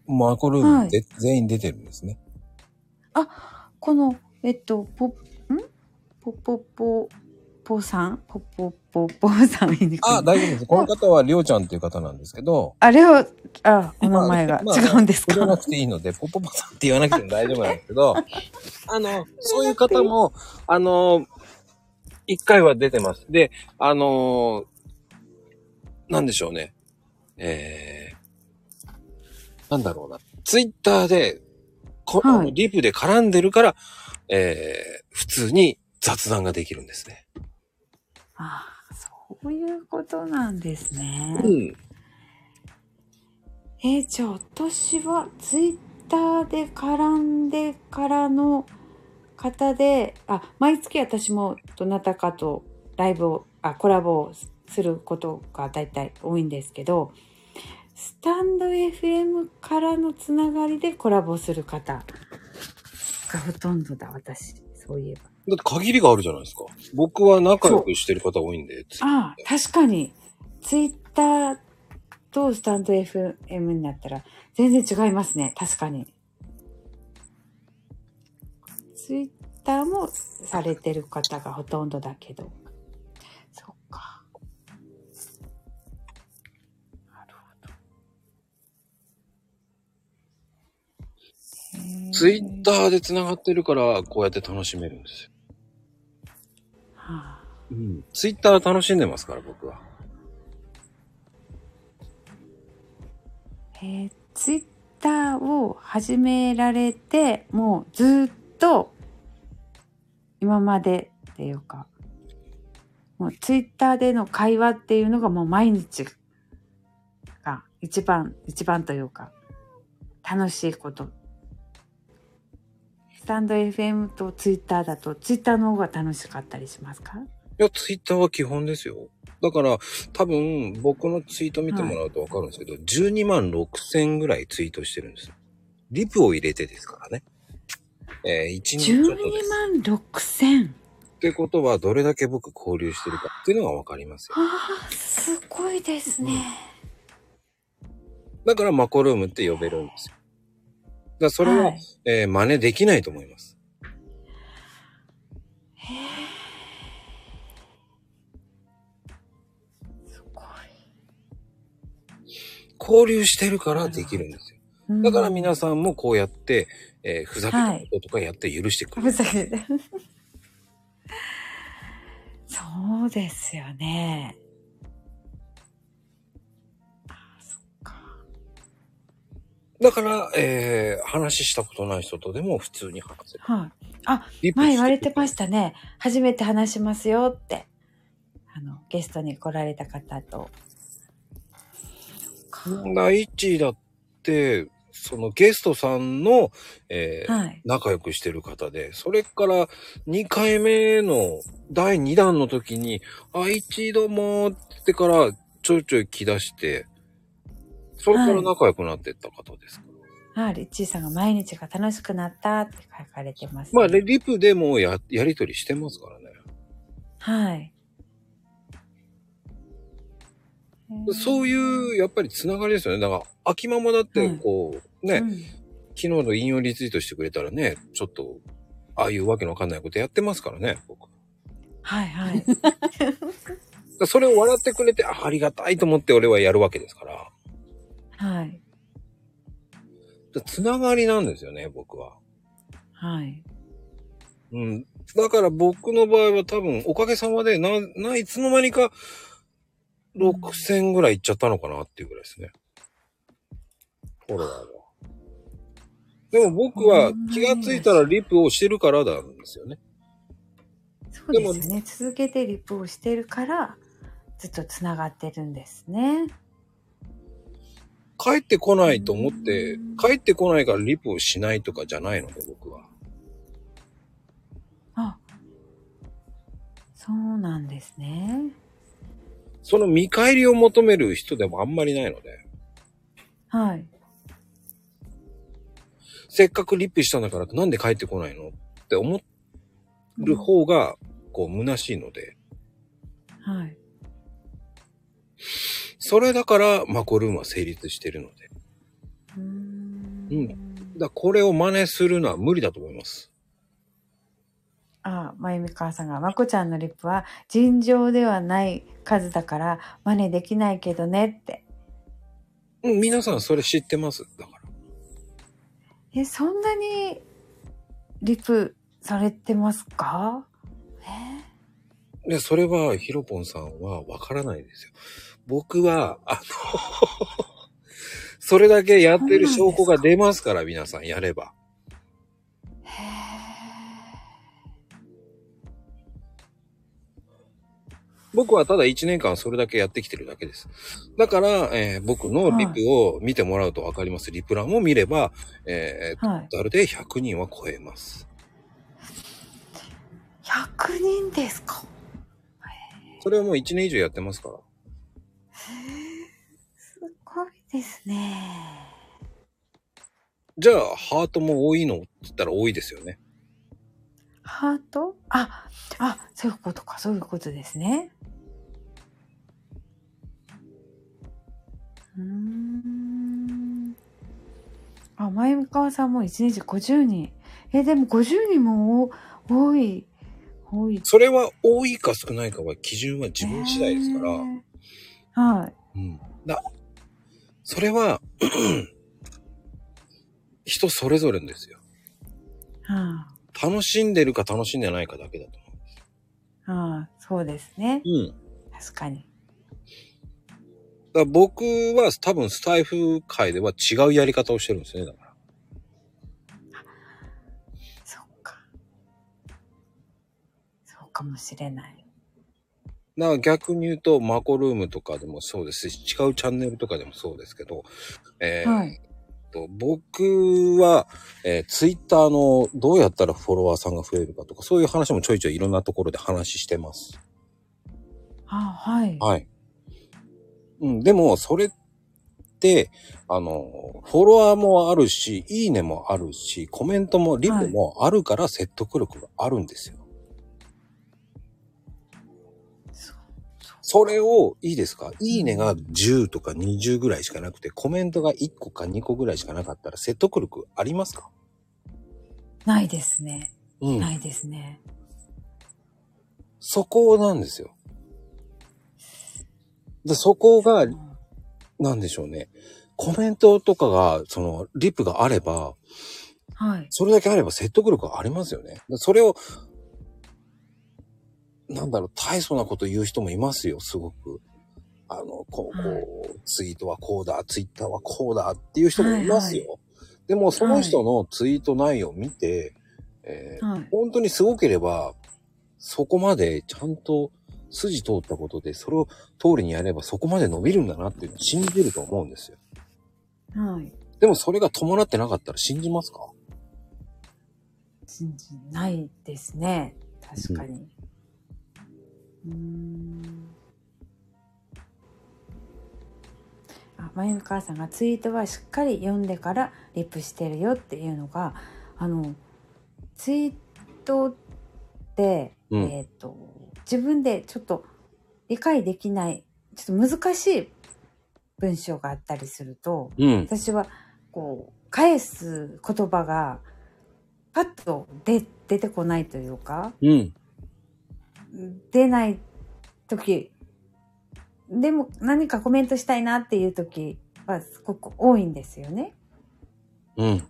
マコルームで、はい、全員出てるんですね。 あ、この、えっと、ポ、んポポポ、ポさんポポポポさんいにくい。 あ、大丈夫です。この方はりょうちゃんっていう方なんですけど。 あ、りょう、あ、お名前が違うんですか？ 言わなくていいので、ポポポさんって言わなくても大丈夫なんですけど、あの、そういう方も、あの、一回は出てます。で、あの、なんでしょうね。えー、なんだろうな。ツイッターで、こはい、リプで絡んでるから、えー、普通に雑談ができるんですね。 ああ、そういうことなんですね。 うん。 えー、じゃあ私はツイッターで絡んでからの方で、あ、毎月私もどなたかとライブを、あ、コラボをすることがだいたい多いんですけど、スタンド エフエム からのつながりでコラボする方がほとんどだ、私。そういえば。 だって限りがあるじゃないですか。僕は仲良くしてる方多いんで。 ああ、確かに。ツイッターとスタンド エフエム になったら全然違いますね。確かに。ツイッターもされてる方がほとんどだけど。そっか。なるほど。ツイッターで繋がってるからこうやって楽しめるんですよ。 はあ、 うん。ツイッター楽しんでますから、僕は。 えー、ツイッターを始められて、もうずっと今までっていうか、もうツイッターでの会話っていうのがもう毎日が一番、一番というか、楽しいこと。スタンド エフエム とツイッターだと、ツイッターの方が楽しかったりしますか？ いや、ツイッターは基本ですよ。だから、多分、僕のツイート見てもらうとわかるんですけど、はい、じゅうにまんろくせんぐらいツイートしてるんですよ。リプを入れてですからね。えー、いちにちちょっとです。じゅうにまんろくせんってことは、どれだけ僕交流してるかっていうのがわかりますよ。 ああ、すごいですね。 うん、だから、マコルームって呼べるんですよ。だからそれは、はい、えー、真似できないと思います。 へー。すごい。 交流してるからできるんですよ。だから皆さんもこうやって、えー、ふざけたこととかやって許してくれる。 はい、ふざけて。そうですよね。あ、そっか。 だから、えー、話したことない人とでも普通に話せる。 はい。あ、前言われてましたね。初めて話しますよって。あの、ゲストに来られた方と。 ナイチだって、そのゲストさんの、えーはい、仲良くしてる方で、それからにかいめのだいにだんの時に、あ、一度もってからちょいちょい来だして、それから仲良くなっていった方ですから。 はい、あ、リッチーさんが毎日が楽しくなったって書かれてます、 ね。まあ、リプでもや、やりとりしてますからね。 はい。 そういう、やっぱりつながりですよね。だから、秋ママだって、こう、はい、ね、うん、昨日の引用リツイートしてくれたらね、ちょっと、ああいうわけのわかんないことやってますからね、僕。 はいはい。 それを笑ってくれて、あ、ありがたいと思って俺はやるわけですから。 はい。 つながりなんですよね、僕は。 はい。 うん。だから僕の場合は多分、おかげさまで、な、な、いつの間にか、ろくせんぐらいいっちゃったのかなっていうぐらいですね。フォロワーは。でも僕は気がついたらリプをしてるからなんですよね。 そうですね。続けてリプをしてるから、ずっとつながってるんですね。 帰ってこないと思って、帰ってこないからリプをしないとかじゃないので、僕は。 あ、そうなんですね。 その見返りを求める人でもあんまりないので。 はい。 せっかくリップしたんだからなんで帰ってこないのって思る方が、こう、虚しいので。 はい。 それだから、マコルームは成立してるので。 うーん。 うん。だこれを真似するのは無理だと思います。 ああ、まゆみかわさんが、まこちゃんのリップは尋常ではない数だから真似できないけどねって。 うん、皆さんそれ知ってます。だから。 え、そんなにリプされてますか？ えで、それはヒロポンさんはわからないですよ。僕は、あの、それだけやってる証拠が出ますから、皆さんやれば。僕はただいちねんかんそれだけやってきてるだけです。だから、えー、僕のリプを見てもらうとわかります。リプ欄を見れば、えー、はい、トータルでひゃくにんは超えます。 ひゃくにんですか？ それはもういちねん以上やってますから。 すごいですね。 じゃあ、ハートも多いのって言ったら多いですよね。 ハート？あ、あ、そういうことか、そういうことですね。うーん。あ、まゆみかわさんもいちにちごじゅうにん。え、でもごじゅうにんも多い、多い。 それは多いか少ないかは基準は自分次第ですから。えー、はい。 うん。だ、それは、人それぞれですよ。 はあ、 楽しんでるか楽しんでないかだけだと思うんですよ。 ああ、 そうですね。 うん。 確かに。 だから僕は多分スタイフ界では違うやり方をしてるんですね、だから。 そっか。そうかもしれない。 だから逆に言うと、マコルームとかでもそうですし、違うチャンネルとかでもそうですけど、えーはい。 と僕は、えー、ツイッターのどうやったらフォロワーさんが増えるかとか、そういう話もちょいちょいいろんなところで話してます。 あ、はい。 はい。うん、でも、それって、あの、フォロワーもあるし、いいねもあるし、コメントもリプもあるから説得力があるんですよ。 そうそうそれを、いいですか？いいねがじゅうとかにじゅうぐらいしかなくて、コメントがいっこかにこぐらいしかなかったら説得力ありますか？ ないですね。 うん。 ないですね。 そこなんですよ。で、そこが、なんでしょうね。コメントとかが、その、リプがあれば、 はい。 それだけあれば説得力がありますよね。でそれを、なんだろう、大層なこと言う人もいますよ、すごく。あの、こう、こはう、ツイートはこうだ、ツイッターはこうだっていう人もいますよ。 はいはでも、その人のツイート内容を見て、えーはい。 本当にすごければ、そこまでちゃんと筋通ったことで、それを通りにやればそこまで伸びるんだなっていうのを信じると思うんですよ。 はい。 でもそれが伴ってなかったら信じますか？ 信じないですね。確かに。うーん。あ、まゆみ母さんがツイートはしっかり読んでからリプしてるよっていうのが、あの、ツイートって、 うん、 えっと、自分でちょっと理解できない、ちょっと難しい文章があったりすると、 うん、 私はこう、返す言葉がパッと出、出てこないというか、 うん、 出ない時、でも何かコメントしたいなっていう時はすごく多いんですよね。 うん。だ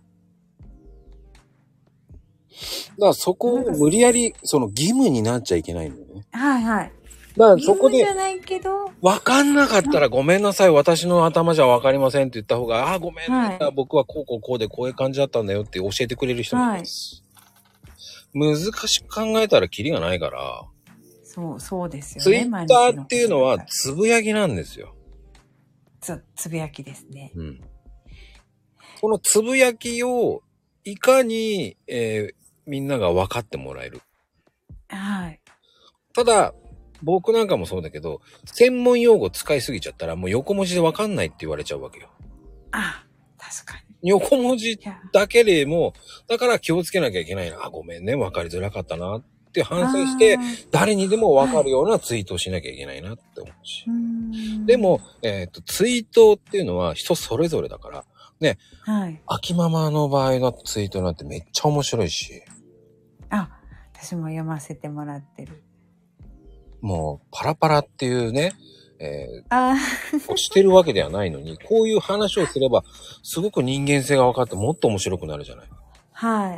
からそこを無理やり、その義務になっちゃいけないんだよね。 はいはい。 だから義そこで、 務じゃないけど、 わかんなかったらごめんなさい、私の頭じゃわかりませんって言った方が、ああ、ごめんなさい、 はい僕はこうこうこうでこういう感じだったんだよって教えてくれる人もいます。難しく考えたらキリがないから、 そう、そうですよツイね。 ッターっていうのは毎日つぶやきなんですよ。 つ、つぶやきですね。 うん。このつぶやきをいかに、えー、みんなが分かってもらえる。 はい。 ただ、僕なんかもそうだけど、専門用語使いすぎちゃったらもう横文字で分かんないって言われちゃうわけよ。 あ、確かに。 横文字いや、 だけでも、だから気をつけなきゃいけないな。あ、ごめんね、分かりづらかったなって反省して、 あー誰にでも分かるようなツイートをしなきゃいけないなって思うし。 うーんでも、えっと、ツイートっていうのは人それぞれだから、ね、 はい。 秋ママの場合のツイートなんてめっちゃ面白いし、 あ、私も読ませてもらってる。 もうパラパラっていうね、えあー、してるわけではないのに、こういう話をすれば、すごく人間性が分かってもっと面白くなるじゃない。 はい。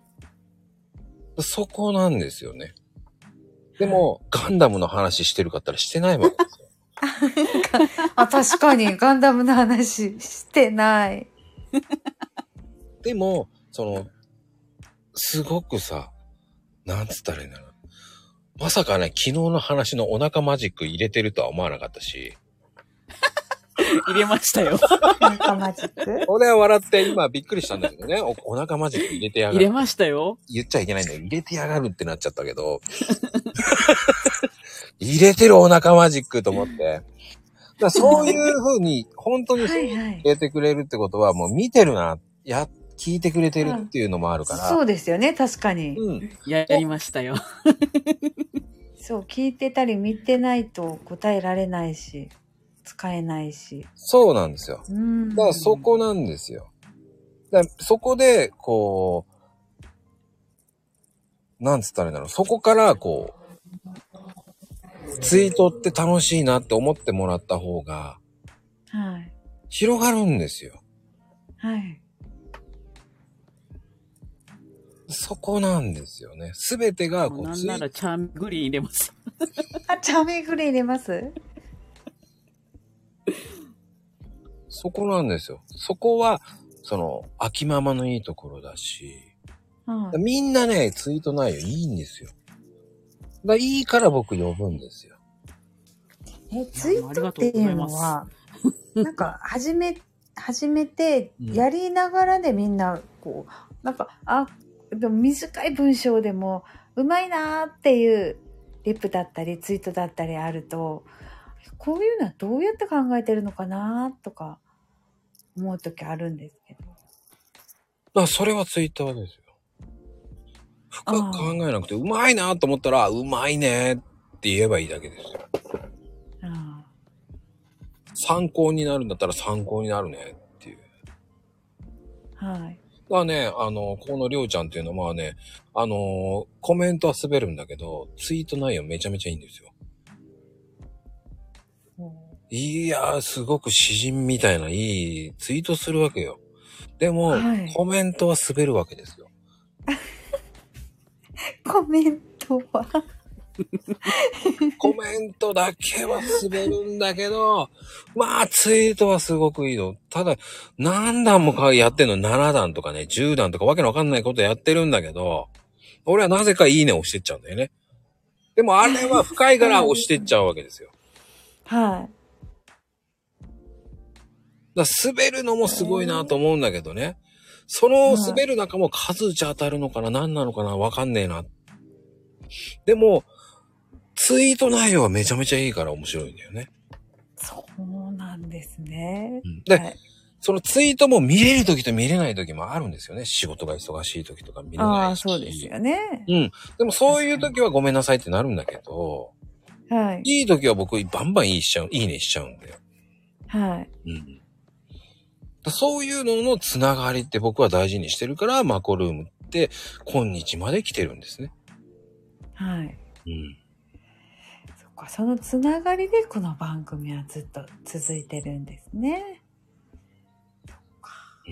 そこなんですよね。でも、ガンダムの話してるかったらしてないわけですよ。 あ、確かにガンダムの話してない。 でも、その、すごくさ、なんつったらいいんだろう。まさかね、昨日の話のお腹マジック入れてるとは思わなかったし。 入れましたよ。 なんかマジック俺は笑って今びっくりしたんだけどね。お, お腹マジック入れてやがる。 入れましたよ。 言っちゃいけないんだよ。入れてやがるってなっちゃったけど。入れてるお腹マジックと思って。だからそういう風に、本当にそうはいはい入れてくれるってことは、もう見てるな、や、聞いてくれてるっていうのもあるから。 そうですよね、確かに。 うん。 やりましたよ。 そう、聞いてたり見てないと答えられないし、使えないし。 そうなんですよ。 うん。 だからそこなんですよ。だからそこで、こう、なんつったらいいんだろう。そこから、こう、ツイートって楽しいなって思ってもらった方が、 はい。 広がるんですよ。 はい。 そこなんですよね。すべてがこう、 なんならチャーミグリーン入れます。 あ、チャーミングリーン入れます？ そこなんですよ。そこは、その、秋ママのいいところだし、 うん、 みんなね、ツイート内容いいんですよ。だいいから僕呼ぶんですよ。 え、ツイートっていうのは、なんか、始め、始めて、やりながらでみんな、こう、なんか、あ、でも短い文章でも、うまいなーっていうリップだったり、ツイートだったりあると、こういうのはどうやって考えてるのかなとか、思うときあるんですけど。 まあ、それはツイッターですよ。深く考えなくて、うまいなと思ったら、うまいねって言えばいいだけですよ。 あ参考になるんだったら参考になるねっていう。 はい。 だからね、あの、このりょうちゃんっていうのはね、あの、コメントは滑るんだけど、ツイート内容めちゃめちゃいいんですよ。いやー、すごく詩人みたいないいツイートするわけよ。でも、はい、コメントは滑るわけですよ。 コメントはコメントだけは滑るんだけど、まあ、ツイートはすごくいいの。ただ、何段もやってんの、なな段とかね、じゅう段とかわけのわかんないことやってるんだけど、俺はなぜかいいねを押してっちゃうんだよね。でもあれは深いから押してっちゃうわけですよ。 はい。 だ滑るのもすごいなと思うんだけどね。その滑る中も数打ち当たるのかな、何なのかな、わかんねえな。でも、ツイート内容はめちゃめちゃいいから面白いんだよね。 そうなんですね。 うん、で、はい、そのツイートも見れる時と見れない時もあるんですよね。仕事が忙しい時とか見れないし。 ああ、そうですよね。 うん。でもそういう時はごめんなさいってなるんだけど、 はい。 いい時は僕バンバンいいしちゃう、いいねしちゃうんだよ。 はい。 うん。そういうののつながりって僕は大事にしてるから、マコルームって今日まで来てるんですね。 はい。 うん。 そっか、そのつながりでこの番組はずっと続いてるんですね。そっか。 うん。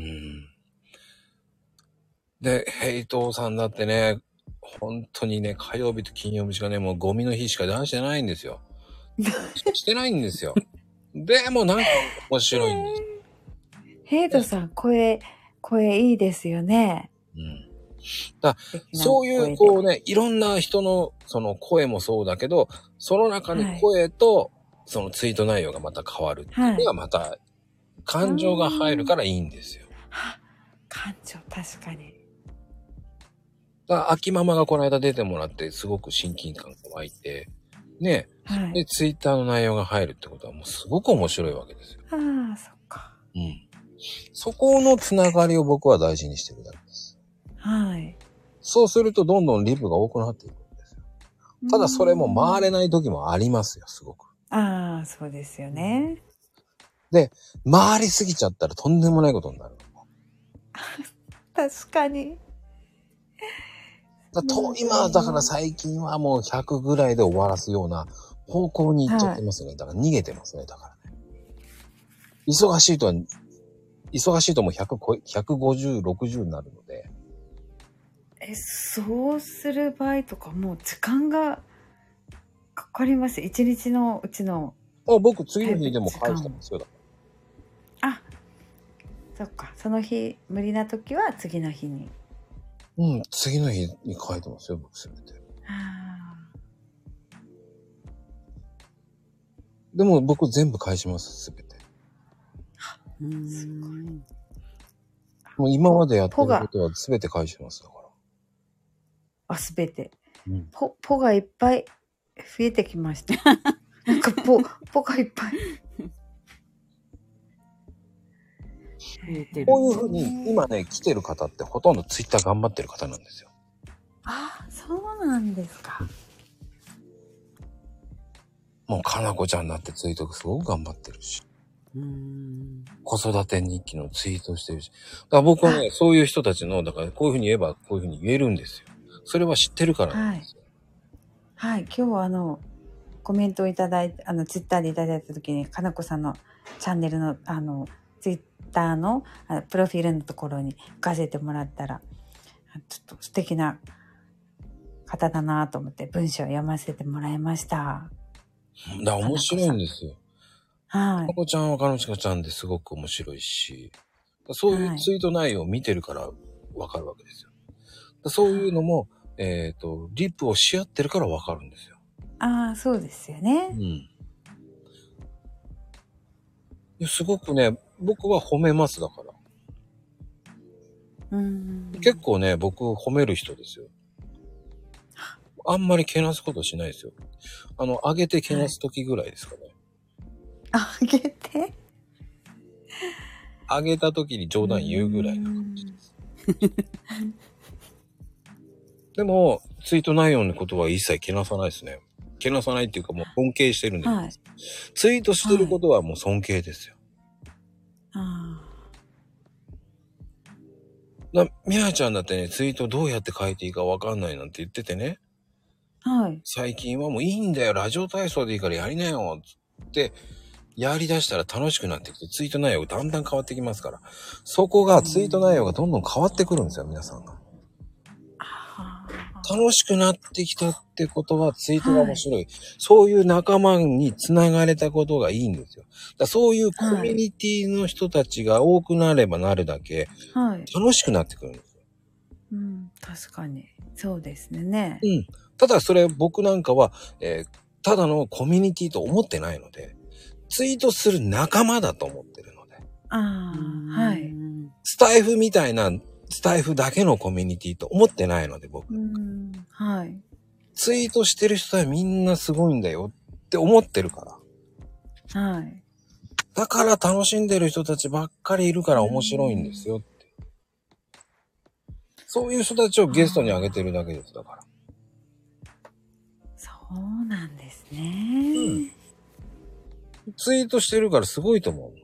で、ヘイトーさんだってね、本当にね、火曜日と金曜日しかね、もうゴミの日しか出してないんですよ。してないんですよ。でもなんか面白いんですよ。 ヘイトさん、声、声いいですよね。 うん。だそういう、こうね、いろんな人の、その声もそうだけど、その中に声と、そのツイート内容がまた変わるっていうのがまた、感情が入るからいいんですよ。 は感情、確かに。 だから秋ママがこの間出てもらって、すごく親近感が湧いて、ね、はい、で、ツイッターの内容が入るってことはもうすごく面白いわけですよ。 ああ、そっか。 うん。そこのつながりを僕は大事にしてるだけです。 はい。 そうするとどんどんリプが多くなっていくんですよ。ただそれも回れない時もありますよ、すごく。 ああ、そうですよね。 で、回りすぎちゃったらとんでもないことになる。 確かに。 だと今、だから最近はもうひゃくぐらいで終わらすような方向に行っちゃってますね。はい、だから逃げてますね、だからね。忙しいとは、忙しいともうひゃく、ひゃくごじゅう、ろくじゅうになるので。 え、そうする場合とかもう時間がかかります。一日のうちの。 あ、僕次の日でも返してますよ。だあ、そっか。その日無理な時は次の日に。 うん、次の日に書いてますよ、僕すべて。でも僕全部返します、すべて。 うーん。 もう今までやってることはすべて返してます、だから。 あ、すべて。 うん、 ポ、ポがいっぱい増えてきました。なんかポ、ポがいっぱい。 こういうふうに今ね、来てる方ってほとんどツイッター頑張ってる方なんですよ。 ああ、そうなんですか。 もうかなこちゃんだってツイートすごく頑張ってるし。 うーん。 子育て日記のツイートしてるし。だから僕はね、そういう人たちの、だからこういうふうに言えばこういうふうに言えるんですよ。それは知ってるからなんですよ。 はい。はい、今日はあの、コメントをいただいて、あの、ツイッターでいただいたときに、かなこさんのチャンネルの、あの、ツイッターのあのプロフィールのところに書かせてもらったら、 ちょっと素敵な方だなと思って文章を読ませてもらいました。 だから面白いんですよ。 はい。 かこちゃんはかのちかちゃんですごく面白いし、そういうツイート内容を見てるからわかるわけですよ。そういうのも、えっと、リップをし合ってるからわかるんですよ。 ああ、そうですよね。 うん。すごくね、僕は褒めますだから。 うん。 結構ね、僕褒める人ですよ。あんまりけなすことしないですよ。あの、上げてけなす時ぐらいですかね。 上げて上げた時に冗談言うぐらいな感じです。でも、ツイート内容のことは一切けなさないですね。けなさないっていうかもう尊敬してるんで、はい、ツイートしてることはもう尊敬ですよ。 はい、 な、みなちゃんだってね、ツイートどうやって書いていいかわかんないなんて言っててね。 はい。 最近はもういいんだよ、ラジオ体操でいいからやりなよってやり出したら楽しくなってきて、ツイート内容がだんだん変わってきますから、そこがツイート内容がどんどん変わってくるんですよ、皆さんが。楽しくなってきたってことはツイートが面白い。はい、そういう仲間につながれたことがいいんですよ。だそういうコミュニティの人たちが多くなればなるだけ、楽しくなってくるんですよ。 はい、うん、確かに。そうですね。 うん。ただそれ僕なんかは、えー、ただのコミュニティと思ってないので、ツイートする仲間だと思ってるので。 ああ、はい。 スタイフみたいな、スタイフだけのコミュニティと思ってないので、僕。 うん、はい。 ツイートしてる人はみんなすごいんだよって思ってるから。 はい。 だから楽しんでる人たちばっかりいるから面白いんですよって。そういう人たちをゲストに上げてるだけです、だから。 そうなんですね。 うん。ツイートしてるからすごいと思う。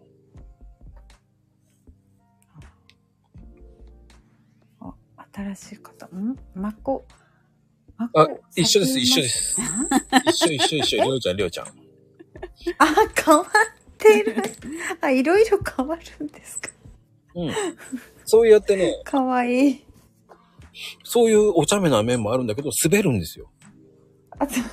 新しい方、んまこ、 まこ。あ、一緒です、一緒です。一緒、一緒、一緒。りょうちゃん、りょうちゃん。あ、 変わってる。あ、いろいろ変わるんですか。 うん。そうやってね。 かわいい。 そういうお茶目な面もあるんだけど、滑るんですよ。 あ、そう。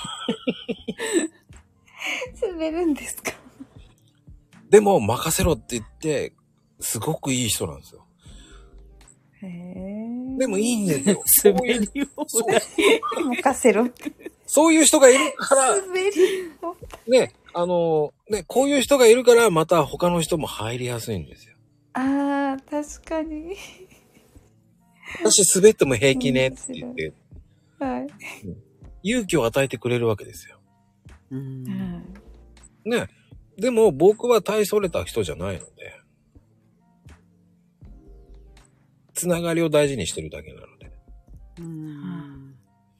滑るんですか。 でも、任せろって言って、すごくいい人なんですよ。 へー。 でもいいんですよ。 滑り放題。 任せろ。 そういう人がいるから、 滑り放題。ね、あの、ね、こういう人がいるから、また他の人も入りやすいんですよ。 ああ、確かに。 私滑っても平気ねって言って、 はい、 勇気を与えてくれるわけですよ。 うん、 ね、でも僕は大それた人じゃないので、つながりを大事にしてるだけなので。 うん、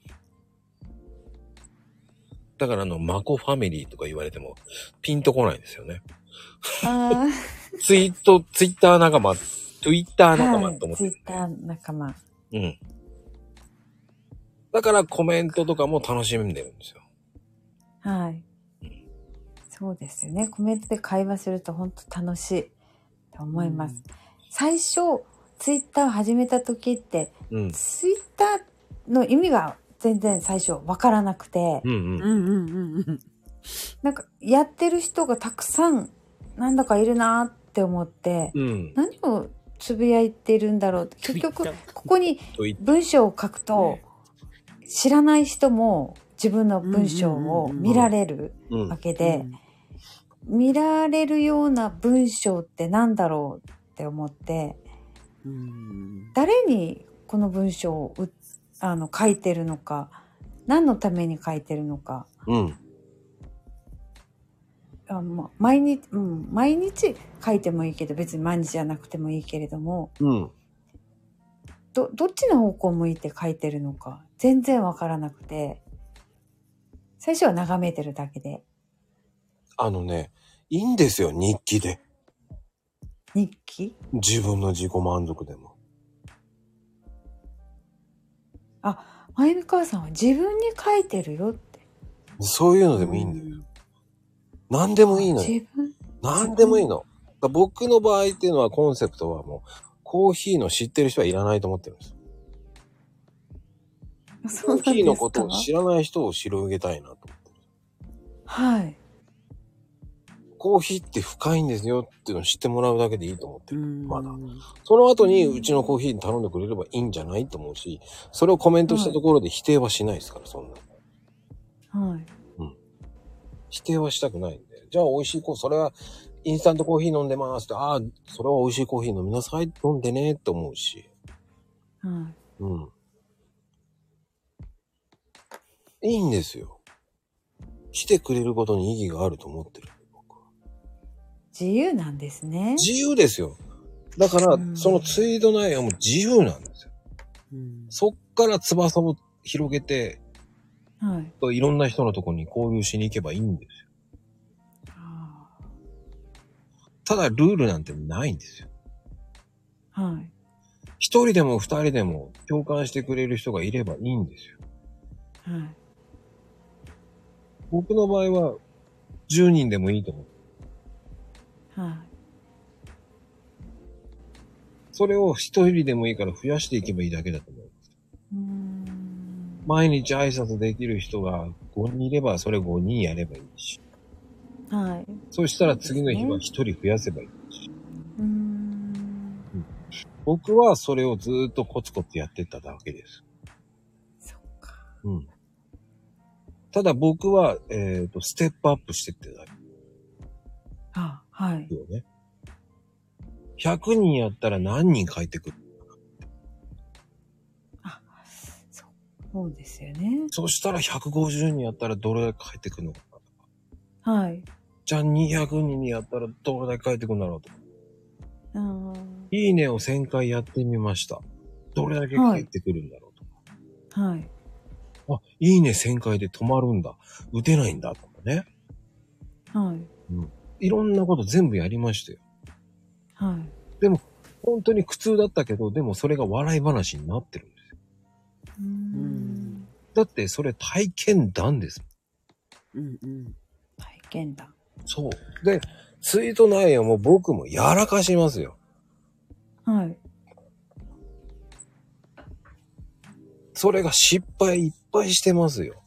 だからあの、マコファミリーとか言われてもピンとこないんですよね。 あツイート、ツイッター仲間、ツイッター仲間と思ってる、 はい、ツイッター仲間。 うん。だからコメントとかも楽しんでるんですよ。 はい。うん、そうですよね。コメントで会話すると本当楽しいと思います。うん、最初、ツイッターを始めた時って、うん、ツイッターの意味が全然最初わからなくて、 うんうん、 なんかやってる人がたくさんなんだかいるなって思って、うん、何をつぶやいてるんだろうって、結局ここに文章を書くと知らない人も自分の文章を見られるわけで、見られるような文章ってなんだろうって思って、うん、誰にこの文章をあの書いてるのか、何のために書いてるのか、うん、あま毎日、うん、毎日書いてもいいけど、別に毎日じゃなくてもいいけれども、うん、どどっちの方向を向いて書いてるのか全然わからなくて、最初は眺めてるだけで。 あのね、いいんですよ、日記で。 日記？ 自分の自己満足でも。 あ、まゆみかわさんは自分に書いてるよって。 そういうのでもいいんだよ。うん、何でもいいのよ。 自分？ 何でもいいの。僕の場合っていうのはコンセプトはもう、コーヒーの知ってる人はいらないと思ってるんです。 コーヒーのことを知らない人を広げたいなと思ってる。 はい。 コーヒーって深いんですよっていうのを知ってもらうだけでいいと思ってる。まだ。 うんその後にうちのコーヒーに頼んでくれればいいんじゃないと思うし、それをコメントしたところで否定はしないですから、そんな。 はい。 否定はしたくないんで。じゃあ美味しいコーヒー、それはインスタントコーヒー飲んでますって、ああ、それは美味しいコーヒー飲みなさい、飲んでねって思うし。 はい。 うん。いいんですよ。来てくれることに意義があると思ってる。僕は自由なんですね。 自由ですよ。だから、 うんそのツイート内容も自由なんですよ。 うんそっから翼を広げて、 はい。 いろんな人のところに交流しに行けばいいんですよ。 あただルールなんてないんですよ。 ーはい。 一人でも二人でも共感してくれる人がいればいいんですよ。 はい。 僕の場合はじゅうにんでもいいと思う。 はい。 それを一人でもいいから増やしていけばいいだけだと思う。 うーん。 毎日挨拶できる人がごにんいればそれごにんやればいいし。 はい。 そしたら次の日は一人増やせばいいし。 うーん。 僕はそれをずーっとコツコツやってっただけです。 そっか。 うん。ただ僕は、えっと、ステップアップしてってだあ、はい。 けよね。ひゃくにんやったら何人帰ってくる？ そうですよね。 そしたらひゃくごじゅうにんやったらどれだけ帰ってくるのかな。 はい。 じゃあにひゃくにんにやったらどれだけ帰ってくるんだろうと。 あーいいねをせんかいやってみました。どれだけ帰ってくるんだろうと。 はい。 あ、いいねせんかいで止まるんだ。打てないんだとかね。 はい。 うん。いろんなこと全部やりましたよ。 はい。 でも、本当に苦痛だったけど、でもそれが笑い話になってるんですよ。 うーん。 だってそれ体験談です。 うんうん体験談。 そう。で、ツイート内容も僕もやらかしますよ。 はい。 それが失敗いっぱいしてますよ。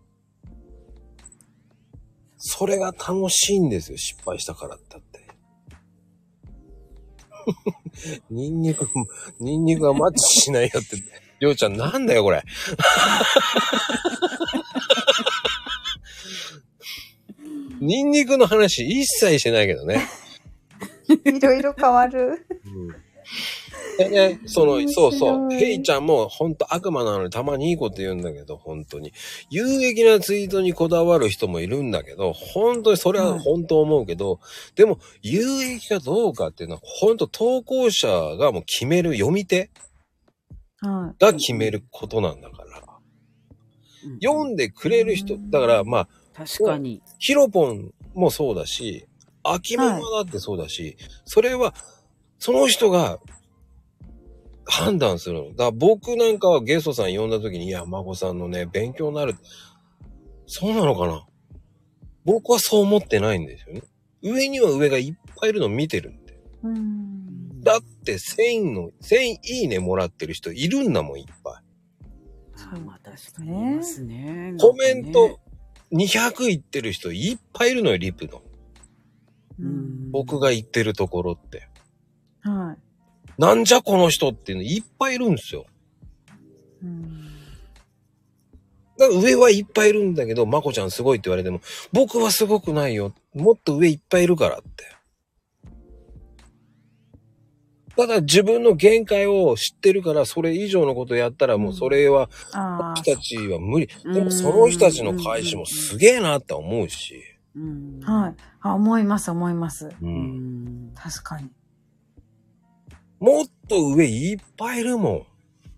それが楽しいんですよ。失敗したからってあって。ニンニク、ニンニクがマッチしないよって。りょうちゃんなんだよこれ。ニンニクの話一切してないけどね。 いろいろ変わる。 うんでね、その、 面白いそうそう。ヘイちゃんもほんと悪魔なのにたまにいいこと言うんだけど、本当に。有益なツイートにこだわる人もいるんだけど、本当にそれは本当思うけど、はい、でも有益かどうかっていうのは、本当投稿者がもう決める、読み手が決めることなんだから。うん、読んでくれる人、だからまあ、 確かに。 ヒロポンもそうだし、秋ママだってそうだし、はい、それは、その人が、判断するの。だから僕なんかはゲストさん呼んだ時に、いや、孫さんのね、勉強になる。そうなのかな？僕はそう思ってないんですよね。上には上がいっぱいいるのを見てるんで。 うーんだってせんの、せんいいねもらってる人いるんだもん、いっぱい。 あまあ確かにいますね。 コメントにひゃくいってる人いっぱいいるのよ、リプの。 うん、 僕が言ってるところって。 はい。 なんじゃこの人っていうのいっぱいいるんですよ。 うん、 だから上はいっぱいいるんだけど、まこちゃんすごいって言われても、僕はすごくないよ。もっと上いっぱいいるからって。ただ自分の限界を知ってるから、それ以上のことやったらもうそれは、私たちは無理。でもその人たちの返しもすげえなって思うし。 うん、はい。あ、思います、思います。 うん、 確かに。 もっと上いっぱいいるもん。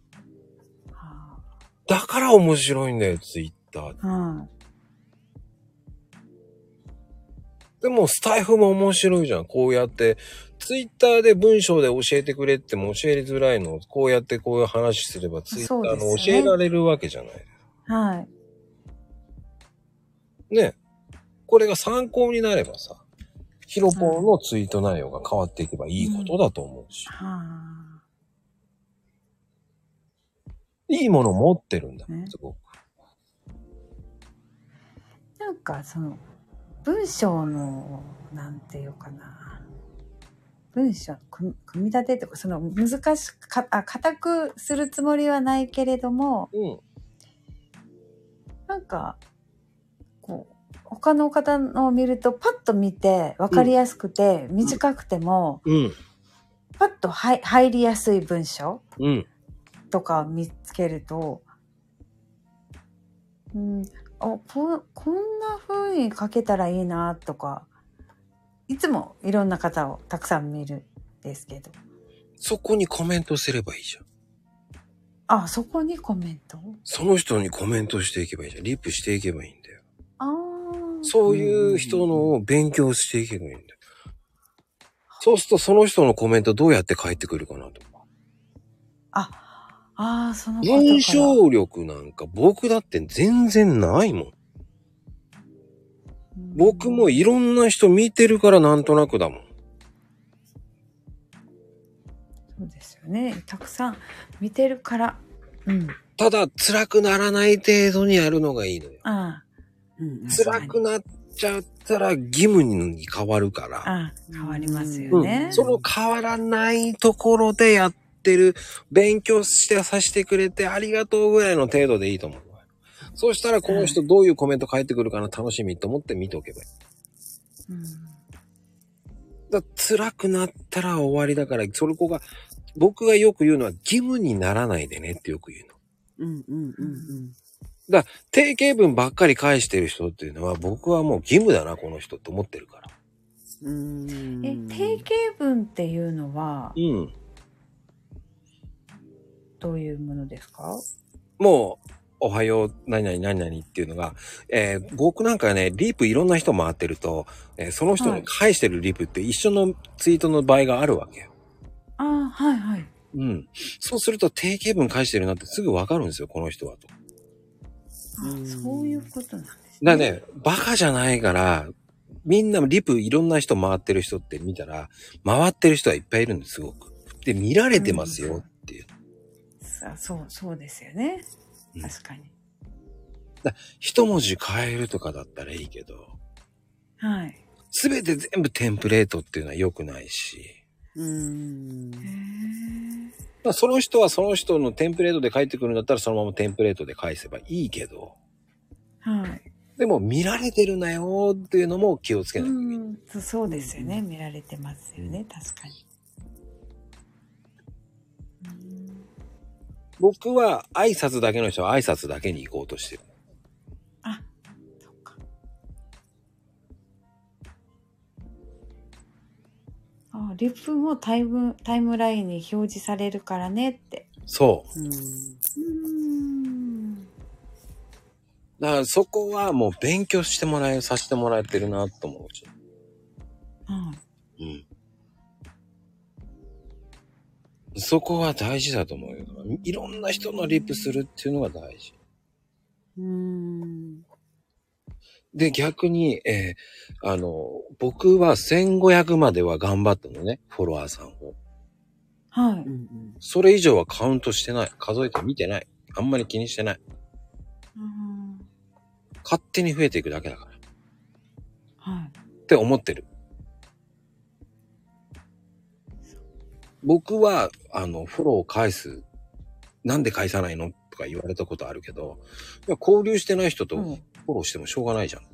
だから面白いんだよ、ツイッター。 はい。 でもスタイフも面白いじゃん。こうやって、ツイッターで文章で教えてくれっても教えづらいのを、こうやってこういう話すればツイッターの教えられるわけじゃない。 はい。 ね。これが参考になればさ、ヒロポンのツイート内容が変わっていけばいいことだと思うし。 うん、はあ。 いいもの持ってるんだ、ね、すごく。 なんかその文章のなんていうかな、文章の組み立てとかその難しくかあ固くするつもりはないけれども、 うん、 なんかこう他の方のを見るとパッと見て分かりやすくて、うん、短くても、うん、パッと入りやすい文章、うん、とか見つけると、うん、あ こ, こんな風に書けたらいいなとか、いつもいろんな方をたくさん見るんですけど、 そこにコメントすればいいじゃん。 あ、そこにコメント？ その人にコメントしていけばいいじゃん。リップしていけばいいんだよ。ああ。そういう人のを勉強していけばいいんだよ。そうするとその人のコメントどうやって返ってくるかなとか。 あ、ああ、そのことか。 文章力なんか僕だって全然ないもん。僕もいろんな人見てるからなんとなくだもん。 そうですよね。たくさん見てるから。うん。 ただ辛くならない程度にやるのがいいのよ。 ああ、 うん、辛くなっちゃったら義務に変わるから。 ああ、変わりますよね、 うん。その変わらないところでやってる、勉強してさせてくれてありがとうぐらいの程度でいいと思う。そうしたらこの人どういうコメント返ってくるかな楽しみと思って見ておけばいい。うん、だ辛くなったら終わりだから、それこが、僕がよく言うのは義務にならないでねってよく言うの。うんうんうんうん。だから定型文ばっかり返してる人っていうのは僕はもう義務だなこの人って思ってるから。 うーん、え、定型文っていうのは、うん、どういうものですか？ もうおはよう何々何々っていうのが、えー、僕なんかねリプいろんな人回ってると、えー、その人に返してるリプって一緒のツイートの場合があるわけよ。 ああ、はいはい。 うん。そうすると定型文返してるなってすぐわかるんですよこの人はと。 あ、そういうことなんですね。 だね、バカじゃないから、みんなリプいろんな人回ってる人って見たら、回ってる人はいっぱいいるんです、すごく。で、見られてますよっていう。 うん、そう、そうですよね。確かに。 だ一文字変えるとかだったらいいけど、 はい。 すべて全部テンプレートっていうのは良くないし。うーん。へー。その人はその人のテンプレートで返ってくるんだったらそのままテンプレートで返せばいいけど。 はい。 でも見られてるなよっていうのも気をつけないといけない。うん、 そうですよね。見られてますよね。確かに。 僕は挨拶だけの人は挨拶だけに行こうとしてる。 あ、そっか。あ、リップもタイム、タイムラインに表示されるからねって。 そう。うーん。うーん。だからそこはもう勉強してもらえ、させてもらえてるなと思うし。はい。うん。そこは大事だと思うよ。いろんな人のリップするっていうのが大事。うーん。で、逆に、えー、あの、僕はせんごひゃくまでは頑張ったのね、フォロワーさんを。はい。それ以上はカウントしてない。数えて見てない。あんまり気にしてない。うん、勝手に増えていくだけだから。はい。って思ってる。僕は、あの、フォローを返す。なんで返さないのとか言われたことあるけど、いや、交流してない人とフォローしてもしょうがないじゃんって。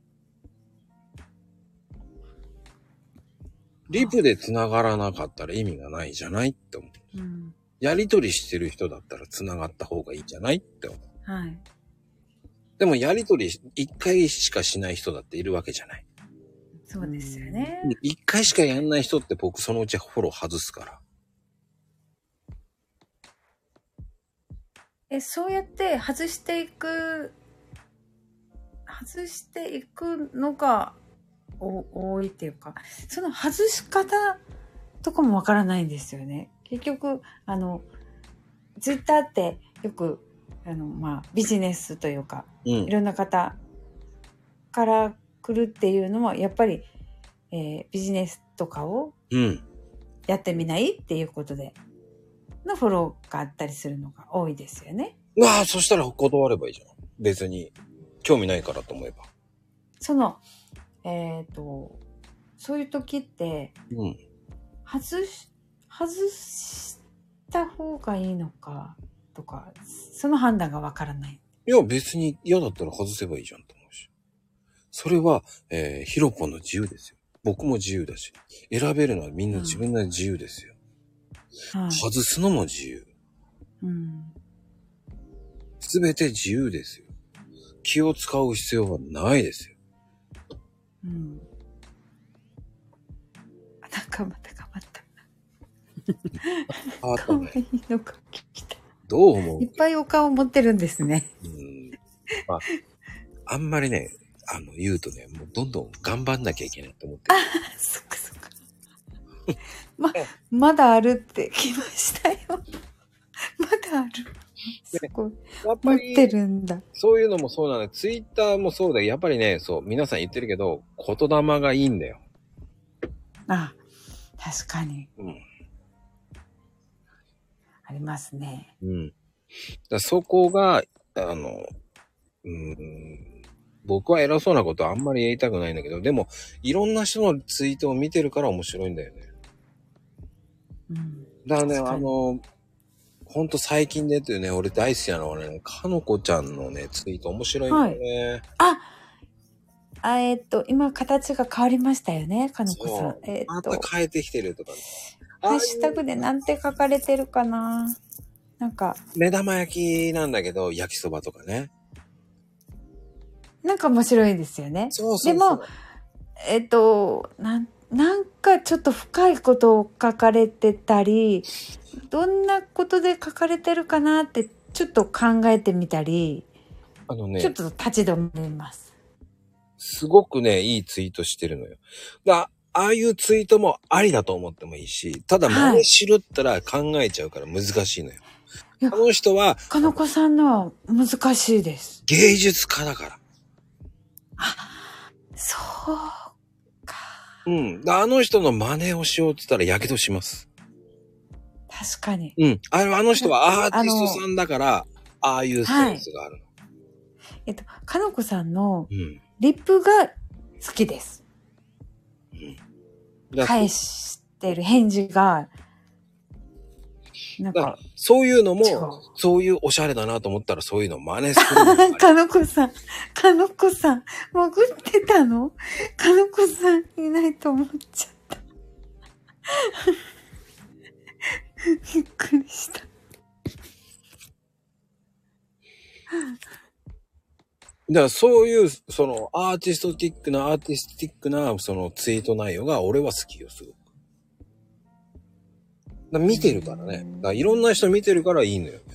リプで繋がらなかったら意味がないじゃないって思う。うん、やりとりしてる人だったら繋がった方がいいじゃないって思う。はい。でもやりとり一回しかしない人だっているわけじゃない。 そうですよね。 一回しかやんない人って僕そのうちフォロー外すから。 え、そうやって外していく、外していくのが多いっていうか、その外し方とかもわからないんですよね。結局、あの、ツイッターってよく、あの、まあ、ビジネスというか、うん、いろんな方から来るっていうのも、やっぱり、えー、ビジネスとかをやってみないっていうことでのフォローがあったりするのが多いですよね。 ああ、そしたら断ればいいじゃん。別に興味ないからと思えば。 そのえっとそういう時って、 うん、 外し外した方がいいのかとか、その判断がわからない。 いや別に嫌だったら外せばいいじゃんと思うし。それは、えー、ヒロポンの自由ですよ。僕も自由だし、選べるのはみんな自分の自由ですよ。はい、外すのも自由。うん。すべて自由ですよ。気を使う必要はないですよ。うん。 なんかまた変わった。 変わったね。 可愛いのが来た。 どう思う？ いっぱいお顔持ってるんですね。 うん。まあ、あんまりね、あの、言うとね、もうどんどん頑張んなきゃいけないと思ってる。 あ、そっかそっか。ま、まだあるって来ましたよ。まだある。すごい。やっぱり持ってるんだ。 そういうのもそうなので、ツイッターもそうだよ。やっぱりね、そう、皆さん言ってるけど、言霊がいいんだよ。 あ、確かに。 うん。 ありますね。 うん。だそこが、あの、うーん、僕は偉そうなことはあんまり言いたくないんだけど、でも、いろんな人のツイートを見てるから面白いんだよね。うん。だからね、あの、ほんと最近でっていうね、俺大好きなのはね、かのこちゃんのね、ツイート面白いんだよね。はい、 ああ、えー、っと、今形が変わりましたよね、かのこさん。 えー、っと。また変えてきてるとかね。 ハッシュタグでなんて書かれてるかな。なんか。 目玉焼きなんだけど、焼きそばとかね。 なんか面白いですよね。 そうそうそう。 でも、えー、っと、なん、なんかちょっと深いことを書かれてたり、どんなことで書かれてるかなってちょっと考えてみたり、 あのね、 ちょっと立ち止まります。 すごくね、いいツイートしてるのよ。だああいうツイートもありだと思ってもいいし、ただ真似しろったら考えちゃうから難しいのよ。はい、あの人は、 かのこさんのは難しいです。 芸術家だから。 あ、そうか。 うん。あの人の真似をしようって言ったらやけどします。 確かに。 うん。あの、あの人はアーティストさんだから、ああいうセンスがあるの。はい、 えっと、かのこさんのリップが好きです。うん、返してる返事が、なんか、 そういうのも、そういうおしゃれだなと思ったらそういうの真似する。 かのこさん、かのこさん、潜ってたの？かのこさんいないと思っちゃった。びっくりした。 だからそういう、そのアーティストティックな、アーティスティックな、そのツイート内容が俺は好きよ、すごく。だ見てるからね。だからいろんな人見てるからいいのよ。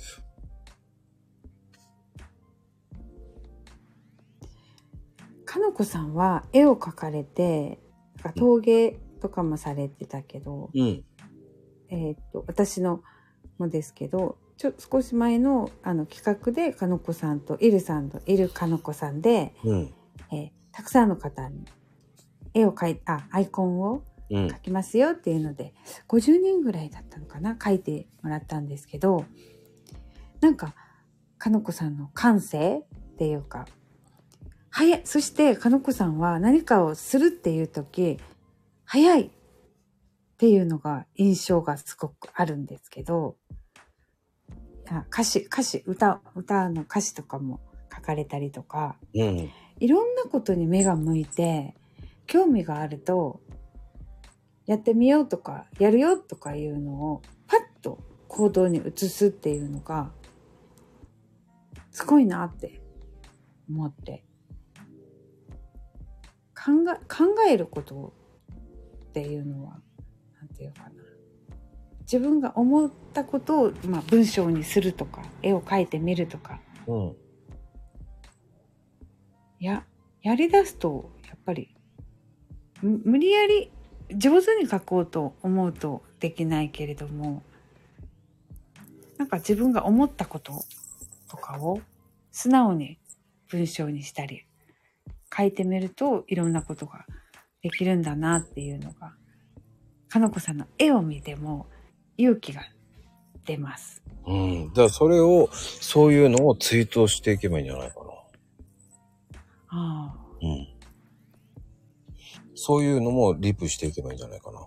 かのこさんは絵を描かれて、陶芸とかもされてたけど、うん、えっと、私のもですけど、ちょ少し前のあの企画でかのこさんとイルさんとイルかのこさんで、うん、えー、たくさんの方に絵を描いあアイコンを描きますよっていうので、うん、ごじゅうにんぐらいだったのかな、描いてもらったんですけど、なんかかのこさんの感性っていうか、早い、そしてかのこさんは何かをするっていう時早いっていうのが印象がすごくあるんですけど、歌詞、歌詞、歌、歌の歌詞とかも書かれたりとか、うん、いろんなことに目が向いて、興味があると、やってみようとか、やるよとかいうのを、パッと行動に移すっていうのが、すごいなって思って。考え、考えることっていうのは、なんていうかな。自分が思ったことを、まあ、文章にするとか、絵を描いてみるとか、うん、ややりだすとやっぱり無理やり上手に描こうと思うとできないけれども、なんか自分が思ったこととかを素直に文章にしたり書いてみるといろんなことができるんだなっていうのが、かのこさんの絵を見ても勇気がてます。 うん。だからそれを、そういうのをツイートしていけばいいんじゃないかな。 ああ。 うん。そういうのもリプしていけばいいんじゃないかな。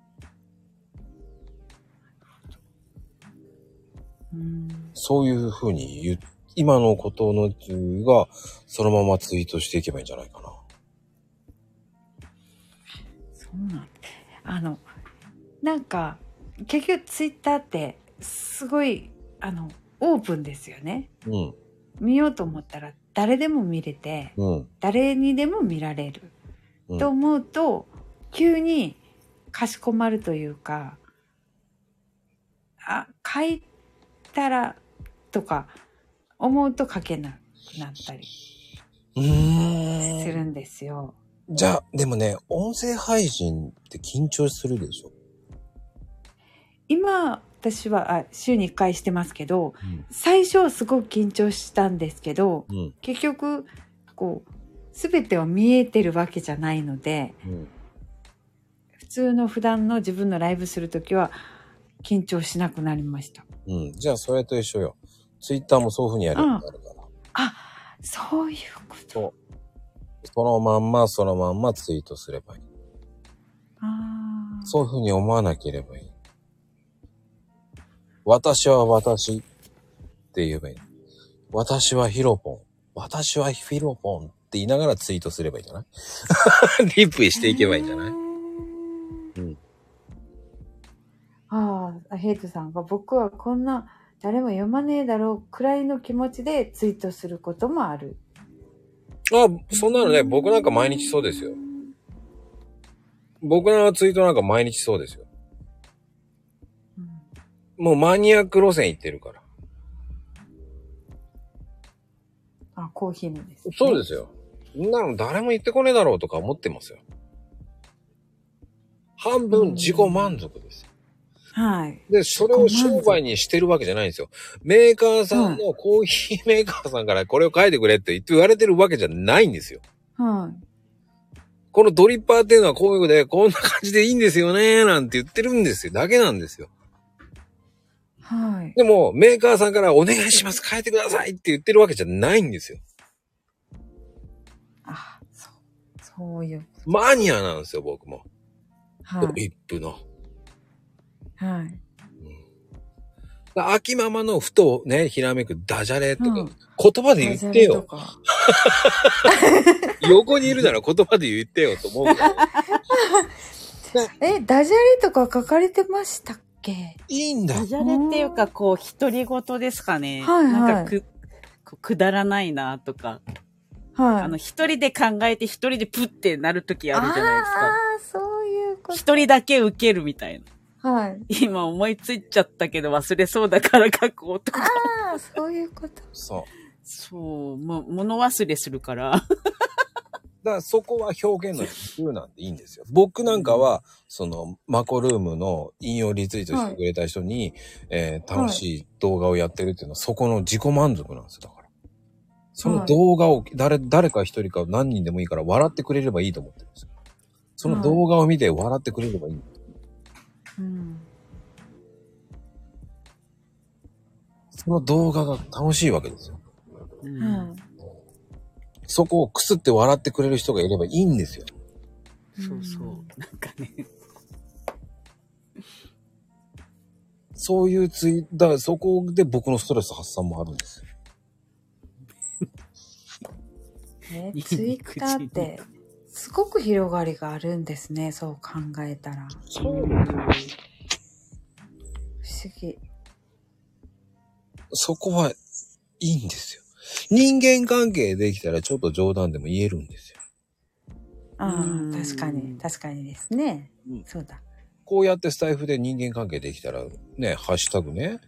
うん、 そういうふうに言う、今のことのがそのままツイートしていけばいいんじゃないかな。 そうなんだ。あの、なんか、結局ツイッターってすごい、あの、オープンですよね。 うん。 見ようと思ったら誰でも見れて、 うん、 誰にでも見られる、うん、と思うと急にかしこまるというか、あ、書いたらとか思うと書けなくなったりするんですよ。 じゃあでもね、音声配信って緊張するでしょ。 今私はあ週にいっかいしてますけど、うん、最初はすごく緊張したんですけど、うん、結局こう全ては見えてるわけじゃないので、うん、普通の普段の自分のライブするときは緊張しなくなりました。 うん、じゃあそれと一緒よ。ツイッターもそういう風にやるようになるから。 うん、あ、そういうこと。 そう。そのまんまそのまんまツイートすればいい。 あ、 そういう風に思わなければいい。私は私って言えばいい。私はヒロポン。私はヒロポンって言いながらツイートすればいいんじゃないリプしていけばいいんじゃない、うん、 ああ、ヘイトさんが僕はこんな誰も読まねえだろうくらいの気持ちでツイートすることもある。 あ、そんなのね、僕なんか毎日そうですよ。僕のツイートなんか毎日そうですよ。もうマニアック路線行ってるから。 あ、コーヒーのですね。 そうですよ。そんなの誰も言ってこねえだろうとか思ってますよ。半分自己満足ですよ。 はい。 で、それを商売にしてるわけじゃないんですよ。メーカーさんのコーヒーメーカーさんからこれを書いてくれって言って言われてるわけじゃないんですよ。 はい。 このドリッパーっていうのはこういうので、こんな感じでいいんですよね、なんて言ってるんですよ。だけなんですよ。 はい。 でも、メーカーさんからお願いします、変えてくださいって言ってるわけじゃないんですよ。 あ、そう。そういう。 マニアなんですよ、僕も。 はい。 ドリップの。 はい。 うん、秋ママのふとね、ひらめくダジャレとか、うん、言葉で言ってよ。横にいるなら言葉で言ってよと思うから。 え、ダジャレとか書かれてましたっけ？ いいんだ。 ダジャレっていうか、こう、独り言ですかね。 はいはい。 なんかく、くだらないなとか。 はい。 あの、一人で考えて一人でプッてなるときあるじゃないですか。 ああ、そういうこと。 一人だけ受けるみたいな。 はい。 今思いついちゃったけど忘れそうだから書こうとか。 ああ、そういうこと。 そう。 そう、もう物忘れするから。 だからそこは表現の自由なんていいんですよ。僕なんかは、そのマコルームの引用リツイートしてくれた人に、はい、えー、楽しい動画をやってるっていうのは、そこの自己満足なんですよ。だから。その動画を誰、誰か一人か何人でもいいから笑ってくれればいいと思ってるんですよ。その動画を見て笑ってくれればいい。 うん、 その動画が楽しいわけですよ。 うん、 そこをくすって笑ってくれる人がいればいいんですよ。 そうそう。なんかね。 そういうツイだからそこで僕のストレス発散もあるんですよ。 え、ツイッターってすごく広がりがあるんですね。そう考えたら。 そう。不思議。 そこはいいんですよ。人間関係できたらちょっと冗談でも言えるんですよ。 ああ、確かに、確かにですね。うん、そうだ。 こうやってスタイフで人間関係できたら、ね、ハッシュタグね。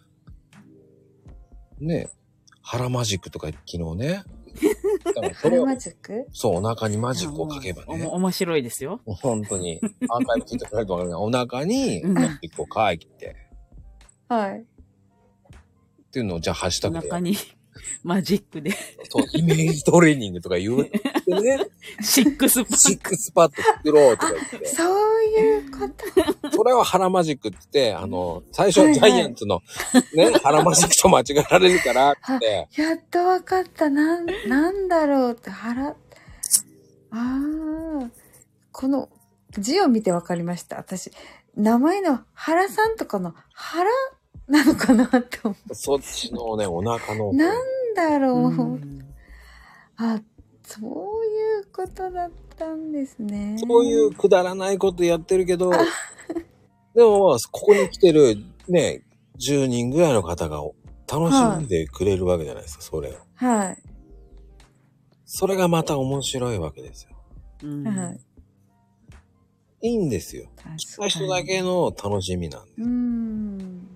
ね、腹マジックとか昨日ね。 腹マジック？ そう、お腹にマジックを書けばね。 面白いですよ。 本当に。アーカイブ聞いてくれると分かるお腹にマジックを書いて。 はい。 っていうのをじゃあハッシュタグで。 お腹にマジックで。 そう、イメージトレーニングとか言うてね。 シックスパッド。 シックスパッド作ろうとか言って。 そういうこと。 それは腹マジックって言って、あの、最初はジャイアンツのね、腹マジックと間違えられるからって。 やっとわかった。なん、なんだろうって腹、ああ、この字を見てわかりました。私、名前の原さんとかの腹なのかなって思う。 そっちのね、お腹の。 なんだろう。 うん、 あ、そういうことだったんですね。 そういうくだらないことやってるけど、でも、ここに来てるね、じゅうにんぐらいの方が楽しんでくれるわけじゃないですか、それを。 はい。 それがまた面白いわけですよ。 うん、 はい。 いいんですよ。来た人だけの楽しみなんです。 うーん。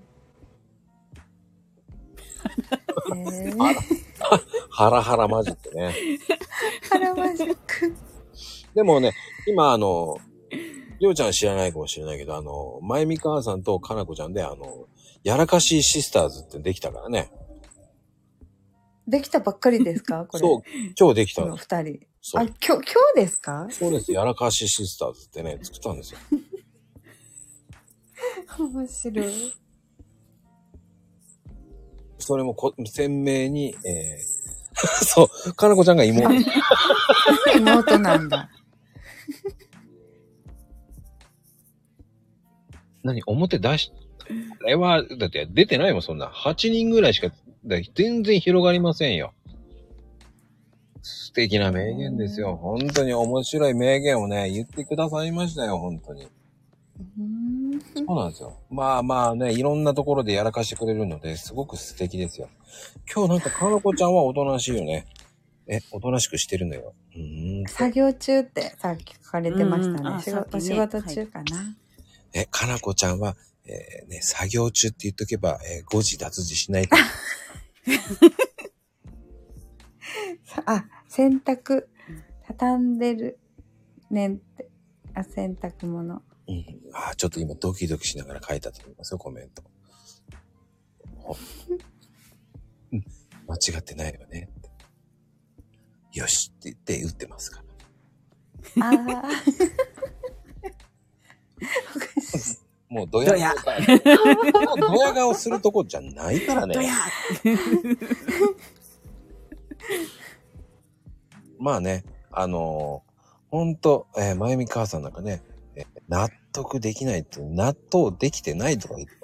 えー、 ハラハラマジックね。 ハラマジック。 でもね、今あの、りょうちゃん知らないかもしれないけど、あの、まゆみ母さんとかなこちゃんで、あの、やらかしシスターズってできたからね。 できたばっかりですかこれ。 そう、今日できたこの二人。 そうあ、今日、今日ですかそうです。やらかしシスターズってね、作ったんですよ。 面白い。 それもこ鮮明に、えー、そう、かなこちゃんが妹。 妹なんだ。 何表出し、あれは、だって出てないもん、そんな。はちにんぐらいしか、全然広がりませんよ。素敵な名言ですよ。本当に面白い名言をね、言ってくださいましたよ、本当に。そうなんですよ。まあまあね、いろんなところでやらかしてくれるので、すごく素敵ですよ。今日なんかかなこちゃんはおとなしいよね。え、おとなしくしてるのよ。うーん。 作業中ってさっき書かれてましたね。 うん、 仕事、ね、仕事中かな。はい、 え、かなこちゃんは、えー、ね、作業中って言っとけば、えー、誤字脱字しないと。 あ、洗濯、畳んでるねんって。あ、洗濯物。 うん。あ、ちょっと今ドキドキしながら書いたと思いますよ、コメント。うん。間違ってないよね。よしって言って打ってますから。 ああ。 もうドヤ顔。もうドヤ顔するとこじゃないからね。ドヤまあね、あのー、ほんと、えー、まゆみ母さんなんかね、えー、納得できないって、納豆できてないとか言って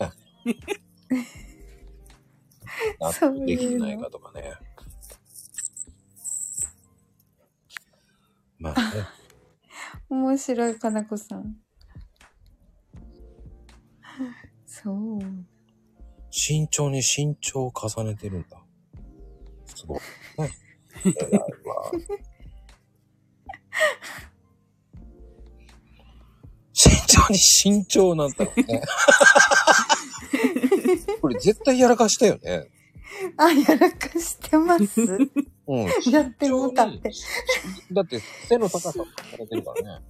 ます。納得できてないかとかね。まあね。 面白い、かなこさん。そう。 慎重に慎重を重ねてるんだ。すごい。ね。偉いわ。慎重に慎重なんだろうね。これ絶対やらかしたよね。 あ、やらかしてます。うん。やってもたって。 だって背の高さもされてるからね。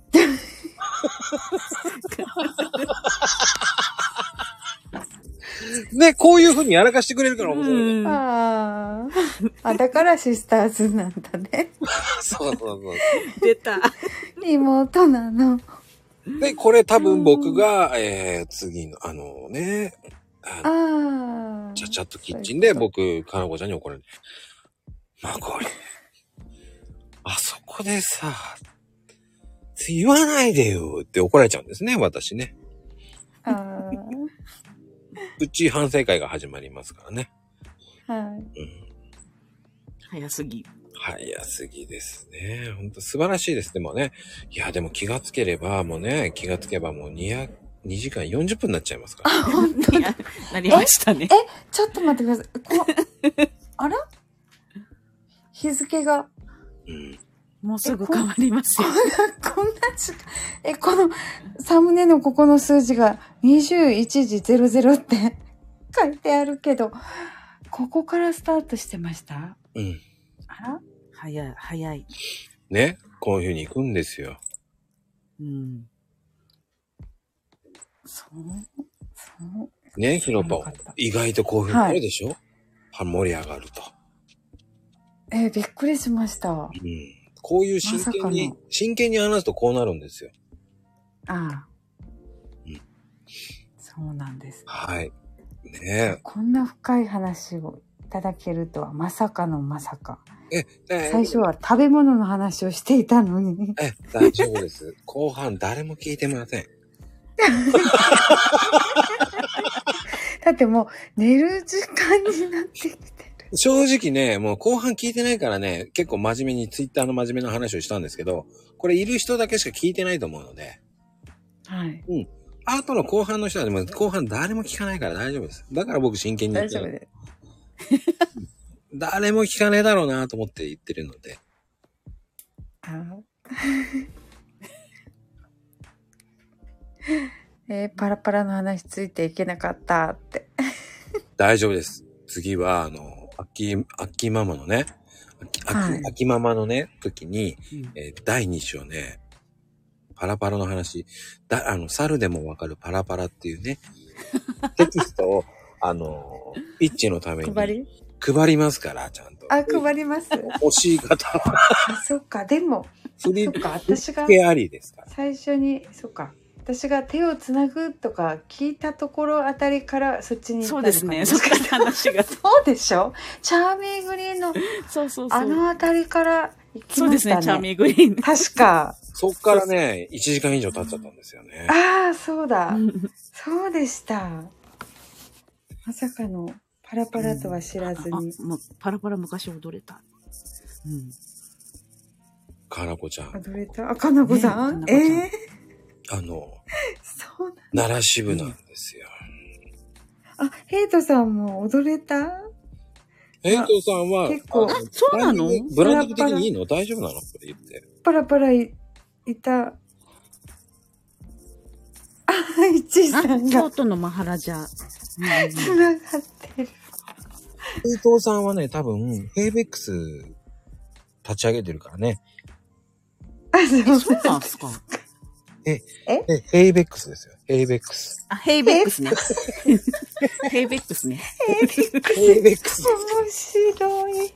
ね、こういう風にやらかしてくれるから面白いね。 ああ。あ、だからシスターズなんだね。 そうそうそう。 出た。 妹なの。 で、これ多分僕が、えー、次の、あのね、ああ。ちゃちゃっとキッチンで僕、かなこちゃんに怒られる。まあこれ、あそこでさ、言わないでよって怒られちゃうんですね、私ね。 ああ。 プチ反省会が始まりますからね。 はい。 うん。 早すぎ。 早すぎですね。ほんと素晴らしいです。でもね。いや、でも気がつければ、もうね、気がつけばもうにひゃく、にじかんよんじゅっぷんになっちゃいますから。 あ、ほんとだ。 なりましたね。 え、えちょっと待ってください。こあら日付が。 うん。もうすぐ変わりますよ。 こんな時間。え、このサムネのここの数字がにじゅういちじゼロゼロって書いてあるけど、ここからスタートしてました？ うん。 あら？ 早い、早い。 ね。こういう風に行くんですよ。 うん。 そう。そう。 ね、ヒロポン。意外とこういう風になるでしょ？はい、盛り上がると。 えー、びっくりしました。うん。 こういう真剣に、真剣に話すとこうなるんですよ。 ああ。 うん。 そうなんです。 はい。ねえ。 こんな深い話をいただけるとはまさかのまさか。 え、え最初は食べ物の話をしていたのに。 え、大丈夫です。後半誰も聞いてません。 だってもう寝る時間になってきてる。 正直ね、もう後半聞いてないからね、結構真面目にツイッターの真面目な話をしたんですけど、これいる人だけしか聞いてないと思うので。 はい。 うん。あとの後半の人はでも後半誰も聞かないから大丈夫です。だから僕真剣に言ってる。 大丈夫です。 誰も聞かねえだろうなと思って言ってるので。 あえー、パラパラの話ついていけなかったって。 大丈夫です。次は、あの、アッキー、アッキーママのね、アッキー、はい、アッキーママのね、時に、うんえー、だいに章ね、パラパラの話、だ、あの、猿でもわかるパラパラっていうね、テキストを、あの、ピッチのために配り配りますから、ちゃんと。 あ、配ります。 欲しい方は。 あ、そっか、でも、 そっか、私が、 ありですから。 最初に、そっか。私が手をつなぐとか聞いたところあたりからそっちに行ったのかな。 そうですね。そっから話が。 そうでしょ。チャーミーグリーンのそうそうそうあのあたりから行きましたね。 そうですね。チャーミーグリーン。 確か。 そっからね、いちじかん以上経っちゃったんですよね。 ああ、そうだ。そうでした。まさかのパラパラとは知らずに。 うん、もうパラパラ昔踊れた。うん。 かなこちゃん。 踊れた。あ、かなこさん、ね、ええーあの、 そう奈良支部なんですよ。 あ、ヘイトさんも踊れた？ ヘイトさんは、 結構、 あ、そうなの？ ブランド的にいいの？大丈夫なの？これ言って。 パラパラい、いた。あ、いちいさんが。 京都のマハラジャ。 つながってる。 ヘイトさんはね、多分、ヘイベックス立ち上げてるからね。 あ、そうそうなんですか？ え、えヘイベックスですよ。ヘイベックス。 あ、ヘイベックスね。ヘイベックスね。 ヘイベックス。 面白い。ヘイベッ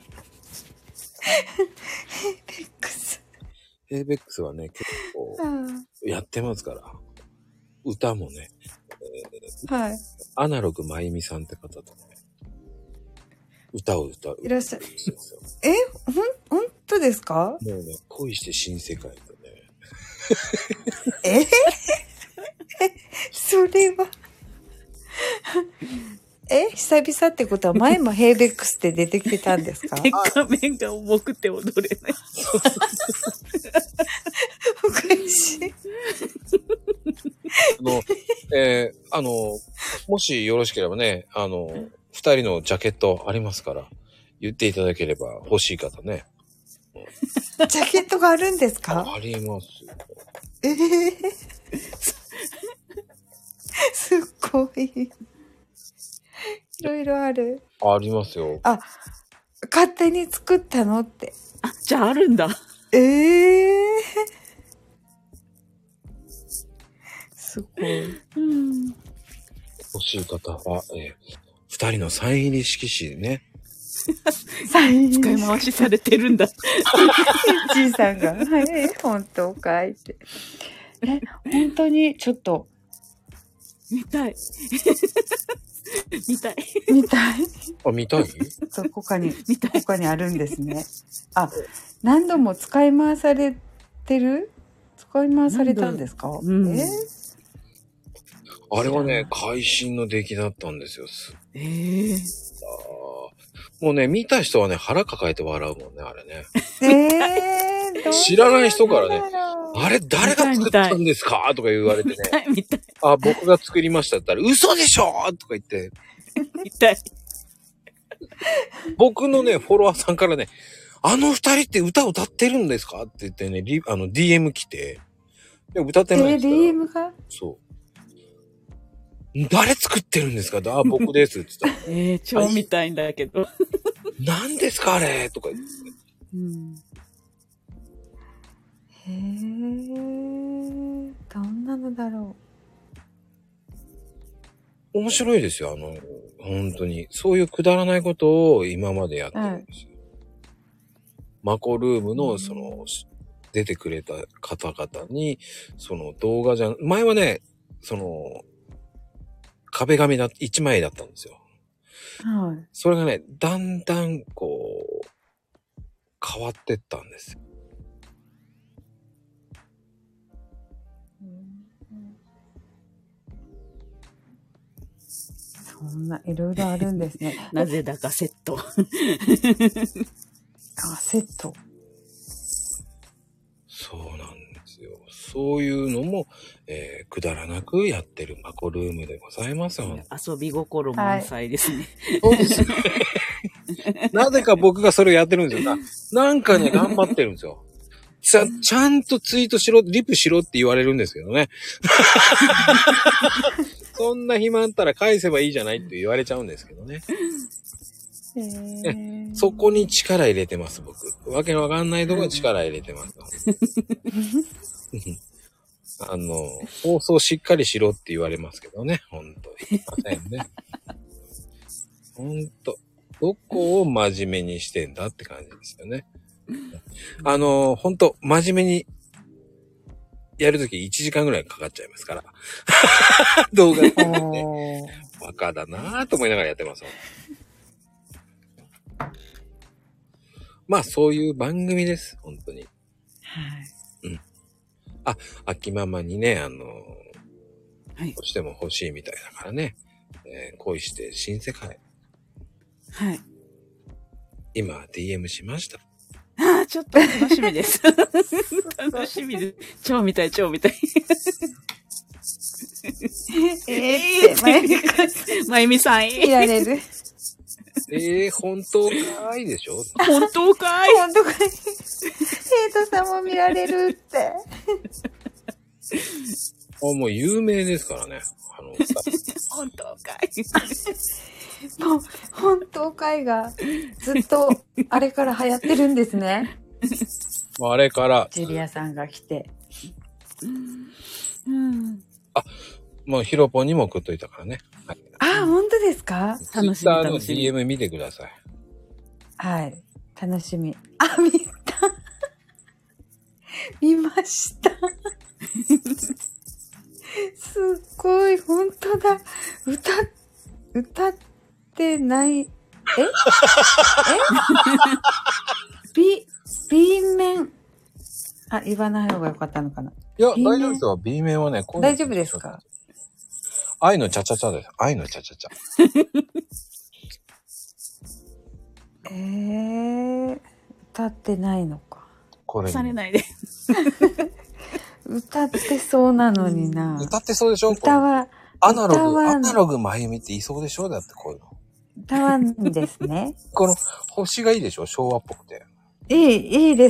クス。 ヘイベックスはね、結構、やってますから。歌もね、 えー、はい。 アナログまゆみさんって方とね、歌を歌う。 いらっしゃる。え、ほん、ほんとですか？ もうね、恋して新世界とね。 えそれはえ久々ってことは前もヘイベックスって出てきてたんですか？ 鉄仮面が重くて踊れない。 おかしい。 あの、えー、あの、もしよろしければね、あの、二人のジャケットありますから、言っていただければ欲しい方ね。 ジャケットがあるんですか？ ありますよ。 ええー、すっごい。いろいろある。 ありますよ。 あ、勝手に作ったのって。 あ、じゃああるんだ。 ええー。すごい。 うん。 欲しい方は、えー、二人のサイン入り色紙ね。 サイン使い回しされてるんだ。 じいさんが、はい、本当かいって。え、本当にちょっと。 見たい。見たい。 見たい。 あ、見たい？ そう、他に、 見たい。 他にあるんですね。あ、何度も使い回されてる？使い回されたんですか？ うん、 えー、 あれはね、会心の出来だったんですよ。 えー、 もうね、見た人はね、腹抱えて笑うもんね、あれね。 えー、 知らない人からね、あれ誰が作ったんですかとか言われてね。 見たい。 あ、僕が作りましたって言ったら、嘘でしょとか言って。 見たい。 僕のね、フォロワーさんからね、あの二人って歌歌ってるんですかって言ってね、リあの ディーエム 来て、でも歌ってないんですから。 えー、ディーエム がそう。誰作ってるんですかあ、僕ですって言ったら。 えー、超見たいんだけど。 何ですかあれとか言って。 うん、 へー、どんなのだろう。面白いですよ、あの、本当に。そういうくだらないことを今までやってるんですよ。うん、マコルームの、その、出てくれた方々に、その動画じゃ、前はね、その、 壁紙だ、一枚だったんですよ。 はい。 それがね、だんだん、こう、変わってったんですよ。 そんな、いろいろあるんですね。 なぜだかセット。 あ、セット。 そうなんですよ。そういうのも、えー、くだらなくやってるマコルームでございますよ。 遊び心満載ですね。 そうですね。なぜか僕がそれをやってるんですよ。な、なんかね、頑張ってるんですよ。ちゃ、ちゃんとツイートしろ、リプしろって言われるんですけどね。そんな暇あったら返せばいいじゃないって言われちゃうんですけどね。 へー。 そこに力入れてます、僕。わけのわかんないところに力入れてます。あの、放送しっかりしろって言われますけどね。ほんと。すいませんね。ほんと。どこを真面目にしてんだって感じですよね。あの、ほんと、真面目にやるときいちじかんぐらいかかっちゃいますから。動画ね。バカだなぁと思いながらやってます。まあ、そういう番組です。本当に。 はい。 うん。あ、秋ママにね、あの、 はい。 どうしても欲しいみたいだからね。えー、恋して新世界。 はい。 今、ディーエム しました。 ああ、ちょっと楽しみです。楽しみです。超見たい、超見たい。 えーって、まゆみかまゆみさん、 見られる。 えー、本当かいでしょ本当かい本当かい。ヘイトさんも見られるって。 あ、もう有名ですからね。あの、 本当かい。 もう、本当かいが、ずっと、あれから流行ってるんですね。 あれから。 ジュリアさんが来て。 うん。 あ、もうヒロポンにも送っといたからね。はい、 あ、本当ですか？ 楽しみ。 ツイッターの ディーエム 見てください。 はい。楽しみ。あ、見た。見ました。すっごい、本当だ。歌、歌ってない。ええ？B、B 面。あ、言わない方がよかったのかな。 いや、大丈夫ですよ。B 面はね、 大丈夫ですか？ 愛のチャチャチャです。愛のチャチャチャ。 えー、歌ってないのか。 これ、 されないで。 歌ってそうなのにな。 歌ってそうでしょ？ 歌は、 アナログ、 歌はアナログまゆみって言いそうでしょ？だってこういうの。 歌わんですね。 この星がいいでしょ？昭和っぽくて。 いい、いいです。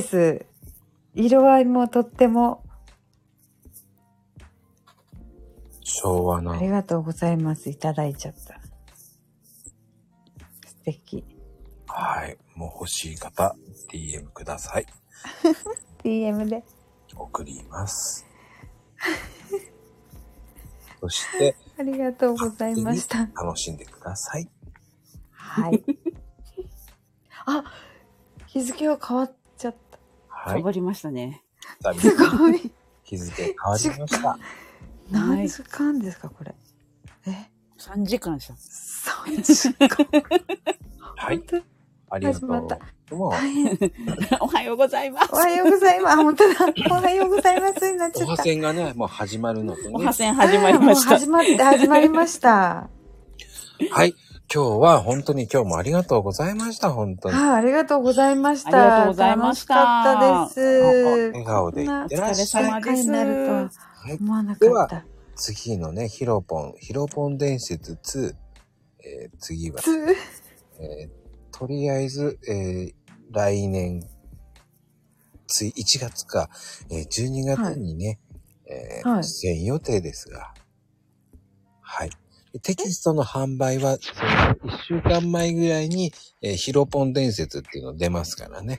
色合いもとっても。 昭和な。 ありがとうございます。いただいちゃった。素敵。 はい。もう欲しい方、ディーエム ください。 ディーエム で。 送ります。そして、 ありがとうございました。 楽しんでください。 はい。あ、日付が変わっちゃった。 はい。 変わりましたね。 すごい。 日付変わりました。 何時間ですか、これ。え ? さんじかんした。 さんじかん。 はい。ありがとう。 始まった。 大変。 おはようございます。 おはようございます。あ、本当だ。おはようございますになっちゃった。 おはせんがね、もう始まるのとね。 おはせん始まりました。 始まって、始まりました。 はい。今日は本当に今日もありがとうございました。本当に。 はい、ありがとうございました。 ありがとうございました。 楽しかったです。 笑顔でいってらっしゃい。 お疲れ様です。 になるとは思わなかった。 では、次のね、ヒロポン、ヒロポン伝説ツー。えー、次は、えー、とりあえず、えー、来年、ついいちがつか、えー、じゅうにがつにね、はい、えーはい、出演予定ですが、はい。テキストの販売は、そのいっしゅうかんまえぐらいに、えー、ヒロポン伝説っていうの出ますからね。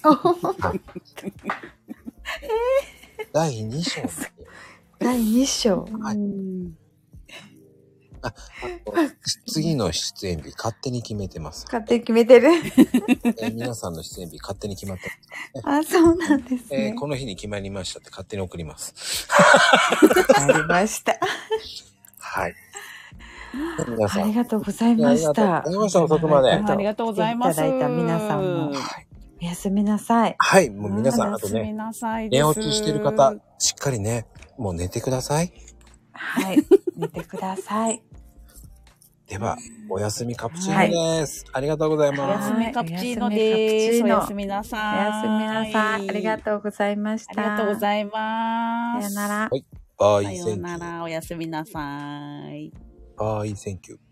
だいに章。 だいに章。 はい。あ、あと次の出演日勝手に決めてます。 勝手に決めてる、 えー、皆さんの出演日勝手に決まってますからね。あ、そうなんですね、 えー。この日に決まりましたって勝手に送ります。 ありました。 はい。 皆さん。 ありがとうございました。 ありがとうございました。遅くまで。 ありがとうございます。 いただいた皆さんも。おやすみなさい。 はい。もう皆さん、あとね、 おやすみなさい寝落ちしてる方、しっかりね、もう寝てください。 はい。寝てください。 では、おやすみカプチーノです。はい、ありがとうございます。 おやすみカプチーノです。おやすみなさい。 おやすみなさい。ありがとうございました。 ありがとうございます。 さよなら。 はい。バイ、 さよなら。おやすみなさい。 バイ、センキュー。